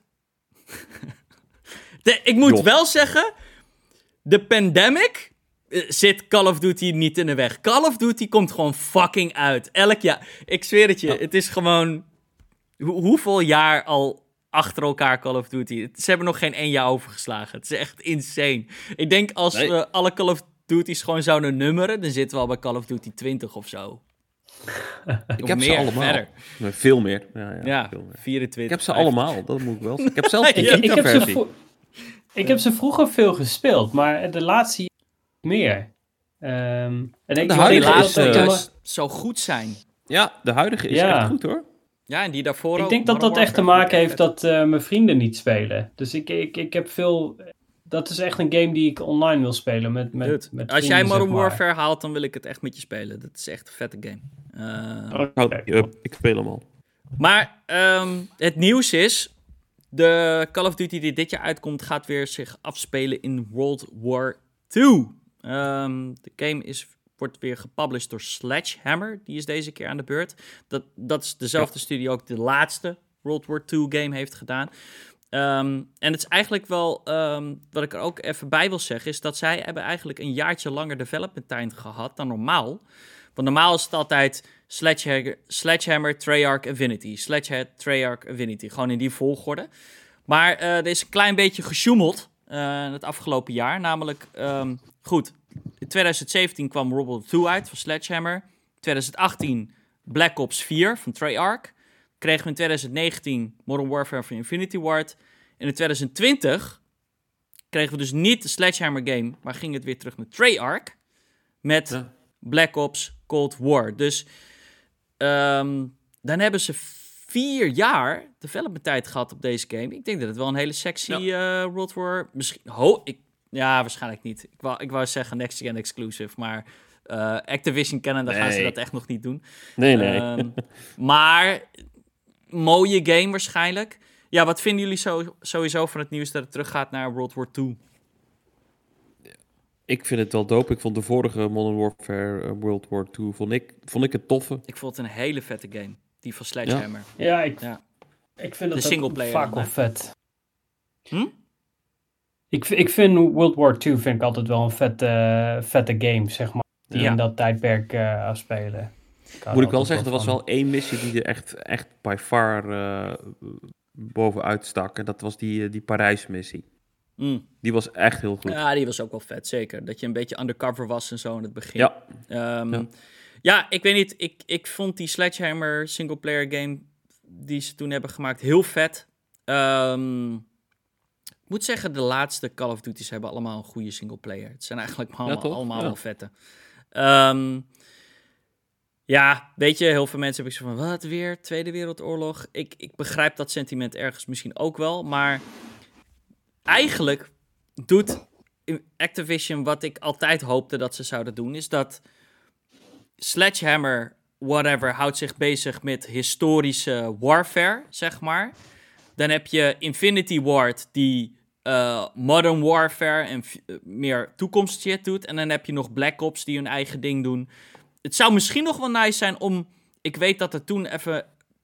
A: de, ik moet Joh. wel zeggen, de pandemic uh, zit Call of Duty niet in de weg. Call of Duty komt gewoon fucking uit. Elk jaar. Ik zweer het je, ja. het is gewoon... Ho- hoeveel jaar al achter elkaar Call of Duty? Ze hebben nog geen één jaar overgeslagen. Het is echt insane. Ik denk als nee. we alle Call of Duty's gewoon zouden nummeren, dan zitten we al bij Call of Duty twintig of zo.
B: Ik heb
A: meer,
B: ze allemaal.
A: Verder.
B: Nee, veel meer. Ja, ja,
A: ja
B: veel meer.
A: vierentwintig.
B: Ik heb ze allemaal, dat moet ik wel. Ik heb zelfs de
C: ja, ik, heb
B: versie.
C: vro- ik heb ze vroeger veel gespeeld, maar de laatste meer. Um, en ik
B: de huidige
A: laatste
B: is, uh,
A: juist zo goed zijn.
B: Ja, de huidige is
C: ja.
B: echt goed hoor.
A: Ja, en die daarvoor
C: Ik
A: ook.
C: denk dat dat echt te maken heeft dat uh, mijn vrienden niet spelen. Dus ik, ik, ik heb veel... Dat is echt een game die ik online wil spelen met, met,
A: Dude,
C: met
A: als jij Modern
C: zeg maar.
A: Warfare haalt, dan wil ik het echt met je spelen. Dat is echt een vette game. Uh,
B: okay. uh, ik speel hem al.
A: Maar um, het nieuws is... De Call of Duty die dit jaar uitkomt... gaat weer zich afspelen in World War Two. Um, de game is... wordt weer gepublished door Sledgehammer. Die is deze keer aan de beurt. Dat, dat is dezelfde ja. studio ook de laatste World War Two game heeft gedaan. Um, en het is eigenlijk wel... Um, wat ik er ook even bij wil zeggen... is dat zij hebben eigenlijk een jaartje langer development time gehad dan normaal. Want normaal is het altijd Sledgehammer, Sledgehammer Treyarch, Infinity. Sledgehammer, Treyarch, Infinity. Gewoon in die volgorde. Maar uh, er is een klein beetje gesjoemeld uh, het afgelopen jaar. Namelijk, um, goed... In twintig zeventien kwam World War Two uit van Sledgehammer. twintig achttien Black Ops vier van Treyarch. Kregen we in twintig negentien Modern Warfare van Infinity Ward. En in twintig twintig kregen we dus niet de Sledgehammer game, maar ging het weer terug naar Treyarch met ja. Black Ops Cold War. Dus um, dan hebben ze vier jaar development tijd gehad op deze game. Ik denk dat het wel een hele sexy ja. uh, World War... Misschien... Ho, ik, ja, waarschijnlijk niet. Ik wou, ik wou zeggen Next Gen exclusive, maar uh, Activision kennen, dan nee. gaan ze dat echt nog niet doen.
B: Nee, nee.
A: Um, maar mooie game waarschijnlijk. Ja, wat vinden jullie zo, sowieso van het nieuws dat het teruggaat naar World War Two?
B: Ik vind het wel dope. Ik vond de vorige Modern Warfare uh, World War Two vond ik, vond ik het toffe.
A: Ik vond het een hele vette game. Die van Sledgehammer.
C: Ja, ja, ik, ja. ik vind het vaak wel vet.
A: Hm?
C: Ik, ik vind World War Two vind ik altijd wel een vette, uh, vette game, zeg maar. Die ja. in dat tijdperk uh, afspelen.
B: Ik Moet ik wel zeggen, er was wel één missie die er echt, echt by far uh, bovenuit stak. En dat was die, die Parijs-missie.
A: Mm.
B: Die was echt heel goed.
A: Ja, die was ook wel vet, zeker. Dat je een beetje undercover was en zo in het begin.
B: Ja.
A: Um,
B: ja.
A: ja, ik weet niet. Ik, ik vond die Sledgehammer singleplayer game die ze toen hebben gemaakt heel vet. Um, ik moet zeggen, de laatste Call of Duty's hebben allemaal een goede singleplayer. Het zijn eigenlijk allemaal, ja, allemaal ja. wel vette. Um, ja, weet je, heel veel mensen hebben zo van, wat weer? Tweede Wereldoorlog? Ik, ik begrijp dat sentiment ergens misschien ook wel, maar eigenlijk doet Activision wat ik altijd hoopte dat ze zouden doen, is dat Sledgehammer, whatever, houdt zich bezig met historische warfare, zeg maar. Dan heb je Infinity Ward, die uh, Modern Warfare en f- meer toekomstshit doet. En dan heb je nog Black Ops, die hun eigen ding doen. Het zou misschien nog wel nice zijn om... Ik weet dat er toen even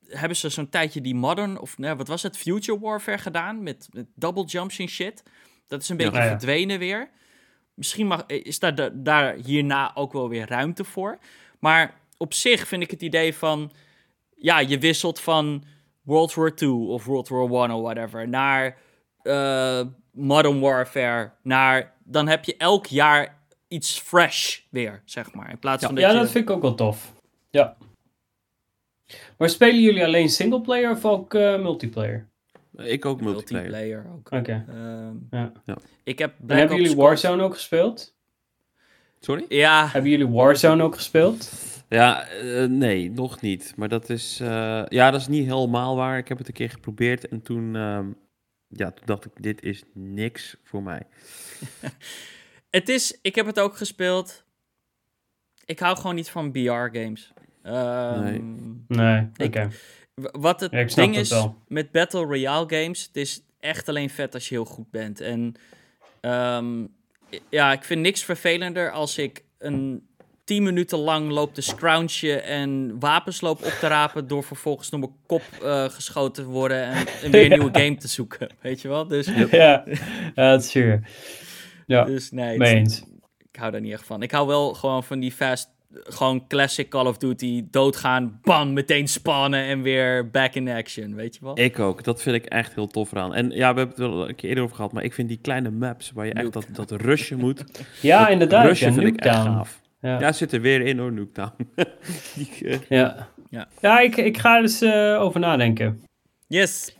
A: hebben ze zo'n tijdje die modern, of nou, wat was het, Future Warfare gedaan, met, met double jumps en shit. Dat is een beetje
C: Ja, ja.
A: verdwenen weer. Misschien mag, is daar, de, daar hierna ook wel weer ruimte voor. Maar op zich vind ik het idee van, ja, je wisselt van World War Two of World War One of whatever, naar uh, Modern Warfare, naar, dan heb je elk jaar iets fresh weer, zeg maar. In plaats
C: Ja,
A: van dat
C: ja
A: je...
C: dat vind ik ook wel tof. Ja. Maar spelen jullie alleen singleplayer of ook uh, multiplayer?
B: Ik ook multiplayer.
A: multiplayer ook.
C: Oké. Okay.
A: Um,
C: ja.
B: Ja.
A: Ik heb
C: en
A: Black
C: hebben
A: Ops
C: jullie
A: Cold-
C: Warzone ook gespeeld?
B: Sorry?
A: Ja,
C: Hebben jullie Warzone ook gespeeld?
B: Ja, uh, nee, nog niet. Maar dat is, uh, ja, dat is niet helemaal waar. Ik heb het een keer geprobeerd en toen, uh, ja, toen dacht ik, dit is niks voor mij.
A: het is, ik heb het ook gespeeld. Ik hou gewoon niet van B R-games. Um,
B: Nee.
C: Nee, oké.
A: Ik- w- Wat het
C: Ja, ik snap
A: ding
C: het
A: is
C: wel.
A: met Battle Royale games, het is echt alleen vet als je heel goed bent. En um, i- ja, ik vind niks vervelender als ik een tien minuten lang loop te scroungen en wapens loop op te rapen door vervolgens door mijn kop uh, geschoten te worden en, en weer een nieuwe game te zoeken. Weet je wel? Dus,
C: Ja, ja, dat is zuur. Ja,
A: dus nee, het-
C: mee eens.
A: ik hou daar niet echt van. Ik hou wel gewoon van die fast, gewoon classic Call of Duty, doodgaan, bam, meteen spannen en weer back in action, weet je wel?
B: Ik ook, dat vind ik echt heel tof eraan. En ja, we hebben het wel een keer eerder over gehad, maar ik vind die kleine maps waar je echt dat, dat rushen moet.
C: Ja,
B: dat
C: inderdaad.
B: rushen
C: Ja,
B: vind ik echt
C: Nuketown.
B: gaaf.
C: Ja.
B: Ja, het zit er weer in hoor, Nuketown. die, uh,
C: Ja,
A: Ja.
C: ja ik, ik ga er eens uh, over nadenken.
A: Yes.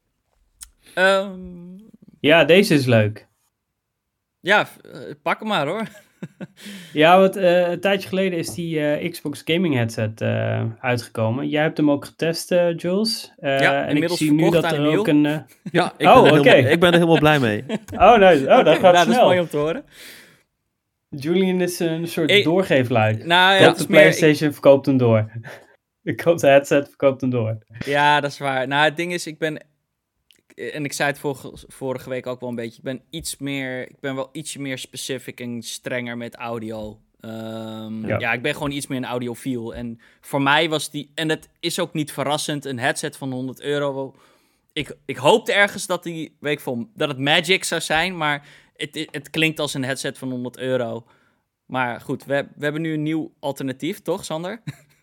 A: Um,
C: Ja, deze is leuk.
A: ja, uh, pak hem maar hoor.
C: Ja, want uh, een tijdje geleden is die uh, Xbox Gaming Headset uh, uitgekomen. Jij hebt hem ook getest, uh, Jules. Uh,
A: Ja,
C: en ik
A: inmiddels
C: zie nu
A: verkocht
C: dat
A: aan
C: er
A: Emiel.
C: ook een... Uh...
B: ja, ik,
C: Oh,
B: ben er
C: oké.
B: helemaal, ik ben er helemaal blij mee.
C: Oh, nee. Oh, dat gaat
A: nou, dat is
C: snel.
A: mooi om te horen.
C: Julian is een soort
A: Ik-
C: doorgeefluik.
A: Nou ja,
C: Koopt
A: het
C: de
A: is meer, ik-
C: PlayStation, verkoopt hem door. Koopt de headset, verkoopt hem door.
A: ja, dat is waar. Nou, het ding is, ik ben, en ik zei het vorige, vorige week ook wel een beetje, ik ben iets meer, ik ben wel ietsje meer specific en strenger met audio. Um, ja.
C: Ja.
A: ik ben gewoon iets meer een audiofiel. En voor mij was die, en het is ook niet verrassend, een headset van honderd euro. Ik, ik hoopte ergens dat die, weet ik veel, dat het Magic zou zijn, maar het, het klinkt als een headset van honderd euro. Maar goed, we, we hebben nu een nieuw alternatief, toch, Sander?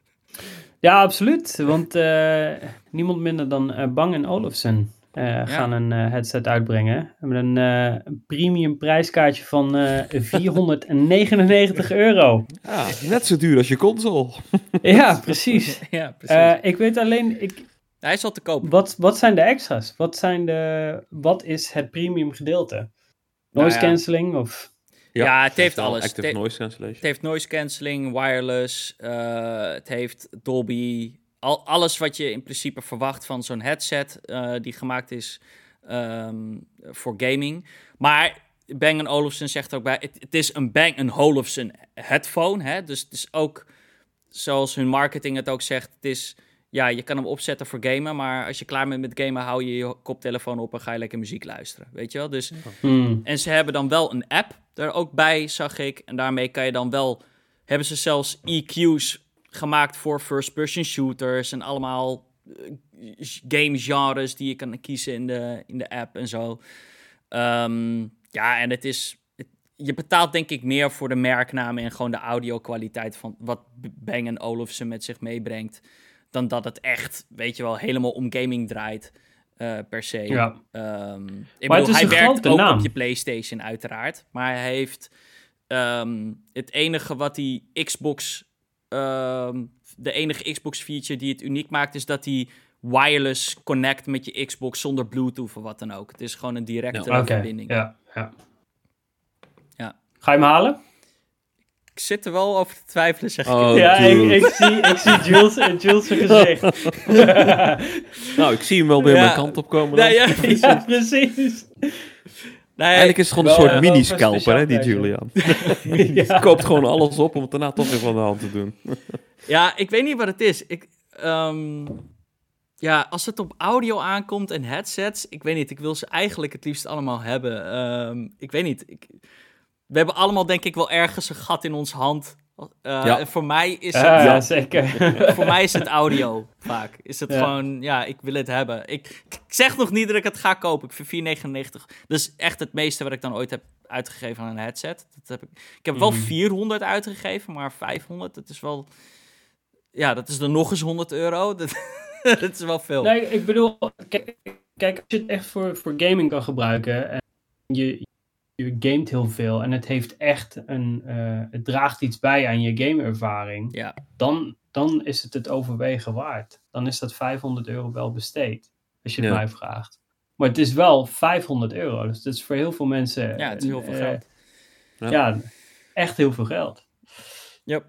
C: Ja, absoluut. Want uh, niemand minder dan uh, Bang en Olufsen uh, gaan een uh, headset uitbrengen. We hebben een, uh, een premium prijskaartje van uh, vierhonderdnegenennegentig euro.
B: Ja, net zo duur als je console.
C: Ja, precies.
A: Ja, precies.
C: Uh, ik weet alleen, ik,
A: Hij is al te koop.
C: wat, wat zijn de extra's? Wat, zijn de, wat is het premium gedeelte? Noise
A: Nou ja.
C: cancelling of...
A: Ja, het heeft
B: wel
A: alles.
B: Active
A: Het he-
B: noise cancellation.
A: Het heeft noise cancelling, wireless, uh, het heeft Dolby, al, alles wat je in principe verwacht van zo'n headset uh, die gemaakt is um, voor gaming. Maar Bang en Olufsen zegt ook bij, het, het is een Bang en Olufsen headphone, hè? Dus het is ook, zoals hun marketing het ook zegt, het is, ja, je kan hem opzetten voor gamen, maar als je klaar bent met gamen, hou je je koptelefoon op en ga je lekker muziek luisteren, weet je wel? Dus,
C: Hmm.
A: en ze hebben dan wel een app er ook bij, zag ik. En daarmee kan je dan wel, hebben ze zelfs E Q's gemaakt voor first-person shooters en allemaal uh, game genres die je kan kiezen in de, in de app en zo. Um, ja, en het is, het, je betaalt denk ik meer voor de merknaam en gewoon de audio-kwaliteit van wat Bang en Olufsen met zich meebrengt, dan dat het echt, weet je wel, helemaal om gaming draait. Uh, per se.
C: Ja.
A: Um, ik
C: Maar
A: bedoel,
C: het is
A: hij
C: een
A: werkt
C: grote
A: ook
C: naam.
A: op je PlayStation uiteraard. Maar hij heeft um, het enige wat die Xbox, um, de enige Xbox feature die het uniek maakt, is dat hij wireless connect met je Xbox zonder Bluetooth of wat dan ook. Het is gewoon een directe
B: Ja.
C: Oké,
A: verbinding.
C: ja, ja.
A: Ja.
C: Ga je hem halen?
A: Ik zit er wel over te twijfelen, zeg ik.
B: Oh,
C: ja, ik,
B: dude.
C: ik zie, ik zie Jules, Jules' gezicht.
B: Nou, ik zie hem wel weer
A: Ja.
B: mijn kant op komen. dan.
A: Nee, ja,
C: Ja, precies.
A: nee,
B: Eigenlijk is het gewoon een
C: Wel,
B: soort
C: eh, wel
B: mini-scalper, hè, die
C: een speciaal
B: Julian.
C: Ja.
B: Koopt gewoon alles op om het daarna toch weer van de hand te doen.
A: Ja, ik weet niet wat het is. Ik, um, ja, als het op audio aankomt en headsets, ik weet niet, ik wil ze eigenlijk het liefst allemaal hebben. Um, ik weet niet. Ik, we hebben allemaal denk ik wel ergens een gat in ons hand Uh,
B: Ja.
A: En voor mij is het...
C: Ja,
A: ja,
C: zeker.
A: voor mij is het audio vaak. Is het
C: Ja.
A: gewoon, ja, ik wil het hebben. Ik, ik zeg nog niet dat ik het ga kopen. Ik vind vier negenennegentig. Dat is echt het meeste wat ik dan ooit heb uitgegeven aan een headset. Dat heb ik, ik heb wel
C: Mhm.
A: vierhonderd uitgegeven, maar vijfhonderd, dat is wel... Ja, dat is dan nog eens honderd euro. Dat, dat is wel veel.
C: Nee, ik bedoel, kijk, kijk, als je het echt voor, voor gaming kan gebruiken en je, je gamet heel veel en het heeft echt een, uh, het draagt iets bij aan je gameervaring,
A: Ja.
C: dan, dan is het het overwegen waard. Dan is dat vijfhonderd euro wel besteed, als je het
B: Ja.
C: mij vraagt. Maar het is wel vijfhonderd euro, dus dat is voor heel veel mensen...
A: Ja, het is heel veel
C: uh,
A: geld.
B: Ja.
C: Ja, echt heel veel geld.
A: Yep.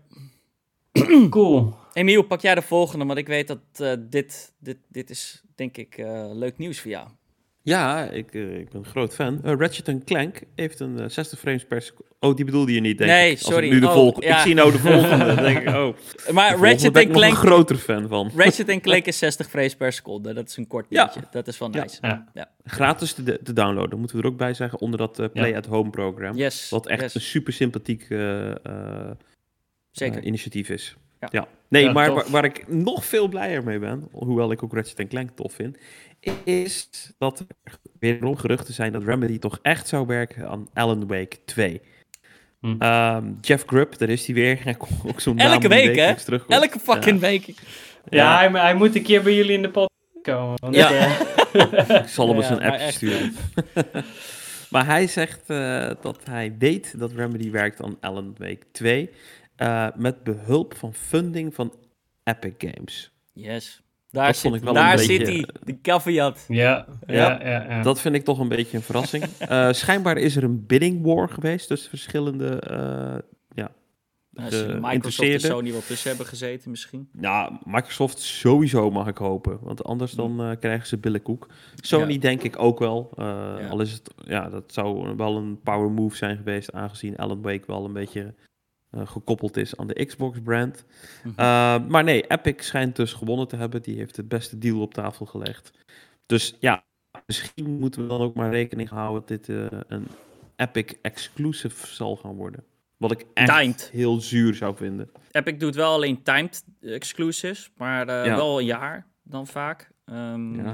C: Cool.
A: Emiel, pak jij de volgende, want ik weet dat uh, dit, dit, dit is, denk ik, uh, leuk nieuws voor jou.
B: Ja, ik, uh, ik ben een groot fan. Uh, Ratchet Clank heeft een uh, zestig frames per seconde. Oh, die bedoelde je niet, denk
A: nee,
B: ik.
A: sorry.
B: Als ik nu de
A: oh,
B: volgende...
A: ja.
B: Ik zie nou de volgende, dan denk ik, oh.
A: Maar
B: de
A: Ratchet
B: ben ik
A: Clank...
B: nog een groter fan van.
A: Ratchet Clank is zestig frames per seconde. Dat is een kort
B: Ja.
A: dingetje. Dat is wel
B: Ja.
A: nice.
C: Ja.
A: Ja.
B: Gratis te, te downloaden, moeten we er ook bij zeggen, onder dat uh, Play
C: Ja.
B: at Home program.
A: Yes.
B: Wat echt
A: yes.
B: een super sympathiek uh, uh,
A: Zeker.
B: Uh, initiatief is.
A: Ja.
B: Ja. Nee,
C: Ja,
B: maar
C: tof.
B: waar, waar ik nog veel blijer mee ben, hoewel ik ook Ratchet Clank tof vind, is dat er weer geruchten zijn dat Remedy toch echt zou werken aan Alan Wake twee.
C: Hm.
B: Um, Jeff Grubb, daar is hij weer. Hij komt ook zo'n naam
A: Elke
B: die
A: week, hè?
B: wekelijks terugkomt.
A: Elke fucking
B: Ja.
A: week.
C: Ja,
B: Ja.
C: Hij, hij moet een keer bij jullie in de podcast komen. Want,
A: Ja.
C: uh,
B: Ik zal hem
A: Ja,
B: eens een
A: maar
B: appje
A: echt.
B: sturen. Maar hij zegt uh, dat hij weet dat Remedy werkt aan Alan Wake twee. Uh, met behulp van funding van Epic Games.
A: Yes. Daar,
B: Dat
A: zit,
B: vond ik wel
A: daar
B: een
A: zit
B: beetje-
A: hij. De caveat.
C: ja, ja, ja, ja.
B: Dat vind ik toch een beetje een verrassing. Uh, schijnbaar is er een bidding war geweest tussen verschillende uh, ja,
A: Als je Microsoft en
B: geïnteresseerden.
A: Sony wel tussen hebben gezeten misschien.
B: Nou, Microsoft sowieso mag ik hopen. Want anders dan uh, krijgen ze billenkoek. Sony
A: Ja.
B: denk ik ook wel. Uh,
A: Ja.
B: Al is het, ja, dat zou wel een power move zijn geweest. Aangezien Alan Wake wel een beetje uh, gekoppeld is aan de Xbox brand.
A: Mhm.
B: Uh, maar nee, Epic schijnt dus gewonnen te hebben. Die heeft het beste deal op tafel gelegd. Dus ja, misschien moeten we dan ook maar rekening houden dat dit uh, een Epic exclusive zal gaan worden. Wat ik echt
A: Timed.
B: heel zuur zou vinden.
A: Epic doet wel alleen timed exclusives, maar uh,
B: Ja.
A: wel een jaar dan vaak. Um, ja.
B: Ja.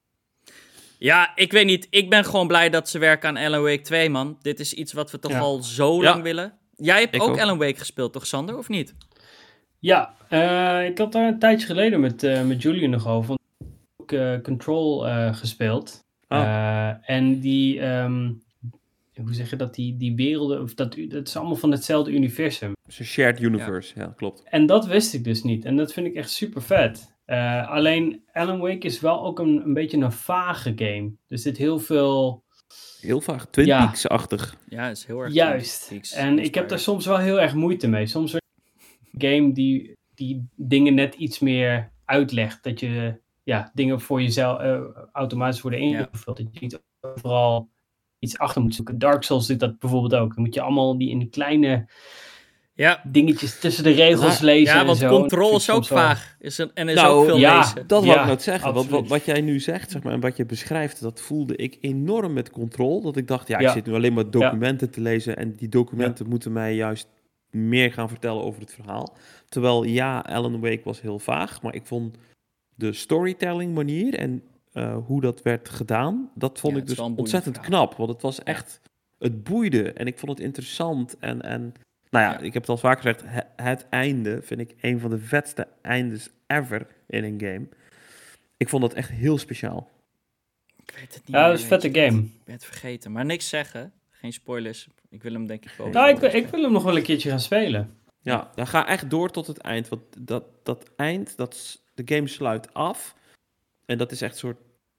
A: ja, ik weet niet. Ik ben gewoon blij dat ze werken aan Alan Wake twee, man. Dit is iets wat we toch
C: Ja.
A: al zo
B: Ja.
A: lang willen. Jij hebt
B: Ik
A: ook,
B: ook.
A: Alan Wake gespeeld, toch Sander, of niet?
C: Ja, uh, ik had daar een tijdje geleden met, uh, met Julian nog over. Want ik heb ook uh, Control uh, gespeeld.
B: Oh.
C: Uh, en die, um, hoe zeg je dat, die, die werelden, of dat, dat is allemaal van hetzelfde universum.
B: Het is een shared universe, ja, ja klopt.
C: En dat wist ik dus niet. En dat vind ik echt super vet. Uh, alleen Alan Wake is wel ook een, een beetje een vage game. Er zit heel veel...
B: Heel vaag, Twin
C: Ja.
B: Peaks-achtig.
A: Ja, is heel erg.
C: Juist.
A: Twin Peaks
C: En ik heb
A: inspired.
C: daar soms wel heel erg moeite mee. Soms een game die, die dingen net iets meer uitlegt. Dat je ja, dingen voor jezelf uh, automatisch worden ingevuld. Dat je niet overal iets achter moet zoeken. Dark Souls doet dat bijvoorbeeld ook. Dan moet je allemaal die in die kleine
A: Ja,
C: dingetjes tussen de regels
B: Ja,
C: lezen.
A: ja, want
C: en zo.
A: Control
C: Dat
A: is
C: vind
A: ook
C: ik soms wel-
A: vaag. Is er, en er is
B: Nou,
A: ook veel
C: ja.
A: lezen.
B: Dat
C: Ja,
B: wou ik net zeggen. Want wat,
C: absoluut.
B: wat jij nu zegt, zeg maar, en wat je beschrijft, dat voelde ik enorm met Control. Dat ik dacht, ja, ik
C: Ja.
B: zit nu alleen maar documenten te lezen. En die documenten moeten mij juist meer gaan vertellen over het verhaal. Terwijl, ja, Alan Wake was heel vaag. Maar ik vond de storytelling manier en uh, hoe dat werd gedaan, dat vond
A: Ja,
B: ik
A: het is
B: dus
A: wel een boeiend
B: ontzettend
A: verhaal.
B: knap. Want het was echt, het boeide. En ik vond het interessant. En, en nou ja,
A: Ja.
B: ik heb het al vaak gezegd, het, het einde vind ik een van de vetste eindes ever in een game. Ik vond dat echt heel speciaal.
A: Ik weet het niet
C: Ja,
A: meer,
C: dat is een vette
A: weet je.
C: game.
A: Ik ben het vergeten. Maar niks zeggen. Geen spoilers. Ik wil hem denk ik wel.
C: Nou, ik, ik wil hem nog wel een keertje gaan spelen.
B: Ja, dan ga echt door tot het eind. Want dat, dat eind, dat, s- de game sluit af. En dat is echt een soort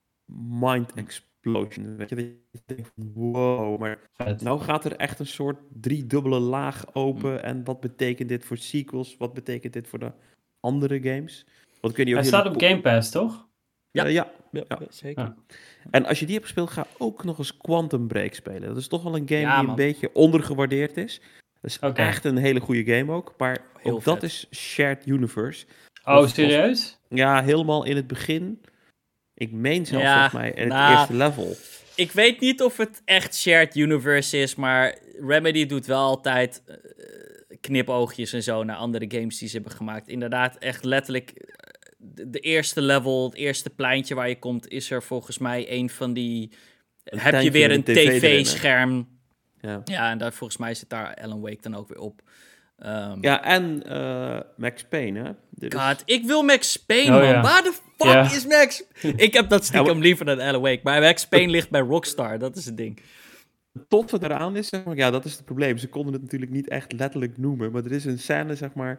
B: mind explosion. Weet je, dat je denkt van wow, maar
C: Vet.
B: nou gaat er echt een soort driedubbele laag open. En wat betekent dit voor sequels? Wat betekent dit voor de andere games? Want ik weet niet of
C: Hij staat
B: jullie-
C: op Game Pass, toch?
B: Ja, ja.
A: Ja,
B: Ja.
A: zeker.
C: Ja.
B: En als je die hebt gespeeld, ga ook nog eens Quantum Break spelen. Dat is toch wel een game
A: Ja,
B: die
A: man.
B: een beetje ondergewaardeerd is. Dat is
C: Oké.
B: echt een hele goede game ook. Maar
A: Heel
B: ook dat
A: vet.
B: is shared universe.
C: Oh,
B: Of-
C: serieus?
B: Ja, helemaal in het begin. Ik meen zelfs
A: Ja,
B: volgens mij in het
A: nou,
B: eerste level.
A: Ik weet niet of het echt shared universe is, maar Remedy doet wel altijd... eh, knipoogjes en zo naar andere games die ze hebben gemaakt. Inderdaad, echt letterlijk de, de eerste level, het eerste pleintje waar je komt, is er volgens mij een van die...
B: Een
A: heb je
B: tentje
A: weer
B: met
A: een
B: een tv
A: tv-scherm.
B: Ja,
A: Ja, en daar, volgens mij zit daar Alan Wake dan ook weer op. Um,
B: ja en uh, Max Payne, hè? Dit is-
A: God, ik wil Max Payne,
C: Oh,
A: man.
C: ja.
A: Waar de fuck
C: Ja.
A: is Max? Ik heb dat stiekem
B: Ja, maar-
A: liever dan Alan Wake. Maar Max Payne ligt bij Rockstar, dat is het ding.
B: Het toffe eraan is, zeg maar, ja, dat is het probleem. Ze konden het natuurlijk niet echt letterlijk noemen, maar er is een scène, zeg maar,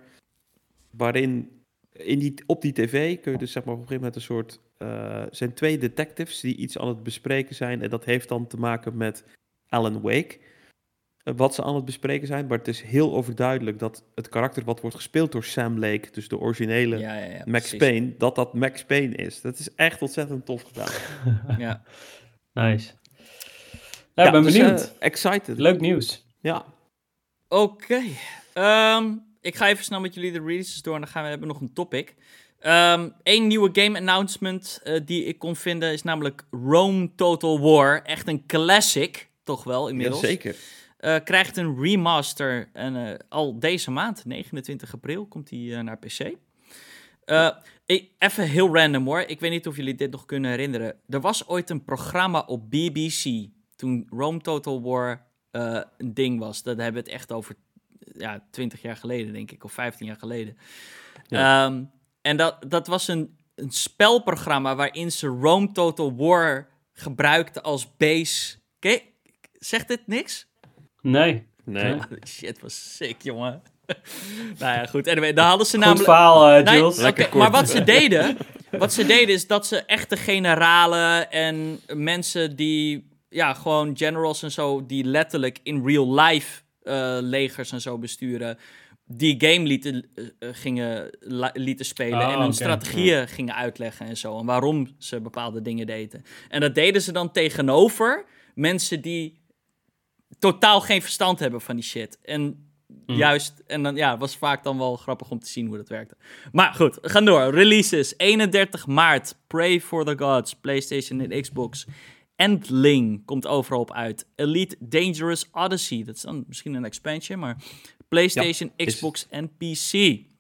B: waarin in die, op die tv kun je dus, zeg maar, op een gegeven moment een soort... Uh, zijn twee detectives die iets aan het bespreken zijn en dat heeft dan te maken met Alan Wake. Uh, wat ze aan het bespreken zijn, maar het is heel overduidelijk dat het karakter wat wordt gespeeld door Sam Lake, dus de originele
A: Ja, ja, ja,
B: Max
A: precies.
B: Payne, dat dat Max Payne is. Dat is echt ontzettend tof gedaan.
A: Ja.
C: Nice. Ja, ik ben
B: dus,
C: benieuwd.
B: uh, excited.
C: Leuk nieuws.
B: Ja.
A: Oké. Okay. Um, ik ga even snel met jullie de releases door en dan gaan we hebben nog een topic. Um, Eén nieuwe game announcement uh, die ik kon vinden is namelijk Rome Total War. Echt een classic, toch wel inmiddels.
B: Jazeker.
A: Uh, krijgt een remaster en uh, al deze maand, negenentwintig april, komt die uh, naar P C. Uh, ik, even heel random hoor, ik weet niet of jullie dit nog kunnen herinneren. Er was ooit een programma op B B C toen Rome Total War uh, een ding was. Dat hebben we het echt over ja, twintig jaar geleden, denk ik, of vijftien jaar geleden. Ja. Um, en dat, dat was een, een spelprogramma waarin ze Rome Total War gebruikten als base. Oké, zegt dit niks?
C: Nee.
B: Nee.
A: Oh, shit, was sick, jongen. Nou ja, goed. Anyway, daar hadden ze
C: Goed
A: namelijk...
C: verhaal, uh,
A: Nee,
C: Jules.
A: okay, maar wat ze deden, wat ze deden is dat ze echte generalen en mensen die, ja, gewoon generals en zo, die letterlijk in real life uh, legers en zo besturen, die game lieten, uh, gingen, la, lieten spelen
C: oh,
A: en hun
C: okay.
A: strategieën ja. gingen uitleggen en zo. En waarom ze bepaalde dingen deden. En dat deden ze dan tegenover mensen die totaal geen verstand hebben van die shit. En mm. juist, en dan ja, was vaak dan wel grappig om te zien hoe dat werkte. Maar goed, we gaan door. Releases. eenendertig maart. Pray for the Gods. PlayStation en Xbox. Endling komt overal op uit. Elite Dangerous Odyssey. Dat is dan misschien een expansion, maar PlayStation, ja, Xbox is... en P C.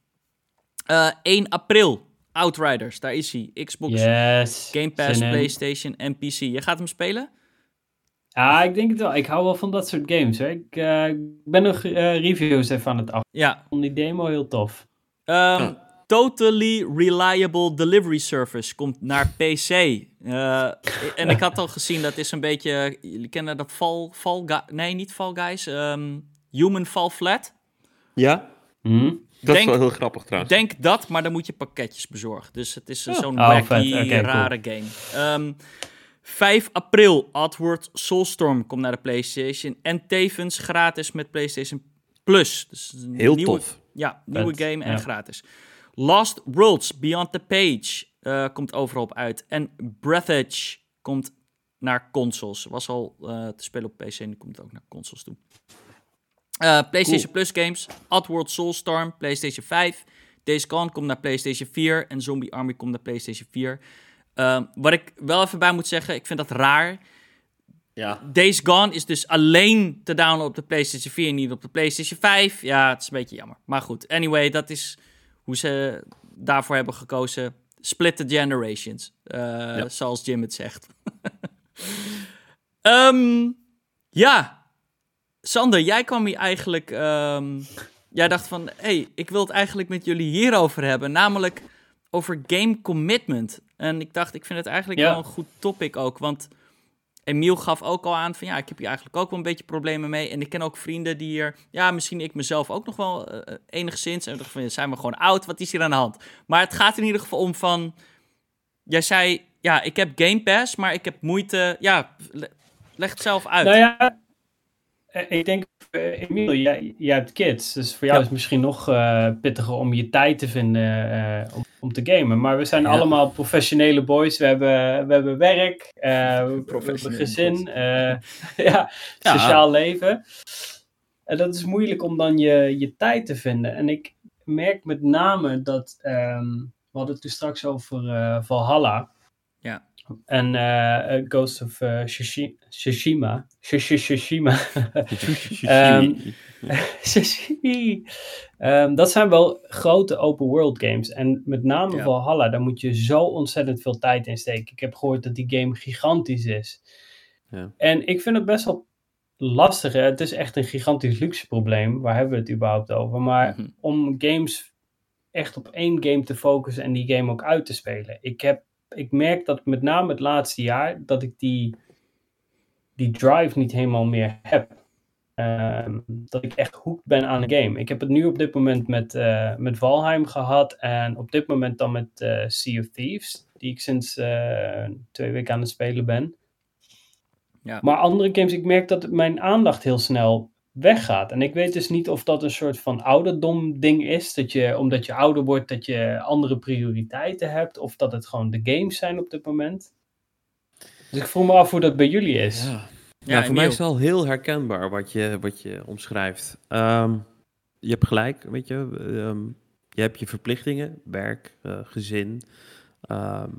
A: Uh, één april. Outriders, daar is hij. Xbox,
C: yes.
A: Game Pass, PlayStation en P C. Je gaat hem spelen?
C: Ja, ik denk het wel. Ik hou wel van dat soort games. Hè. Ik uh, ben nog uh, reviews even aan het af.
A: Ja.
C: Ik vond die demo heel tof.
A: Um, oh. Totally Reliable Delivery Service komt naar P C. Uh, en ik had al gezien, dat is een beetje... Jullie kennen dat Fall... Fall Guy, nee, niet Fall Guys. Um, Human Fall Flat.
B: Ja.
C: Hmm?
B: Dat
A: denk,
B: is wel heel grappig trouwens.
A: Denk dat, maar dan moet je pakketjes bezorgen. Dus het is oh. zo'n
C: oh,
A: wacky,
C: okay,
A: rare
C: cool.
A: game. Um, vijf april, Oddworld Soulstorm komt naar de PlayStation. En tevens gratis met PlayStation Plus. Dus een
B: heel
A: nieuwe,
B: tof.
A: Ja, nieuwe
C: Vet,
A: game en
C: ja.
A: gratis. Lost Worlds, Beyond the Page uh, komt overal op uit. En Breathedge komt naar consoles. Was al uh, te spelen op P C en die komt ook naar consoles toe. Uh, PlayStation cool. Plus games, Oddworld Soulstorm, PlayStation vijf. Days Gone komt naar PlayStation vier. En Zombie Army komt naar PlayStation vier. Uh, wat ik wel even bij moet zeggen, ik vind dat raar.
B: Ja.
A: Days Gone is dus alleen te downloaden op de PlayStation vier en niet op de PlayStation vijf. Ja, het is een beetje jammer. Maar goed, anyway, dat is hoe ze daarvoor hebben gekozen. Split the generations, uh, ja. zoals Jim het zegt. um, ja, Sander, jij kwam hier eigenlijk... Um, jij dacht van, hé, hey, ik wil het eigenlijk met jullie hierover hebben. Namelijk over game commitment. En ik dacht, ik vind het eigenlijk ja. wel een goed topic ook. Want Emiel gaf ook al aan van, ja, ik heb hier eigenlijk ook wel een beetje problemen mee. En ik ken ook vrienden die hier, ja, misschien ik mezelf ook nog wel uh, enigszins. En ik dacht van, zijn we gewoon oud? Wat is hier aan de hand? Maar het gaat in ieder geval om van, jij zei, ja, ik heb Game Pass, maar ik heb moeite. Ja, leg het zelf uit.
C: Nou ja, ik denk, uh, Emiel, jij, jij hebt kids. Dus voor jou ja. is het misschien nog uh, pittiger om je tijd te vinden uh, om, om te gamen. Maar we zijn ja. allemaal professionele boys. We hebben, we hebben werk, uh, we hebben gezin, uh, ja, sociaal ja. leven. En dat is moeilijk om dan je, je tijd te vinden. En ik merk met name dat, um, we hadden het toen straks over uh, Valhalla.
A: Ja.
C: En uh, uh, Ghost of uh, Shishi- Tsushima. Shishi- Tsushima. um, Shishi. um, dat zijn wel grote open world games. En met name
A: Ja.
C: Valhalla, daar moet je zo ontzettend veel tijd in steken. Ik heb gehoord dat die game gigantisch is.
B: Ja.
C: En ik vind het best wel lastig. Hè? Het is echt een gigantisch luxe probleem. Waar hebben we het überhaupt over? Maar
A: Mm-hmm.
C: om games echt op één game te focussen en die game ook uit te spelen. Ik heb Ik merk dat met name het laatste jaar, dat ik die, die drive niet helemaal meer heb. Um, dat ik echt hooked ben aan een game. Ik heb het nu op dit moment met, uh, met Valheim gehad. En op dit moment dan met uh, Sea of Thieves. Die ik sinds uh, twee weken aan het spelen ben.
A: Ja.
C: Maar andere games, ik merk dat mijn aandacht heel snel weggaat. En ik weet dus niet of dat een soort van ouderdom ding is. Dat je, omdat je ouder wordt, dat je andere prioriteiten hebt. Of dat het gewoon de games zijn op dit moment. Dus ik vroeg me af hoe dat bij jullie is.
B: Ja,
A: Ja,
B: ja voor
A: Emiel.
B: mij is het wel heel herkenbaar wat je, wat je omschrijft. Um, je hebt gelijk, weet je. Um, je hebt je verplichtingen, werk, uh, gezin. Um,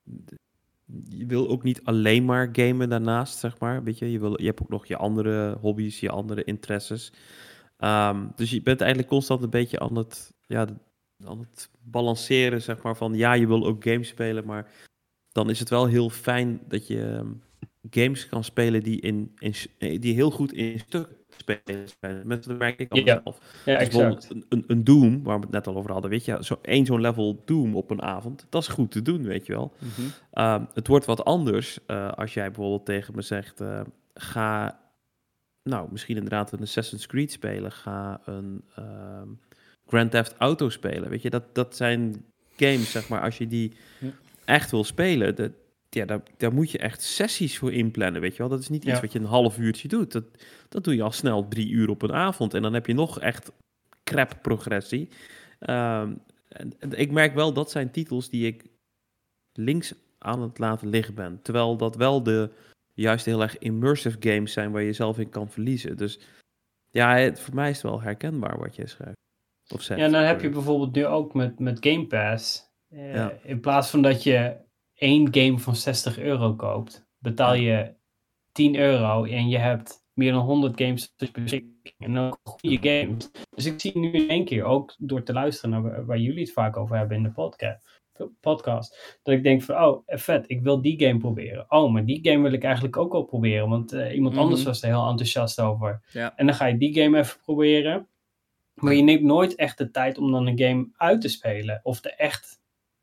B: je wil ook niet alleen maar gamen daarnaast, zeg maar. Weet je, je, wil, je hebt ook nog je andere hobby's, je andere interesses. Um, dus je bent eigenlijk constant een beetje aan het, ja, aan het balanceren, zeg maar, van ja, je wil ook games spelen, maar dan is het wel heel fijn dat je um, games kan spelen die, in, in, die heel goed in stuk spelen zijn. Met dat merk ik al
C: Ja,
B: zelf.
C: ja,
B: dus
C: exact.
B: Een, een, een Doom, waar we het net al over hadden, weet je, zo, één zo'n level Doom op een avond, dat is goed te doen, weet je wel.
A: Mm-hmm.
B: Um, het wordt wat anders uh, als jij bijvoorbeeld tegen me zegt, uh, ga, nou, misschien inderdaad een Assassin's Creed spelen, ga een um, Grand Theft Auto spelen, weet je, dat, dat zijn games, zeg maar, als je die ja. echt wil spelen, dat, ja, daar, daar moet je echt sessies voor inplannen, weet je wel. Dat is niet iets ja. wat je een half uurtje doet. Dat, dat doe je al snel drie uur op een avond. En dan heb je nog echt crap progressie. Um, en, en ik merk wel, dat zijn titels die ik links aan het laten liggen ben. Terwijl dat wel de juist heel erg immersive games zijn waar je zelf in kan verliezen. Dus ja, het, voor mij is het wel herkenbaar wat jij schrijft. Of zegt.
C: Ja, en dan heb je bijvoorbeeld nu ook met, met Game Pass. Uh,
B: ja.
C: In plaats van dat je één game van zestig euro koopt, betaal je ja. tien euro en je hebt meer dan honderd games beschikking. En ook goede games. Dus ik zie nu in één keer, ook door te luisteren naar waar, waar jullie het vaak over hebben in de podcast, podcast, dat ik denk van, oh, vet, ik wil die game proberen. Oh, maar die game wil ik eigenlijk ook wel proberen, want uh, iemand mm-hmm. anders was er heel enthousiast over.
A: Ja.
C: En dan ga je die game even proberen. Maar je neemt nooit echt de tijd om dan een game uit te spelen. Of er echt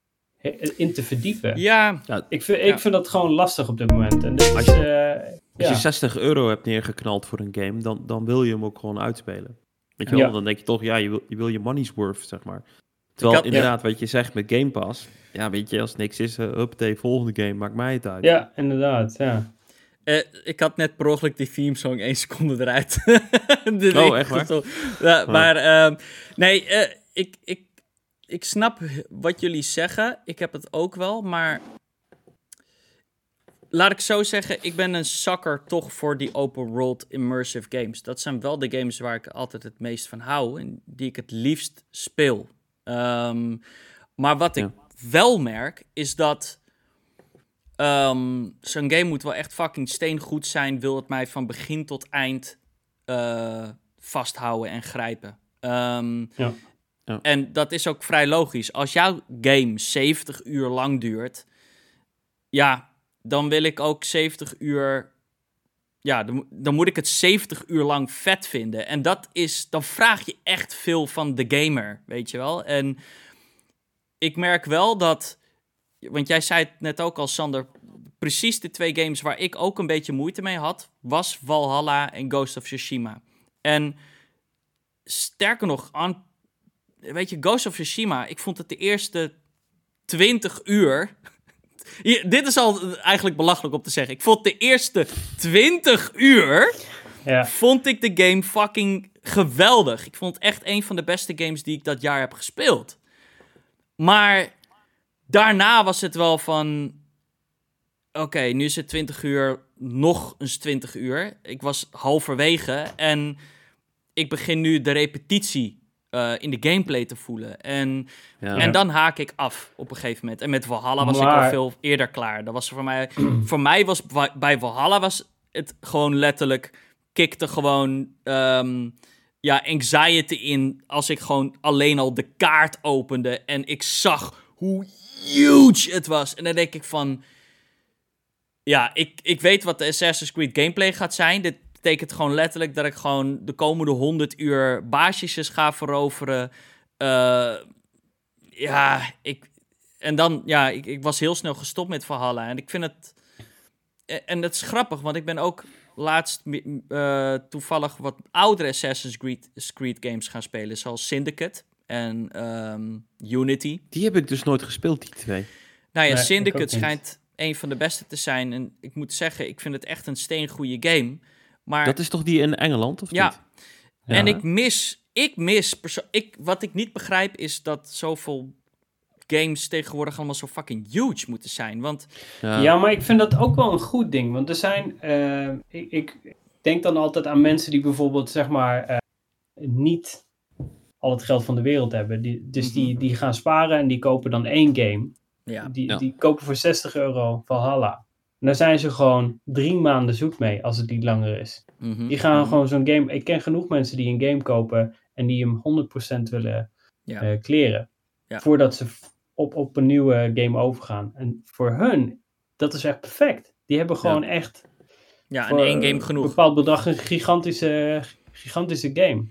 C: in te verdiepen.
A: Ja.
C: Ik vind, ik ja. vind dat gewoon lastig op dit moment. En dus,
B: als je,
C: uh,
B: als
C: ja.
B: je zestig euro hebt neergeknald voor een game, dan, dan wil je hem ook gewoon uitspelen. Weet je wel? Ja. Dan denk je toch, ja, je wil je, wil je money's worth, zeg maar. Terwijl had, inderdaad, ja. wat je zegt met Game Pass, ja, weet je, als het niks is, uh, huppatee, volgende game, maakt mij het uit.
C: Ja, inderdaad, ja.
A: Uh, ik had net per ongeluk die theme song één seconde eruit.
B: Oh, echt waar?
A: Ja, oh. Maar uh, nee, uh, ik, ik, ik snap wat jullie zeggen. Ik heb het ook wel, maar laat ik zo zeggen, ik ben een sucker toch voor die open world immersive games. Dat zijn wel de games waar ik altijd het meest van hou en die ik het liefst speel. Um, maar wat ja. ik wel merk, is dat Um, zo'n game moet wel echt fucking steengoed zijn, wil het mij van begin tot eind uh, vasthouden en grijpen. Um,
C: ja.
A: Ja. En dat is ook vrij logisch. Als jouw game zeventig uur lang duurt, ja, dan wil ik ook zeventig uur, ja, dan, dan moet ik het zeventig uur lang vet vinden. En dat is, dan vraag je echt veel van de gamer, weet je wel. En ik merk wel dat, want jij zei het net ook al, Sander, precies de twee games waar ik ook een beetje moeite mee had, was Valhalla en Ghost of Tsushima. En sterker nog, aan, weet je, Ghost of Tsushima, ik vond het de eerste twintig uur... Hier, dit is al eigenlijk belachelijk om te zeggen. Ik vond de eerste twintig uur, ja. vond ik de game fucking geweldig. Ik vond het echt een van de beste games die ik dat jaar heb gespeeld. Maar daarna was het wel van, oké, okay, nu is het twintig uur, nog eens twintig uur. Ik was halverwege en ik begin nu de repetitie uh, in de gameplay te voelen. En,
B: Ja.
A: en dan haak ik af op een gegeven moment. En met Valhalla was
C: Maar...
A: ik al veel eerder klaar. Dat was voor mij... voor mij was bij Valhalla was het gewoon letterlijk... kikte gewoon... Um, ja, anxiety in als ik gewoon alleen al de kaart opende en ik zag hoe huge het was. En dan denk ik van... Ja, ik, ik weet wat de Assassin's Creed gameplay gaat zijn. Dit betekent gewoon letterlijk dat ik gewoon de komende honderd uur baasjes ga veroveren. Uh, ja, ik... En dan, ja, ik, ik was heel snel gestopt met Valhalla. En ik vind het... En dat is grappig, want ik ben ook... laatst uh, toevallig wat oudere Assassin's Creed, Creed games gaan spelen, zoals Syndicate en um, Unity.
B: Die heb ik dus nooit gespeeld, die twee.
A: Nou ja,
C: nee,
A: Syndicate schijnt een van de beste te zijn. En ik moet zeggen, ik vind het echt een steengoede game. Maar
B: dat is toch die in Engeland, of
A: ja.
B: niet?
A: Ja, en ik mis, ik mis, perso- ik, wat ik niet begrijp is dat zoveel games tegenwoordig allemaal zo fucking huge moeten zijn, want...
C: Ja. ja, maar ik vind dat ook wel een goed ding, want er zijn... Uh, ik, ik denk dan altijd aan mensen die bijvoorbeeld, zeg maar, uh, niet al het geld van de wereld hebben. Die, dus mm-hmm. die, die gaan sparen en die kopen dan één game.
A: Ja.
C: Die,
B: ja.
C: die kopen voor zestig euro Valhalla. En daar zijn ze gewoon drie maanden zoet mee, als het niet langer is.
A: Mm-hmm.
C: Die gaan
A: mm-hmm.
C: gewoon zo'n game... Ik ken genoeg mensen die een game kopen en die hem honderd procent willen
A: ja.
C: uh, clearen. Ja. Voordat ze... Op, op een nieuwe game overgaan. En voor hun, dat is echt perfect. Die hebben gewoon
A: ja. echt... Ja, in één game genoeg.
C: Een bepaald bedrag een gigantische, gigantische game.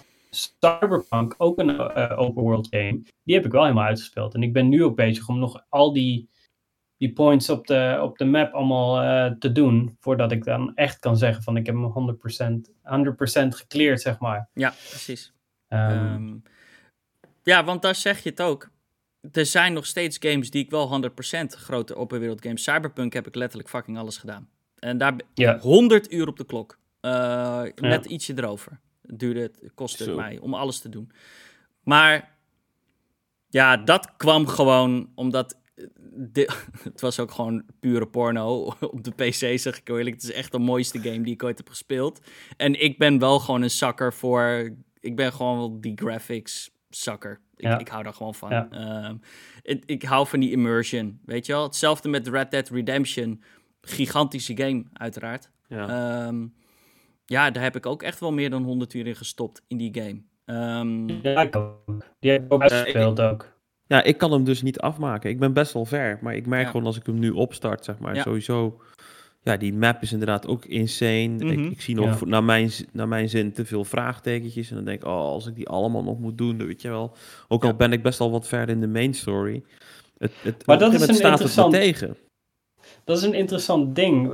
C: Cyberpunk, ook een uh, open world game. Die heb ik wel helemaal uitgespeeld. En ik ben nu ook bezig om nog al die, die points op de, op de map allemaal uh, te doen. Voordat ik dan echt kan zeggen van ik heb hem honderd procent, honderd procent gecleared, zeg maar.
A: Ja, precies.
C: Um,
A: um, ja, want daar zeg je het ook. Er zijn nog steeds games die ik wel honderd procent grote open wereld games. Cyberpunk heb ik letterlijk fucking alles gedaan. En daar ja. honderd uur op de klok. Uh, net ja. ietsje erover. Het duurde het, kostte het mij om alles te doen. Maar ja, dat kwam gewoon omdat... De, het was ook gewoon pure porno op de P C, zeg ik eerlijk. Het is echt de mooiste game die ik ooit heb gespeeld. En ik ben wel gewoon een sucker voor... Ik ben gewoon wel die graphics sucker. Ik, ja. ik hou daar gewoon van. Ja. Uh, ik, ik hou van die immersion, weet je wel. Hetzelfde met Red Dead Redemption. Gigantische game, uiteraard. Ja, um, ja daar heb ik ook echt wel meer dan honderd uur in gestopt in die game. Um,
C: ja, ik ook. Die heb ik ook uitgespeeld uh, ook.
B: Ja, ik kan hem dus niet afmaken. Ik ben best wel ver, maar ik merk ja. gewoon als ik hem nu opstart, zeg maar, ja. sowieso... Ja, die map is inderdaad ook insane. Mm-hmm. Ik, ik zie nog ja. naar, mijn, naar mijn zin te veel vraagtekentjes. En dan denk ik, oh, als ik die allemaal nog moet doen, dan weet je wel. Ook al ja. ben ik best al wat verder in de main story. Het, het,
C: maar dat is een
B: staat
C: interessant...
B: het me tegen.
C: Dat is een interessant ding.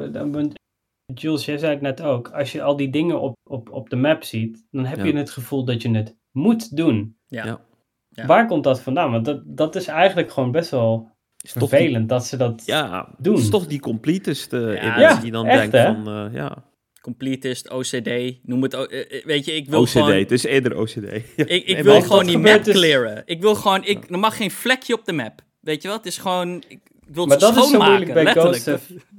C: Jules, jij zei het net ook. Als je al die dingen op, op, op de map ziet, dan heb ja. je het gevoel dat je het moet doen.
A: Ja. Ja.
C: Ja. Waar komt dat vandaan? Want dat, dat is eigenlijk gewoon best wel... Is vervelend die, dat ze dat
B: ja,
C: doen.
B: Het is toch die completist uh, ja,
C: ja,
B: die dan
C: echt,
B: denkt
C: hè?
B: van, uh, ja.
A: Completist, O C D, noem het, uh, weet je, ik wil
B: O C D,
A: gewoon...
B: het is eerder O C D. Ja.
A: Ik, ik
B: nee,
A: wil gewoon die map
C: dus...
A: clearen. Ik wil gewoon, ik, er mag geen vlekje op de map. Weet je wat? Het is gewoon, ik, ik wil
C: het
A: maar
C: schoonmaken,
A: dat is zo moeilijk
C: bij
A: letterlijk.
C: Ghost of,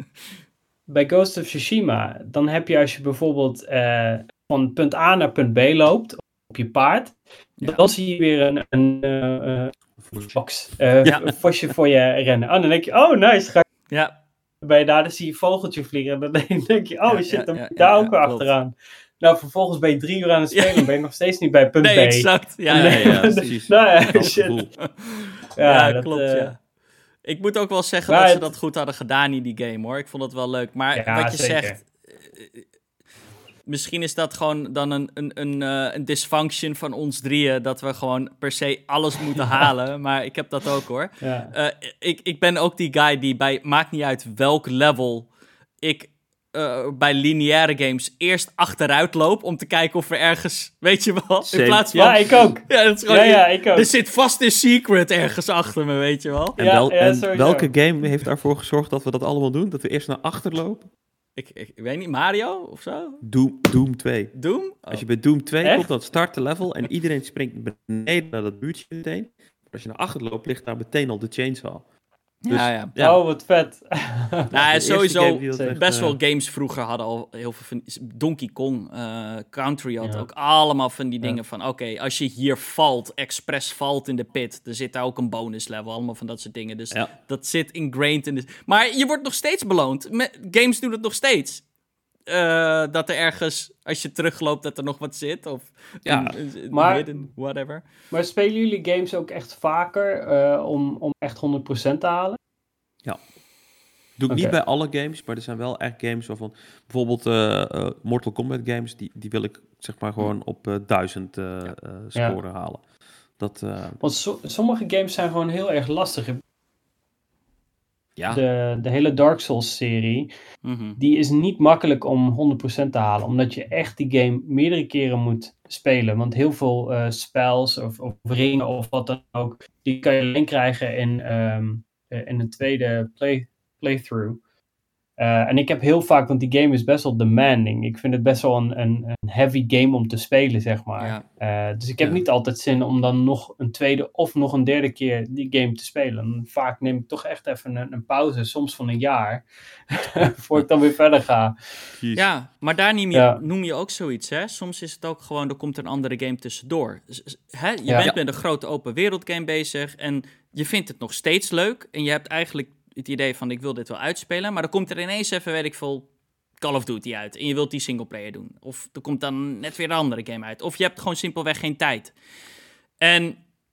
C: bij Ghost of Tsushima, dan heb je als je bijvoorbeeld uh, van punt A naar punt B loopt, op je paard, ja. dan zie je weer een... een uh, uh, Fox. Uh, ja. Een vosje voor je rennen. Oh, dan denk je, oh nice, ga
A: ja.
C: bij daar, dan zie je een vogeltje vliegen. En dan denk je, oh ja, shit, dan
A: ja,
C: moet je
A: ja,
C: daar
A: ja,
C: ook weer achteraan. Nou, vervolgens ben je drie uur aan het spelen, ja. ben je nog steeds niet bij punt
A: nee,
C: B.
A: Nee, exact. Ja, ja,
B: ja, ja, precies.
C: nou ja, shit.
A: Ja, ja dat, klopt, uh, ja. Ik moet ook wel zeggen dat het... ze dat goed hadden gedaan in die game, hoor. Ik vond het wel leuk. Maar
C: ja,
A: wat je
C: zeker.
A: zegt... Uh, misschien is dat gewoon dan een, een, een, uh, een dysfunction van ons drieën, dat we gewoon per se alles moeten halen. Maar ik heb dat ook, hoor.
C: Ja.
A: Uh, ik, ik ben ook die guy die bij, maakt niet uit welk level ik uh, bij lineaire games eerst achteruit loop om te kijken of er ergens, weet je wel, in plaats van...
C: Ja, ik ook.
A: Ja, dat is gewoon,
C: ja, ja, ik ook.
A: Er zit vast een secret ergens achter me, weet je wel.
B: En,
C: ja,
B: wel,
C: ja,
B: en welke game heeft daarvoor gezorgd dat we dat allemaal doen? Dat we eerst naar achter lopen?
A: Ik, ik, ik weet niet, Mario of zo?
B: Doom, Doom twee.
A: Doom? Oh.
B: Als je bij Doom twee
C: Echt?
B: komt, dan start de level en iedereen springt beneden naar dat buurtje meteen. Als je naar achter loopt, ligt daar meteen al de chainsaw. Dus,
A: ja, ja.
B: ja.
C: Oh, wat vet.
A: Nou,
B: De eerste
A: sowieso
B: game die dat echt,
A: best wel
B: eh,
A: games vroeger hadden al heel veel van... Donkey Kong uh, Country had
C: Ja.
A: ook allemaal van die
C: Ja.
A: dingen van... Oké, okay, als je hier valt, expres valt in de pit... er zit daar ook een bonus level, allemaal van dat soort dingen. Dus
B: Ja.
A: dat zit ingrained in de... Maar je wordt nog steeds beloond. Met, games doen het nog steeds. Uh, dat er ergens, als je terugloopt, dat er nog wat zit. Of
B: Ja,
A: een, een
C: maar-
A: hidden, whatever.
C: Maar spelen jullie games ook echt vaker uh, om, om echt honderd procent te halen?
B: Doe ik
C: Oké.
B: niet bij alle games, maar er zijn wel echt games waarvan... Bijvoorbeeld uh, uh, Mortal Kombat games, die, die wil ik zeg maar gewoon op uh, duizend uh,
A: Ja.
B: uh, scoren
C: Ja.
B: halen. Dat, uh,
C: Want so- sommige games zijn gewoon heel erg lastig.
B: ja,
C: De, de hele Dark Souls serie,
A: Mm-hmm.
C: die is niet makkelijk om honderd procent te halen. Omdat je echt die game meerdere keren moet spelen. Want heel veel uh, spells of, of ringen of wat dan ook, die kan je alleen krijgen in, um, in een tweede play, playthrough. Uh, en ik heb heel vaak, want die game is best wel demanding. Ik vind het best wel een, een, een heavy game om te spelen, zeg maar.
A: Ja.
C: Uh, dus ik heb
B: Ja.
C: niet altijd zin om dan nog een tweede of nog een derde keer die game te spelen. Vaak neem ik toch echt even een, een pauze, soms van een jaar, voor ik dan weer verder ga.
B: jeez.
A: Ja, maar daar noem je,
C: Ja.
A: noem je ook zoiets, hè? Soms is het ook gewoon, er komt een andere game tussendoor. Z- z- Hè? Je
C: Ja.
A: bent
B: Ja.
A: met een grote open wereld game bezig en je vindt het nog steeds leuk. En je hebt eigenlijk het idee van, ik wil dit wel uitspelen. Maar dan komt er ineens even, weet ik veel, Call of Duty uit. En je wilt die singleplayer doen. Of er komt dan net weer een andere game uit. Of je hebt gewoon simpelweg geen tijd. En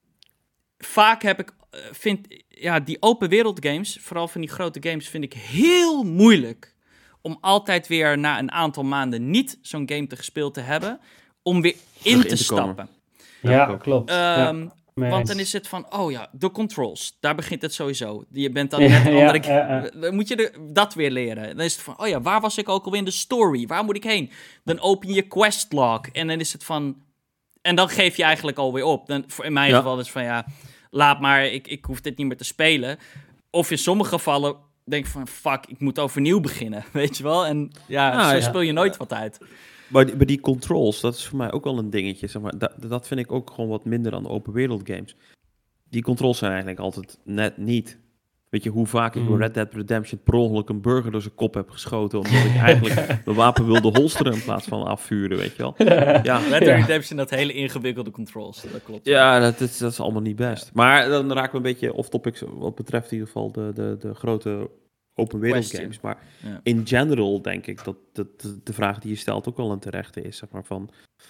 A: vaak heb ik, uh, vind, ja, die open wereld games, vooral van die grote games, vind ik heel moeilijk om altijd weer na een aantal maanden niet zo'n game te gespeeld te hebben, om weer in
B: in
A: te,
B: te komen.
A: stappen.
B: Ja,
C: Ja,
B: ook.
C: klopt.
A: Um,
C: ja, mee
A: want
C: eens.
A: dan is het van, oh ja, de controls, daar begint het sowieso. Je bent dan
C: Ja,
A: net een
C: ja,
A: andere...
C: ja, ja.
A: Dan moet je de, dat weer leren. Dan is het van, oh ja, waar was ik ook al in de story? Waar moet ik heen? Dan open je questlog en dan is het van... En dan geef je eigenlijk alweer op. Dan, voor- in mijn
B: Ja.
A: geval is het van, ja, laat maar, ik, ik hoef dit niet meer te spelen. Of in sommige gevallen denk ik van, fuck, ik moet overnieuw beginnen, weet je wel? En ja,
B: Ah,
A: zo
B: ja.
A: speel je nooit wat uit.
B: Maar die, bij die controls, dat is voor mij ook wel een dingetje. Zeg maar. dat, dat vind ik ook gewoon wat minder dan de open wereld games. Die controls zijn eigenlijk altijd net niet. Weet je, hoe vaak ik
C: Mm.
B: bij Red Dead Redemption per ongeluk een burger door zijn kop heb geschoten, omdat ik eigenlijk mijn wapen wilde holsteren in plaats van afvuren, weet je wel. Ja,
A: Red Dead
C: Ja.
A: Redemption, dat hele ingewikkelde controls, dat klopt.
B: ja dat, is, dat is allemaal niet best. Maar dan raken we een beetje off-topic wat betreft in ieder geval de, de, de grote open wereld
A: Question.
B: games. Maar
A: Ja.
B: in general denk ik dat, dat de, de vraag die je stelt ook wel een terechte is. Zeg maar van,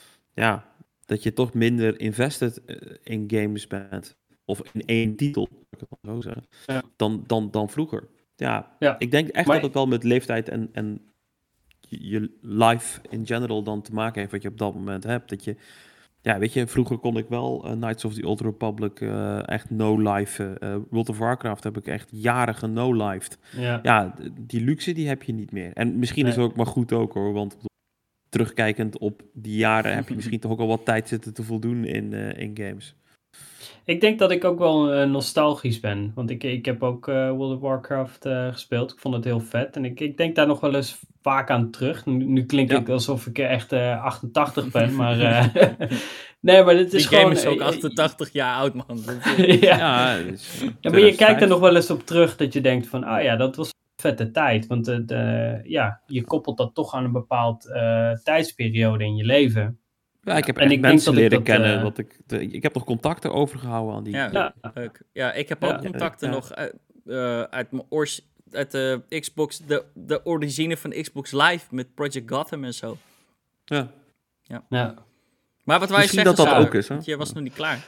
B: ja, dat je toch minder invested eh, in games bent. Of in één titel, moet ik het wel zo zeggen.
C: Ja.
B: Dan, dan, dan vroeger. Ja,
C: Ja.
B: ik denk echt
C: Maar-
B: dat het wel met leeftijd en, en je, je life in general dan te maken heeft wat je op dat moment hebt. Dat je, ja, weet je, vroeger kon ik wel uh, Knights of the Old Republic uh, echt no-life. Uh, World of Warcraft heb ik echt jaren geno-lifed.
C: Ja.
B: Ja, d- die luxe die heb je niet meer. En misschien is
C: Nee.
B: het ook maar goed ook hoor, want terugkijkend op die jaren heb je misschien toch ook al wat tijd zitten te voldoen in, uh, in games.
C: Ik denk dat ik ook wel uh, nostalgisch ben. Want ik, ik heb ook uh, World of Warcraft uh, gespeeld. Ik vond het heel vet. En ik, ik denk daar nog wel eens vaak aan terug. Nu, nu klinkt
B: Ja.
C: ik alsof ik echt uh, achtentachtig ben. Maar uh, nee, maar dit is
A: Die
C: gewoon...
A: game is ook
C: uh,
A: achtentachtig jaar oud, man. Dat is-
C: ja.
B: Ja, dus, uh,
C: Ja, maar je kijkt er
B: tweeduizend
C: nog wel eens op terug dat je denkt van... Ah ja, dat was een vette tijd. Want het, uh, ja, je koppelt dat toch aan een bepaald uh, tijdsperiode in je leven.
B: Ja, ik heb
C: En
B: echt
C: ik denk
B: mensen
C: dat ik
B: leren
C: dat,
B: kennen.
C: uh,
B: wat ik, de, ik heb nog contacten overgehouden aan die.
A: Ja,
C: Ja.
A: leuk. Ja, ik heb
C: Ja.
A: ook contacten
B: Ja.
A: nog uit, uh, uit mijn oors, uit de Xbox, de, de origine van Xbox Live met Project Gotham en zo.
B: Ja.
C: Ja.
A: Maar wat wij
B: Misschien
A: zeggen,
B: dat dat
A: Saar,
B: ook is, hè?
A: want je was nog niet klaar.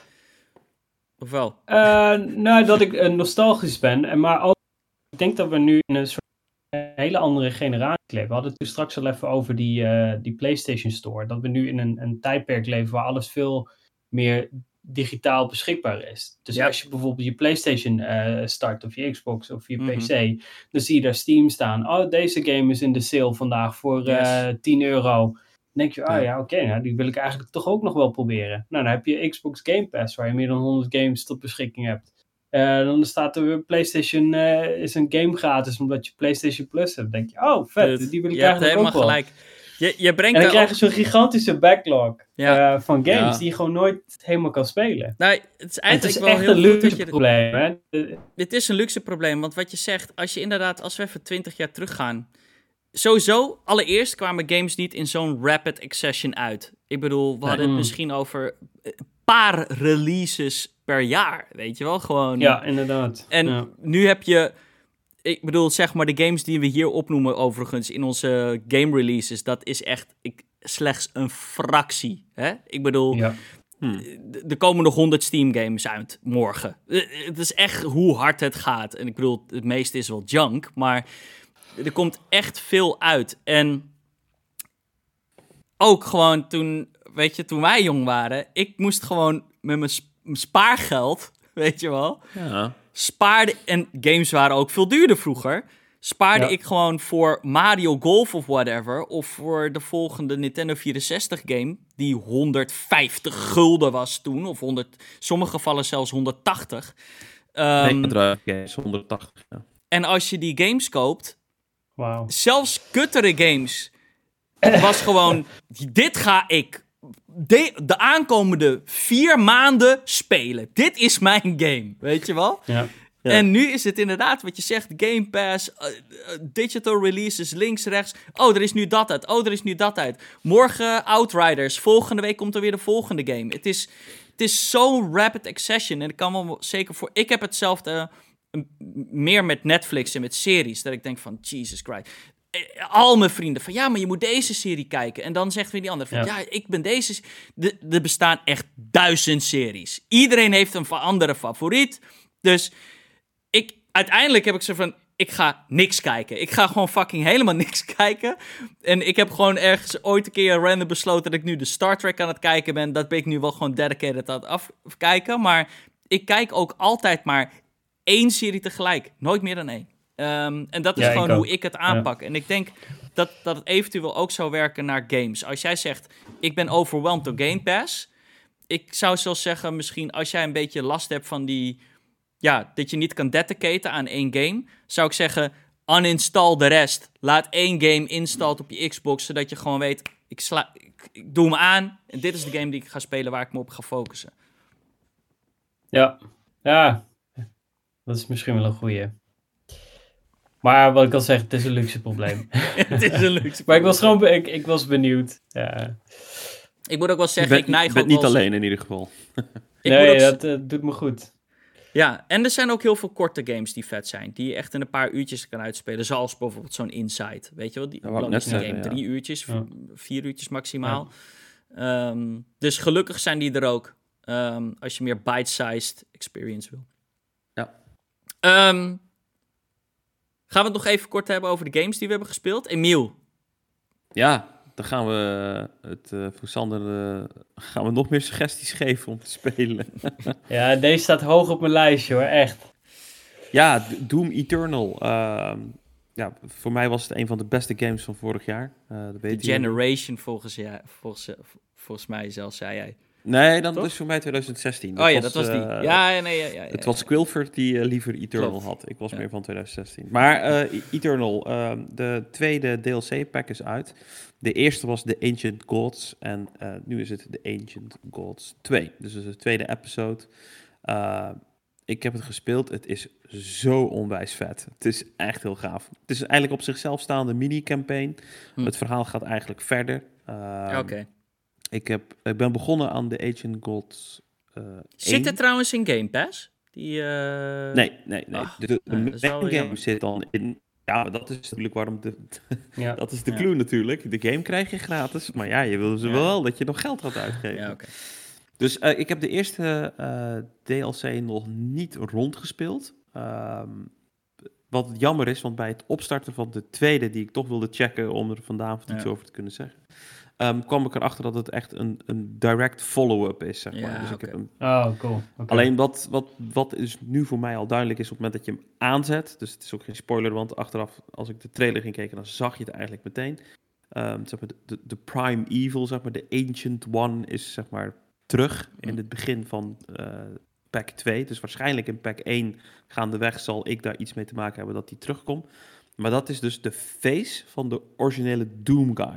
A: Of wel?
C: Uh, nou, dat ik uh, nostalgisch ben. En maar ook, ik denk dat we nu in een soort hele andere generatie leven. We hadden het dus straks al even over die, uh, die PlayStation Store. Dat we nu in een, een tijdperk leven waar alles veel meer digitaal beschikbaar is. Dus
A: Ja.
C: als je bijvoorbeeld je PlayStation uh, start of je Xbox of je
A: Mhm.
C: P C, dan zie je daar Steam staan. Oh, deze game is in de sale vandaag voor uh,
A: Yes.
C: tien euro. Dan denk je, ah
B: Ja.
C: ja, oké, okay, nou, die wil ik eigenlijk toch ook nog wel proberen. Nou, dan heb je Xbox Game Pass, waar je meer dan honderd games tot beschikking hebt. Uh, dan staat er weer PlayStation uh, is een game gratis, omdat je PlayStation Plus hebt. Dan denk je, oh, vet,
A: Dude,
C: die wil ik
A: je hebt
C: eigenlijk
A: helemaal
C: ook wel.
A: gelijk. Je, je brengt
C: En dan
A: daar
C: krijg je
A: ook-
C: zo'n gigantische backlog
A: Ja.
C: eh, van games
B: Ja.
C: die je gewoon nooit helemaal kan spelen.
A: Nou, het is
C: En het
A: eigenlijk
C: is
A: wel
C: echt
A: heel
C: een
A: goed
C: luxe
A: dat je...
C: probleem. Hè? Eh,
A: Dit is een luxe probleem, want wat je zegt, als je inderdaad, als we even twintig jaar teruggaan, sowieso, allereerst kwamen games niet in zo'n rapid accession uit. Ik bedoel, we hadden het
C: Mm.
A: misschien over een paar releases per jaar, weet je wel, gewoon.
C: Ja, inderdaad.
A: En
C: ja.
A: nu heb je, ik bedoel, zeg maar, de games die we hier opnoemen overigens in onze game releases, dat is echt ik, slechts een fractie, hè? Ik bedoel...
C: Ja.
A: Er komen nog honderd Steam games uit morgen. Eh, Het is echt hoe hard het gaat. En ik bedoel, het meeste is wel junk, maar er komt echt veel uit. En ook gewoon toen, weet je, toen wij jong waren, ik moest gewoon met mijn sp- mijn spaargeld, weet je wel,
B: Ja.
A: spaarde, en games waren ook veel duurder vroeger, spaarde
C: Ja.
A: ik gewoon voor Mario Golf of whatever, of voor de volgende Nintendo vierenzestig game, die honderdvijftig gulden was toen, of honderd, in sommige gevallen zelfs honderdtachtig. Ehm,
B: Mega Drive games, honderdtachtig. Ja.
A: en als je die games koopt,
C: Wauw.
A: zelfs kuttere games, was gewoon, dit ga ik de, de aankomende vier maanden spelen. Dit is mijn game, weet je wel?
C: Ja.
B: Ja.
A: En nu is het inderdaad wat je zegt, Game Pass, uh, uh, digital releases, links, rechts. Oh, er is nu dat uit. Oh, er is nu dat uit. Morgen Outriders. Volgende week komt er weer de volgende game. Het is, het is zo'n rapid accession. En ik kan wel zeker voor... Ik heb hetzelfde uh, meer met Netflix en met series. Dat ik denk van, Jesus Christ. Eh, Al mijn vrienden van, ja, maar je moet deze serie kijken. En dan zegt weer die ander van, ja,
C: Ja.
A: ik ben deze... se- De- Er bestaan echt duizend series. Iedereen heeft een fa- andere favoriet. Dus... Ik, uiteindelijk heb ik zo van, ik ga niks kijken. Ik ga gewoon fucking helemaal niks kijken. En ik heb gewoon ergens ooit een keer random besloten dat ik nu de Star Trek aan het kijken ben. Dat ben ik nu wel gewoon dedicated aan het afkijken. Maar ik kijk ook altijd maar één serie tegelijk. Nooit meer dan één. Ehm, en dat is
C: Ja, ik
A: gewoon
C: ook.
A: hoe ik het aanpak. En ik denk dat, dat het eventueel ook zou werken naar games. Als jij zegt, ik ben overwhelmed door Game Pass. Ik zou zelfs zeggen, misschien als jij een beetje last hebt van die... Ja, dat je niet kan dedicaten aan één game, zou ik zeggen, uninstall de rest. Laat één game installed op je Xbox, zodat je gewoon weet, ik, sla, ik, ik doe hem aan en dit is de game die ik ga spelen waar ik me op ga focussen.
C: Ja. Ja. Dat is misschien wel een goeie. Maar wat ik al zeg, het is een luxe probleem.
A: Het is een luxe.
C: Maar ik was gewoon be- ik, ik was benieuwd. Ja.
A: Ik moet ook wel
B: Je
A: zeggen,
B: bent,
A: ik neig
B: je bent
A: ook
B: niet
A: wel...
B: alleen in ieder geval.
A: Ik moet
C: Nee,
A: ook-
C: dat eh, doet me goed.
A: Ja, en er zijn ook heel veel korte games die vet zijn, die je echt in een paar uurtjes kan uitspelen, zoals bijvoorbeeld zo'n Inside, weet je wel, die
B: Dat wou ik
A: logisch
B: net
A: een
B: zeggen,
A: game,
B: ja.
A: drie uurtjes,
C: Ja.
A: v- vier uurtjes maximaal. Ehm, dus gelukkig zijn die er ook, ehm, als je meer bite-sized experience wil.
B: Ja.
A: Ehm, gaan we het nog even kort hebben over de games die we hebben gespeeld? Emiel,
B: Ja, dan gaan we het uh, voor Sander uh, gaan we nog meer suggesties geven om te spelen.
C: Ja, deze staat hoog op mijn lijstje hoor, echt.
B: Ja, D- Doom Eternal. Uh, ja, voor mij was het een van de beste games van vorig jaar. Uh, dat
A: The
B: weet je.
A: Generation volgens, ja, volgens, volgens mij zelfs, zei jij.
B: Nee, dan
A: Toch?
B: is voor mij twintig zestien.
A: Oh ja, dat was die.
B: uh,
A: Ja, nee, ja, ja, ja,
B: Het was Squilford die uh, liever Eternal
A: Klopt.
B: had. Ik was
A: Ja.
B: meer van twintig zestien. Maar uh, Eternal, uh, de tweede D L C-pack is uit. De eerste was The Ancient Gods en uh, nu is het The Ancient Gods twee. Dus het is de tweede episode. Uh, ik heb het gespeeld. Het is zo onwijs vet. Het is echt heel gaaf. Het is eigenlijk op zichzelf staande mini-campaign.
A: Hm.
B: Het verhaal gaat eigenlijk verder. Uh,
A: Oké. Okay.
B: ik, heb, ik ben begonnen aan The Ancient Gods uh,
A: Zit
B: één.
A: het trouwens in Game Pass? Die, uh...
B: Nee, nee, nee.
A: Ach,
B: de de,
A: nou,
B: de
A: dat is wel
B: main game
A: jammer.
B: zit dan in... Ja, maar dat is natuurlijk waarom... De,
C: Ja.
B: dat is de
A: Ja.
B: clue natuurlijk. De game krijg je gratis. Maar ja, je wil ze
A: Ja.
B: wel dat je nog geld gaat uitgeven.
A: Ja, oké.
B: Dus uh, ik heb de eerste uh, D L C nog niet rondgespeeld. Um, wat jammer is, want bij het opstarten van de tweede... die ik toch wilde checken om er vanavond iets
A: Ja.
B: over te kunnen zeggen... Um, kwam ik erachter dat het echt een, een direct follow-up is, zeg maar.
A: Ja,
B: dus ik
A: oké.
B: heb hem
C: Oh, cool. Okay.
B: Alleen wat, wat, wat is nu voor mij al duidelijk is op het moment dat je hem aanzet, dus het is ook geen spoiler, want achteraf als ik de trailer ging kijken, dan zag je het eigenlijk meteen. Um, zeg maar de, de, de Prime Evil, zeg maar, de Ancient One is zeg maar terug in het begin van uh, pack twee. Dus waarschijnlijk in pack één gaandeweg zal ik daar iets mee te maken hebben dat die terugkomt. Maar dat is dus de face van de originele Doom guy.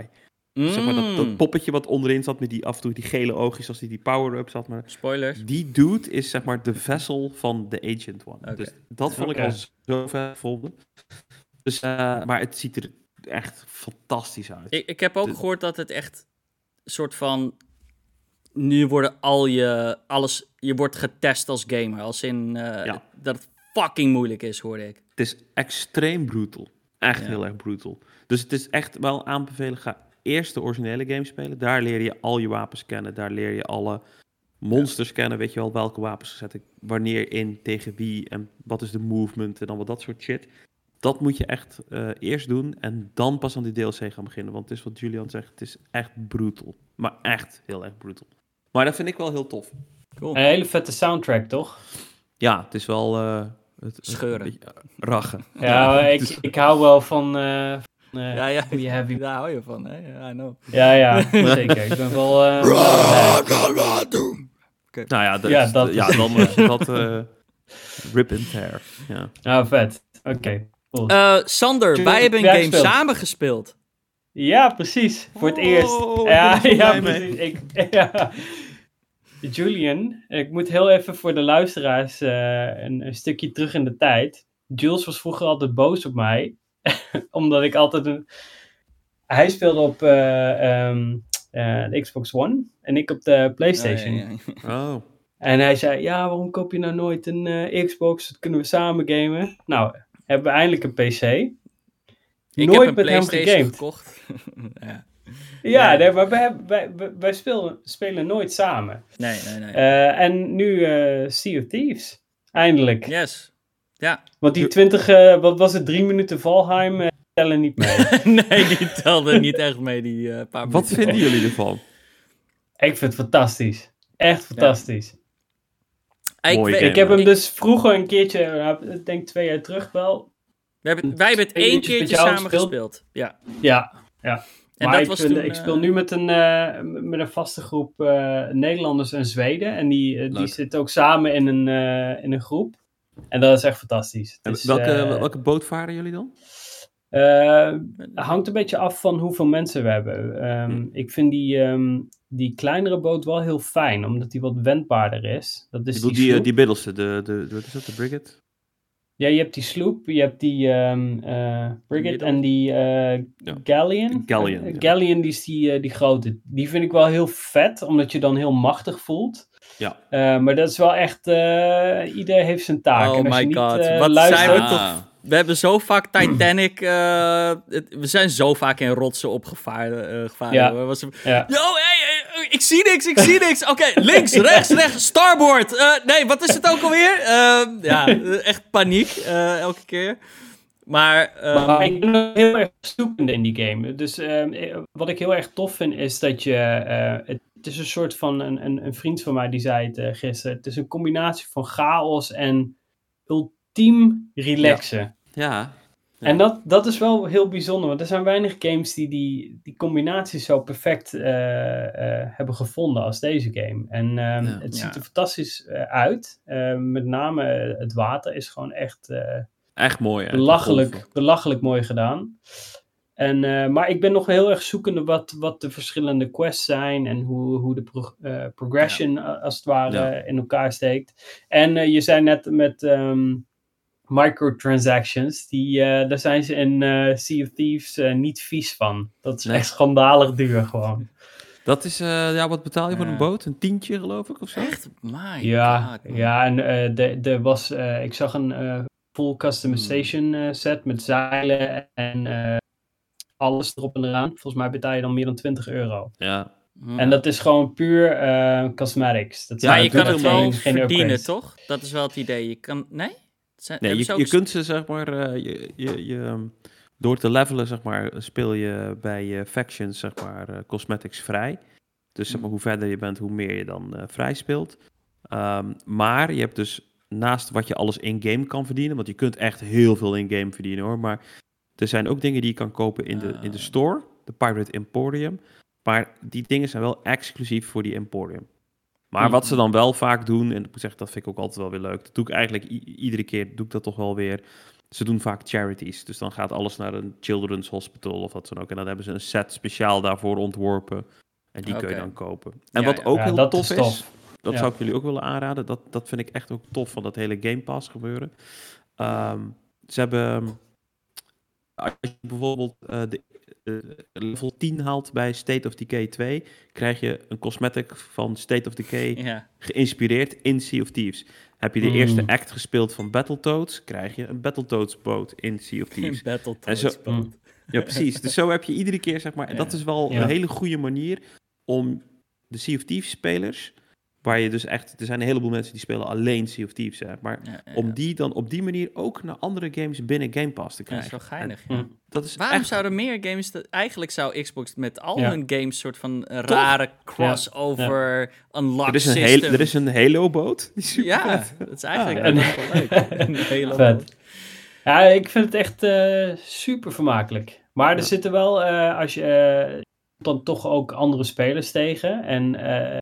A: Mm.
B: Zeg maar dat, dat poppetje wat onderin zat met die af en toe die gele oogjes als die die power-up zat. Maar
A: Spoilers.
B: die dude is zeg maar de vessel van de Ancient One.
A: Okay.
B: Dus dat vond
C: Okay.
B: ik al zo vet gevonden. Dus, uh, maar het ziet er echt fantastisch uit.
A: Ik, ik heb ook
B: de,
A: gehoord dat het echt een soort van... Nu worden al je... Alles, je wordt getest als gamer. Als in uh,
B: ja.
A: dat het fucking moeilijk is, hoorde ik.
B: Het is extreem brutal. Echt ja. heel erg brutal. Dus het is echt wel aanbevelen. Ga eerst de originele game spelen. Daar leer je al je wapens kennen. Daar leer je alle monsters ja. kennen. Weet je wel welke wapens zet ik wanneer in, tegen wie. En wat is de movement en dan wat dat soort shit. Dat moet je echt uh, eerst doen. En dan pas aan die D L C gaan beginnen. Want het is wat Julian zegt. Het is echt brutal. Maar echt heel erg brutal. Maar dat vind ik wel heel tof.
C: Cool. Een hele vette soundtrack, toch?
B: Ja, het is wel... Uh, het,
A: Scheuren.
B: Het, uh, rachen.
C: Ja, ik, ik hou wel van... Uh, Uh,
A: ja, ja.
C: Die heavy.
A: Daar hou je van, hè? Ja, I know.
C: Ja, ja, zeker. Ik ben wel... Uh,
B: okay. Nou ja, dat, ja, dat, is, ja dan uh, dat uh, rip and tear. Ja,
C: ja vet. Oké, okay, cool.
A: Uh, Sander, wij hebben een game samen gespeeld.
C: Ja, precies. Voor het
B: oh,
C: eerst.
B: Oh,
C: ja, ja, precies. Ik, ja. Julian, ik moet heel even voor de luisteraars uh, een, een stukje terug in de tijd. Jules was vroeger altijd boos op mij. Omdat ik altijd een... Hij speelde op uh, um, uh, de Xbox One en ik op de PlayStation.
B: Oh, ja, ja. Oh.
C: En hij zei, ja, waarom koop je nou nooit een uh, Xbox? Dat kunnen we samen gamen. Nou, hebben we eindelijk een P C.
A: Ik
C: nooit
A: heb een
C: met
A: PlayStation
C: hem gegamed.
A: gekocht. ja,
C: ja, nee, maar wij, wij, wij, wij spelen, spelen nooit samen.
A: Nee, nee, nee.
C: Uh, en nu uh, Sea of Thieves. Eindelijk.
A: Yes. Ja.
C: Want die twintig, uh, wat was het, drie minuten Valheim, uh, tellen niet mee.
A: nee, die telden niet echt mee, die uh, paar
B: Wat
A: minuten.
B: vinden jullie ervan?
C: Ik vind het fantastisch. Echt fantastisch.
A: Ja.
C: Ik, ik heb hem ik... dus vroeger een keertje, nou, ik denk twee jaar terug wel.
A: We hebben, wij hebben het één keertje samen gespeeld. gespeeld. Ja,
C: ja. ja.
A: En
C: maar
A: dat
C: ik,
A: was
C: vind,
A: toen,
C: ik speel nu met een, uh, met een vaste groep uh, Nederlanders en Zweden. En die, uh, die zitten ook samen in een, uh, in een groep. En dat is echt fantastisch.
B: Dus, welke, uh, welke boot varen jullie dan?
C: Uh, hangt een beetje af van hoeveel mensen we hebben. Um, hmm. Ik vind die, um, die kleinere boot wel heel fijn, omdat die wat wendbaarder is. Dat is
B: die, die, die middelste, de, de, de, wat is dat, de Brigade?
C: Ja, je hebt die sloop, je hebt die um, uh, Brigade en die uh, ja. Galleon.
B: Galleon,
C: uh,
B: ja.
C: Galleon, die is die, uh, die grote. Die vind ik wel heel vet, omdat je dan heel machtig voelt.
B: Ja.
C: Uh, maar dat is wel echt, uh, ieder heeft zijn taak.
A: Oh
C: en als
A: my
C: je niet,
A: god,
C: uh,
A: wat
C: luistert,
A: zijn we toch... We hebben zo vaak Titanic... Uh, het, we zijn zo vaak in rotsen opgevaren. Uh, gevaren.
C: Ja.
A: We was,
C: ja.
A: Yo, hey, hey, ik zie niks, ik zie niks. Oké, okay, links, rechts, rechts, starboard. Uh, nee, wat is het ook alweer? Uh, ja, echt paniek uh, elke keer. Maar, um...
C: maar ik ben heel erg zoekende in die game. Dus uh, wat ik heel erg tof vind, is dat je... Uh, het, het is een soort van... Een, een, een vriend van mij die zei het uh, gisteren. Het is een combinatie van chaos en ultiem relaxen.
B: Ja. ja.
C: Ja. En dat, dat is wel heel bijzonder, want er zijn weinig games die die, die combinatie zo perfect uh, uh, hebben gevonden als deze game. En um, ja, het ziet ja. er fantastisch uh, uit. Uh, met name uh, het water is gewoon echt, uh,
B: echt mooi, hè?
C: belachelijk, belachelijk mooi gedaan. En, uh, maar ik ben nog heel erg zoekende wat, wat de verschillende quests zijn en hoe, hoe de pro, uh, progression ja. als het ware ja. in elkaar steekt. En uh, je zei net met... Um, microtransactions, die, uh, daar zijn ze in uh, Sea of Thieves uh, niet vies van. Dat is nee. echt schandalig duur gewoon.
B: Dat is, uh, ja, wat betaal je voor uh, een boot? Een tientje geloof ik of zo?
A: Echt? My
C: ja,
A: God,
C: ja, en uh, er was, uh, ik zag een uh, full customization uh, set met zeilen en uh, alles erop en eraan. Volgens mij betaal je dan meer dan twintig euro.
B: Ja.
C: Hmm. En dat is gewoon puur uh, cosmetics. Dat
A: ja, je kan het wel verdienen, toch? Dat is wel het idee. Je kan, nee?
B: Zijn, nee, je, je kunt ze, zeg maar, uh, je, je, je, door te levelen, zeg maar, speel je bij je factions, zeg maar, uh, cosmetics vrij. Dus zeg maar, hoe verder je bent, hoe meer je dan uh, vrij speelt. Um, maar je hebt dus, naast wat je alles in-game kan verdienen, want je kunt echt heel veel in-game verdienen, hoor. Maar er zijn ook dingen die je kan kopen in de, in de store, de Pirate Emporium. Maar die dingen zijn wel exclusief voor die Emporium. Maar mm-hmm. wat ze dan wel vaak doen, en ik moet zeggen, dat vind ik ook altijd wel weer leuk. Dat doe ik eigenlijk i- iedere keer, doe ik dat toch wel weer. ze doen vaak charities. Dus dan gaat alles naar een children's hospital of wat dan ook. En dan hebben ze een set speciaal daarvoor ontworpen. En die
A: Oké.
B: kun je dan kopen. En
A: Ja,
B: wat
A: ja.
B: ook
C: Ja,
B: heel
C: dat
B: tof
C: is
B: is,
C: tof.
B: dat
C: Ja.
B: zou ik jullie ook willen aanraden. Dat, dat vind ik echt ook tof van dat hele Game Pass gebeuren. Ehm, ze hebben... Als je bijvoorbeeld uh, de, uh, level tien haalt bij State of Decay twee... krijg je een cosmetic van State of Decay
A: Ja.
B: geïnspireerd in Sea of Thieves. Heb je de
C: Mm.
B: eerste act gespeeld van Battletoads... krijg je een Battletoads boot in Sea of Thieves. En zo-
A: Battletoads.
B: Ja, precies. Dus zo heb je iedere keer, zeg maar... En
A: Ja.
B: dat is wel
C: Ja.
B: een hele goede manier om de Sea of Thieves spelers... waar je dus echt... Er zijn een heleboel mensen die spelen alleen Sea of Thieves, hè, maar...
A: Ja, ja,
B: Om
A: ja.
B: die dan op die manier ook naar andere games binnen Game Pass te
A: Ja, dat is
B: krijgen.
A: wel geinig.
B: En
A: ja.
C: Hm.
B: dat is
A: Waarom
B: echt...
A: zouden meer games... Dat, eigenlijk zou Xbox met al
C: Ja.
A: hun games... soort van een rare crossover, unlock
B: Er is een,
A: system.
B: heel, er is een Halo-boot. Die is super
A: Ja,
B: vet.
A: dat is eigenlijk
C: Ah,
A: best wel leuk. Een hele
C: Vet. Ja, ik vind het echt eh, super vermakelijk. Maar er
B: Ja.
C: zitten wel, eh, als je eh, dan toch ook andere spelers tegen. En eh,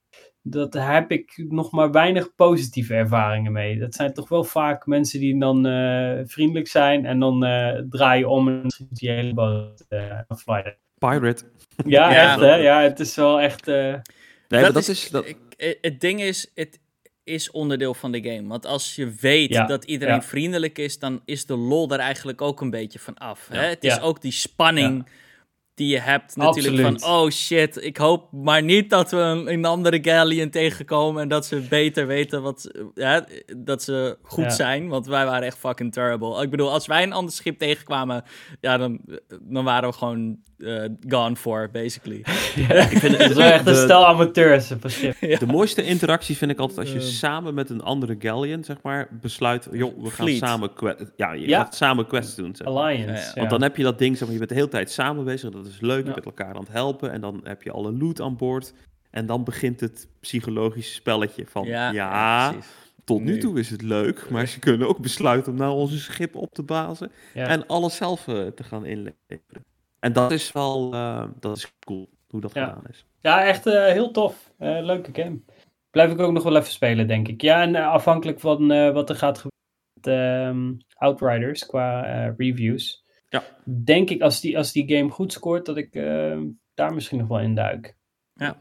C: dat heb ik nog maar weinig positieve ervaringen mee. Dat zijn toch wel vaak mensen die dan eh, vriendelijk zijn en dan eh draaien om en schiet die hele boot uh, flyden.
B: Pirate.
C: Ja,
A: Ja.
C: echt hè. Ja, het is wel echt... eh,
B: Nee, dat, dat is... Dat,
A: ik- eh, het ding is, het is onderdeel van de game. Want als je weet
C: Ja,
A: dat iedereen
C: ja.
A: vriendelijk is, dan is de lol er eigenlijk ook een beetje van af. Hè?
B: Ja.
A: Het is
C: Ja.
A: ook die spanning die je hebt natuurlijk
C: Absoluut.
A: van, oh shit, ik hoop maar niet dat we een, een andere galleon tegenkomen en dat ze beter weten wat, ze- ja, dat ze goed
C: Ja.
A: zijn, want wij waren echt fucking terrible. Ik bedoel, als wij een ander schip tegenkwamen, ja, dan, dan waren we gewoon eh, gone for, basically.
B: ik vind
C: Het is wel echt een
B: de,
C: stel amateurs op een schip.
A: Ja.
B: de mooiste interactie vind ik altijd als je
A: Ehm.
B: samen met een andere galleon, zeg maar, besluit, joh, we gaan
A: Fleet.
B: samen, que- ja, je
C: Ja.
B: gaat samen quests doen. Zeg maar.
C: Alliance.
A: Ja, ja.
C: Ja,
B: Want dan heb je dat ding, zeg maar, je bent de hele tijd samen bezig, dat is leuk, je
C: Ja.
B: bent elkaar aan het helpen en dan heb je alle loot aan boord. En dan begint het psychologische spelletje van, ja,
A: ja, precies.
B: tot nu
A: Nu.
B: toe is het leuk, maar ze kunnen ook besluiten om nou onze schip op te bazen
C: Ja.
B: en alles zelf eh, te gaan inleveren. En dat is wel, eh, dat is cool, hoe dat
C: Ja.
B: gedaan is.
C: Ja, echt eh, heel tof. Eh, leuke game. Blijf ik ook nog wel even spelen, denk ik. Ja, en eh, afhankelijk van eh, wat er gaat gebeuren met ehm, Outriders qua eh, reviews.
B: Ja.
C: Denk ik, als die, als die game goed scoort, dat ik eh, daar misschien nog wel in duik.
A: Ja.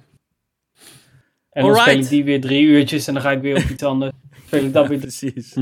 C: En dan
A: Alright.
C: speel ik die weer drie uurtjes en dan ga ik weer op iets anders. Speel ik dat weer.
A: Precies.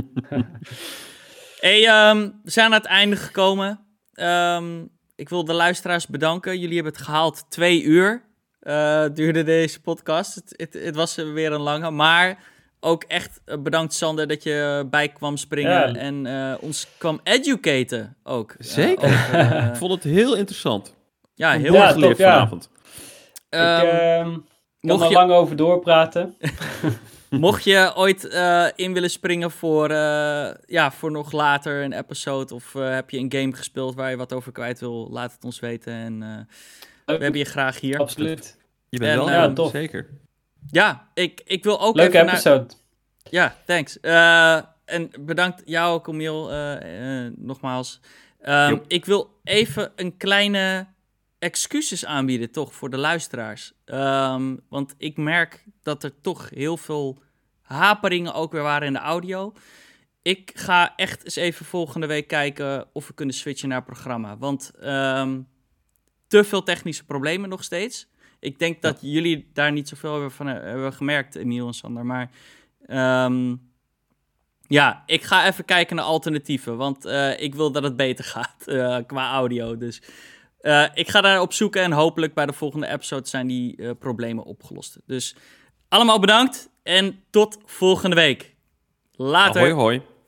A: Hey, ehm, we zijn aan het einde gekomen. Ehm, ik wil de luisteraars bedanken. Jullie hebben het gehaald. Twee uur eh, duurde deze podcast. Het, het, het was weer een lange. Maar ook echt eh, bedankt, Sander, dat je bij kwam springen.
C: Ja.
A: En eh, ons kwam educaten ook. Eh,
B: Zeker.
A: over, eh,
B: Ik vond het heel interessant.
A: ja, heel
C: Ja,
A: erg
B: Geleerd
C: top, ja.
B: vanavond.
A: Ehm,
C: ik ehm, kan
A: mocht
C: er
A: je-
C: lang over doorpraten.
A: Mocht je ooit eh, in willen springen voor, eh, ja, voor nog later een episode... of eh, heb je een game gespeeld waar je wat over kwijt wil... laat het ons weten en eh, we hebben je graag hier.
C: Absoluut.
B: Je bent
A: En,
B: wel,
A: eh,
B: ja,
C: tof.
B: zeker.
A: Ja, ik, ik wil ook
C: Leuke
A: even naar-
C: episode.
A: Ja, thanks. Eh, en bedankt jou, Camille, eh, eh, nogmaals. Ehm,
B: Joep.
A: ik wil even een kleine excuses aanbieden, toch, voor de luisteraars. Ehm, want ik merk dat er toch heel veel haperingen ook weer waren in de audio. Ik ga echt eens even volgende week kijken of we kunnen switchen naar programma. Want ehm, te veel technische problemen nog steeds. Ik denk dat jullie daar niet zoveel hebben van eh, hebben gemerkt, Emiel en Sander. Maar ehm, ja, ik ga even kijken naar alternatieven. Want eh, ik wil dat het beter gaat eh, qua audio. Dus eh, ik ga daar op zoeken. En hopelijk bij de volgende episode zijn die eh, problemen opgelost. Dus allemaal bedankt. En tot volgende week. Later.
B: Hoi, hoi.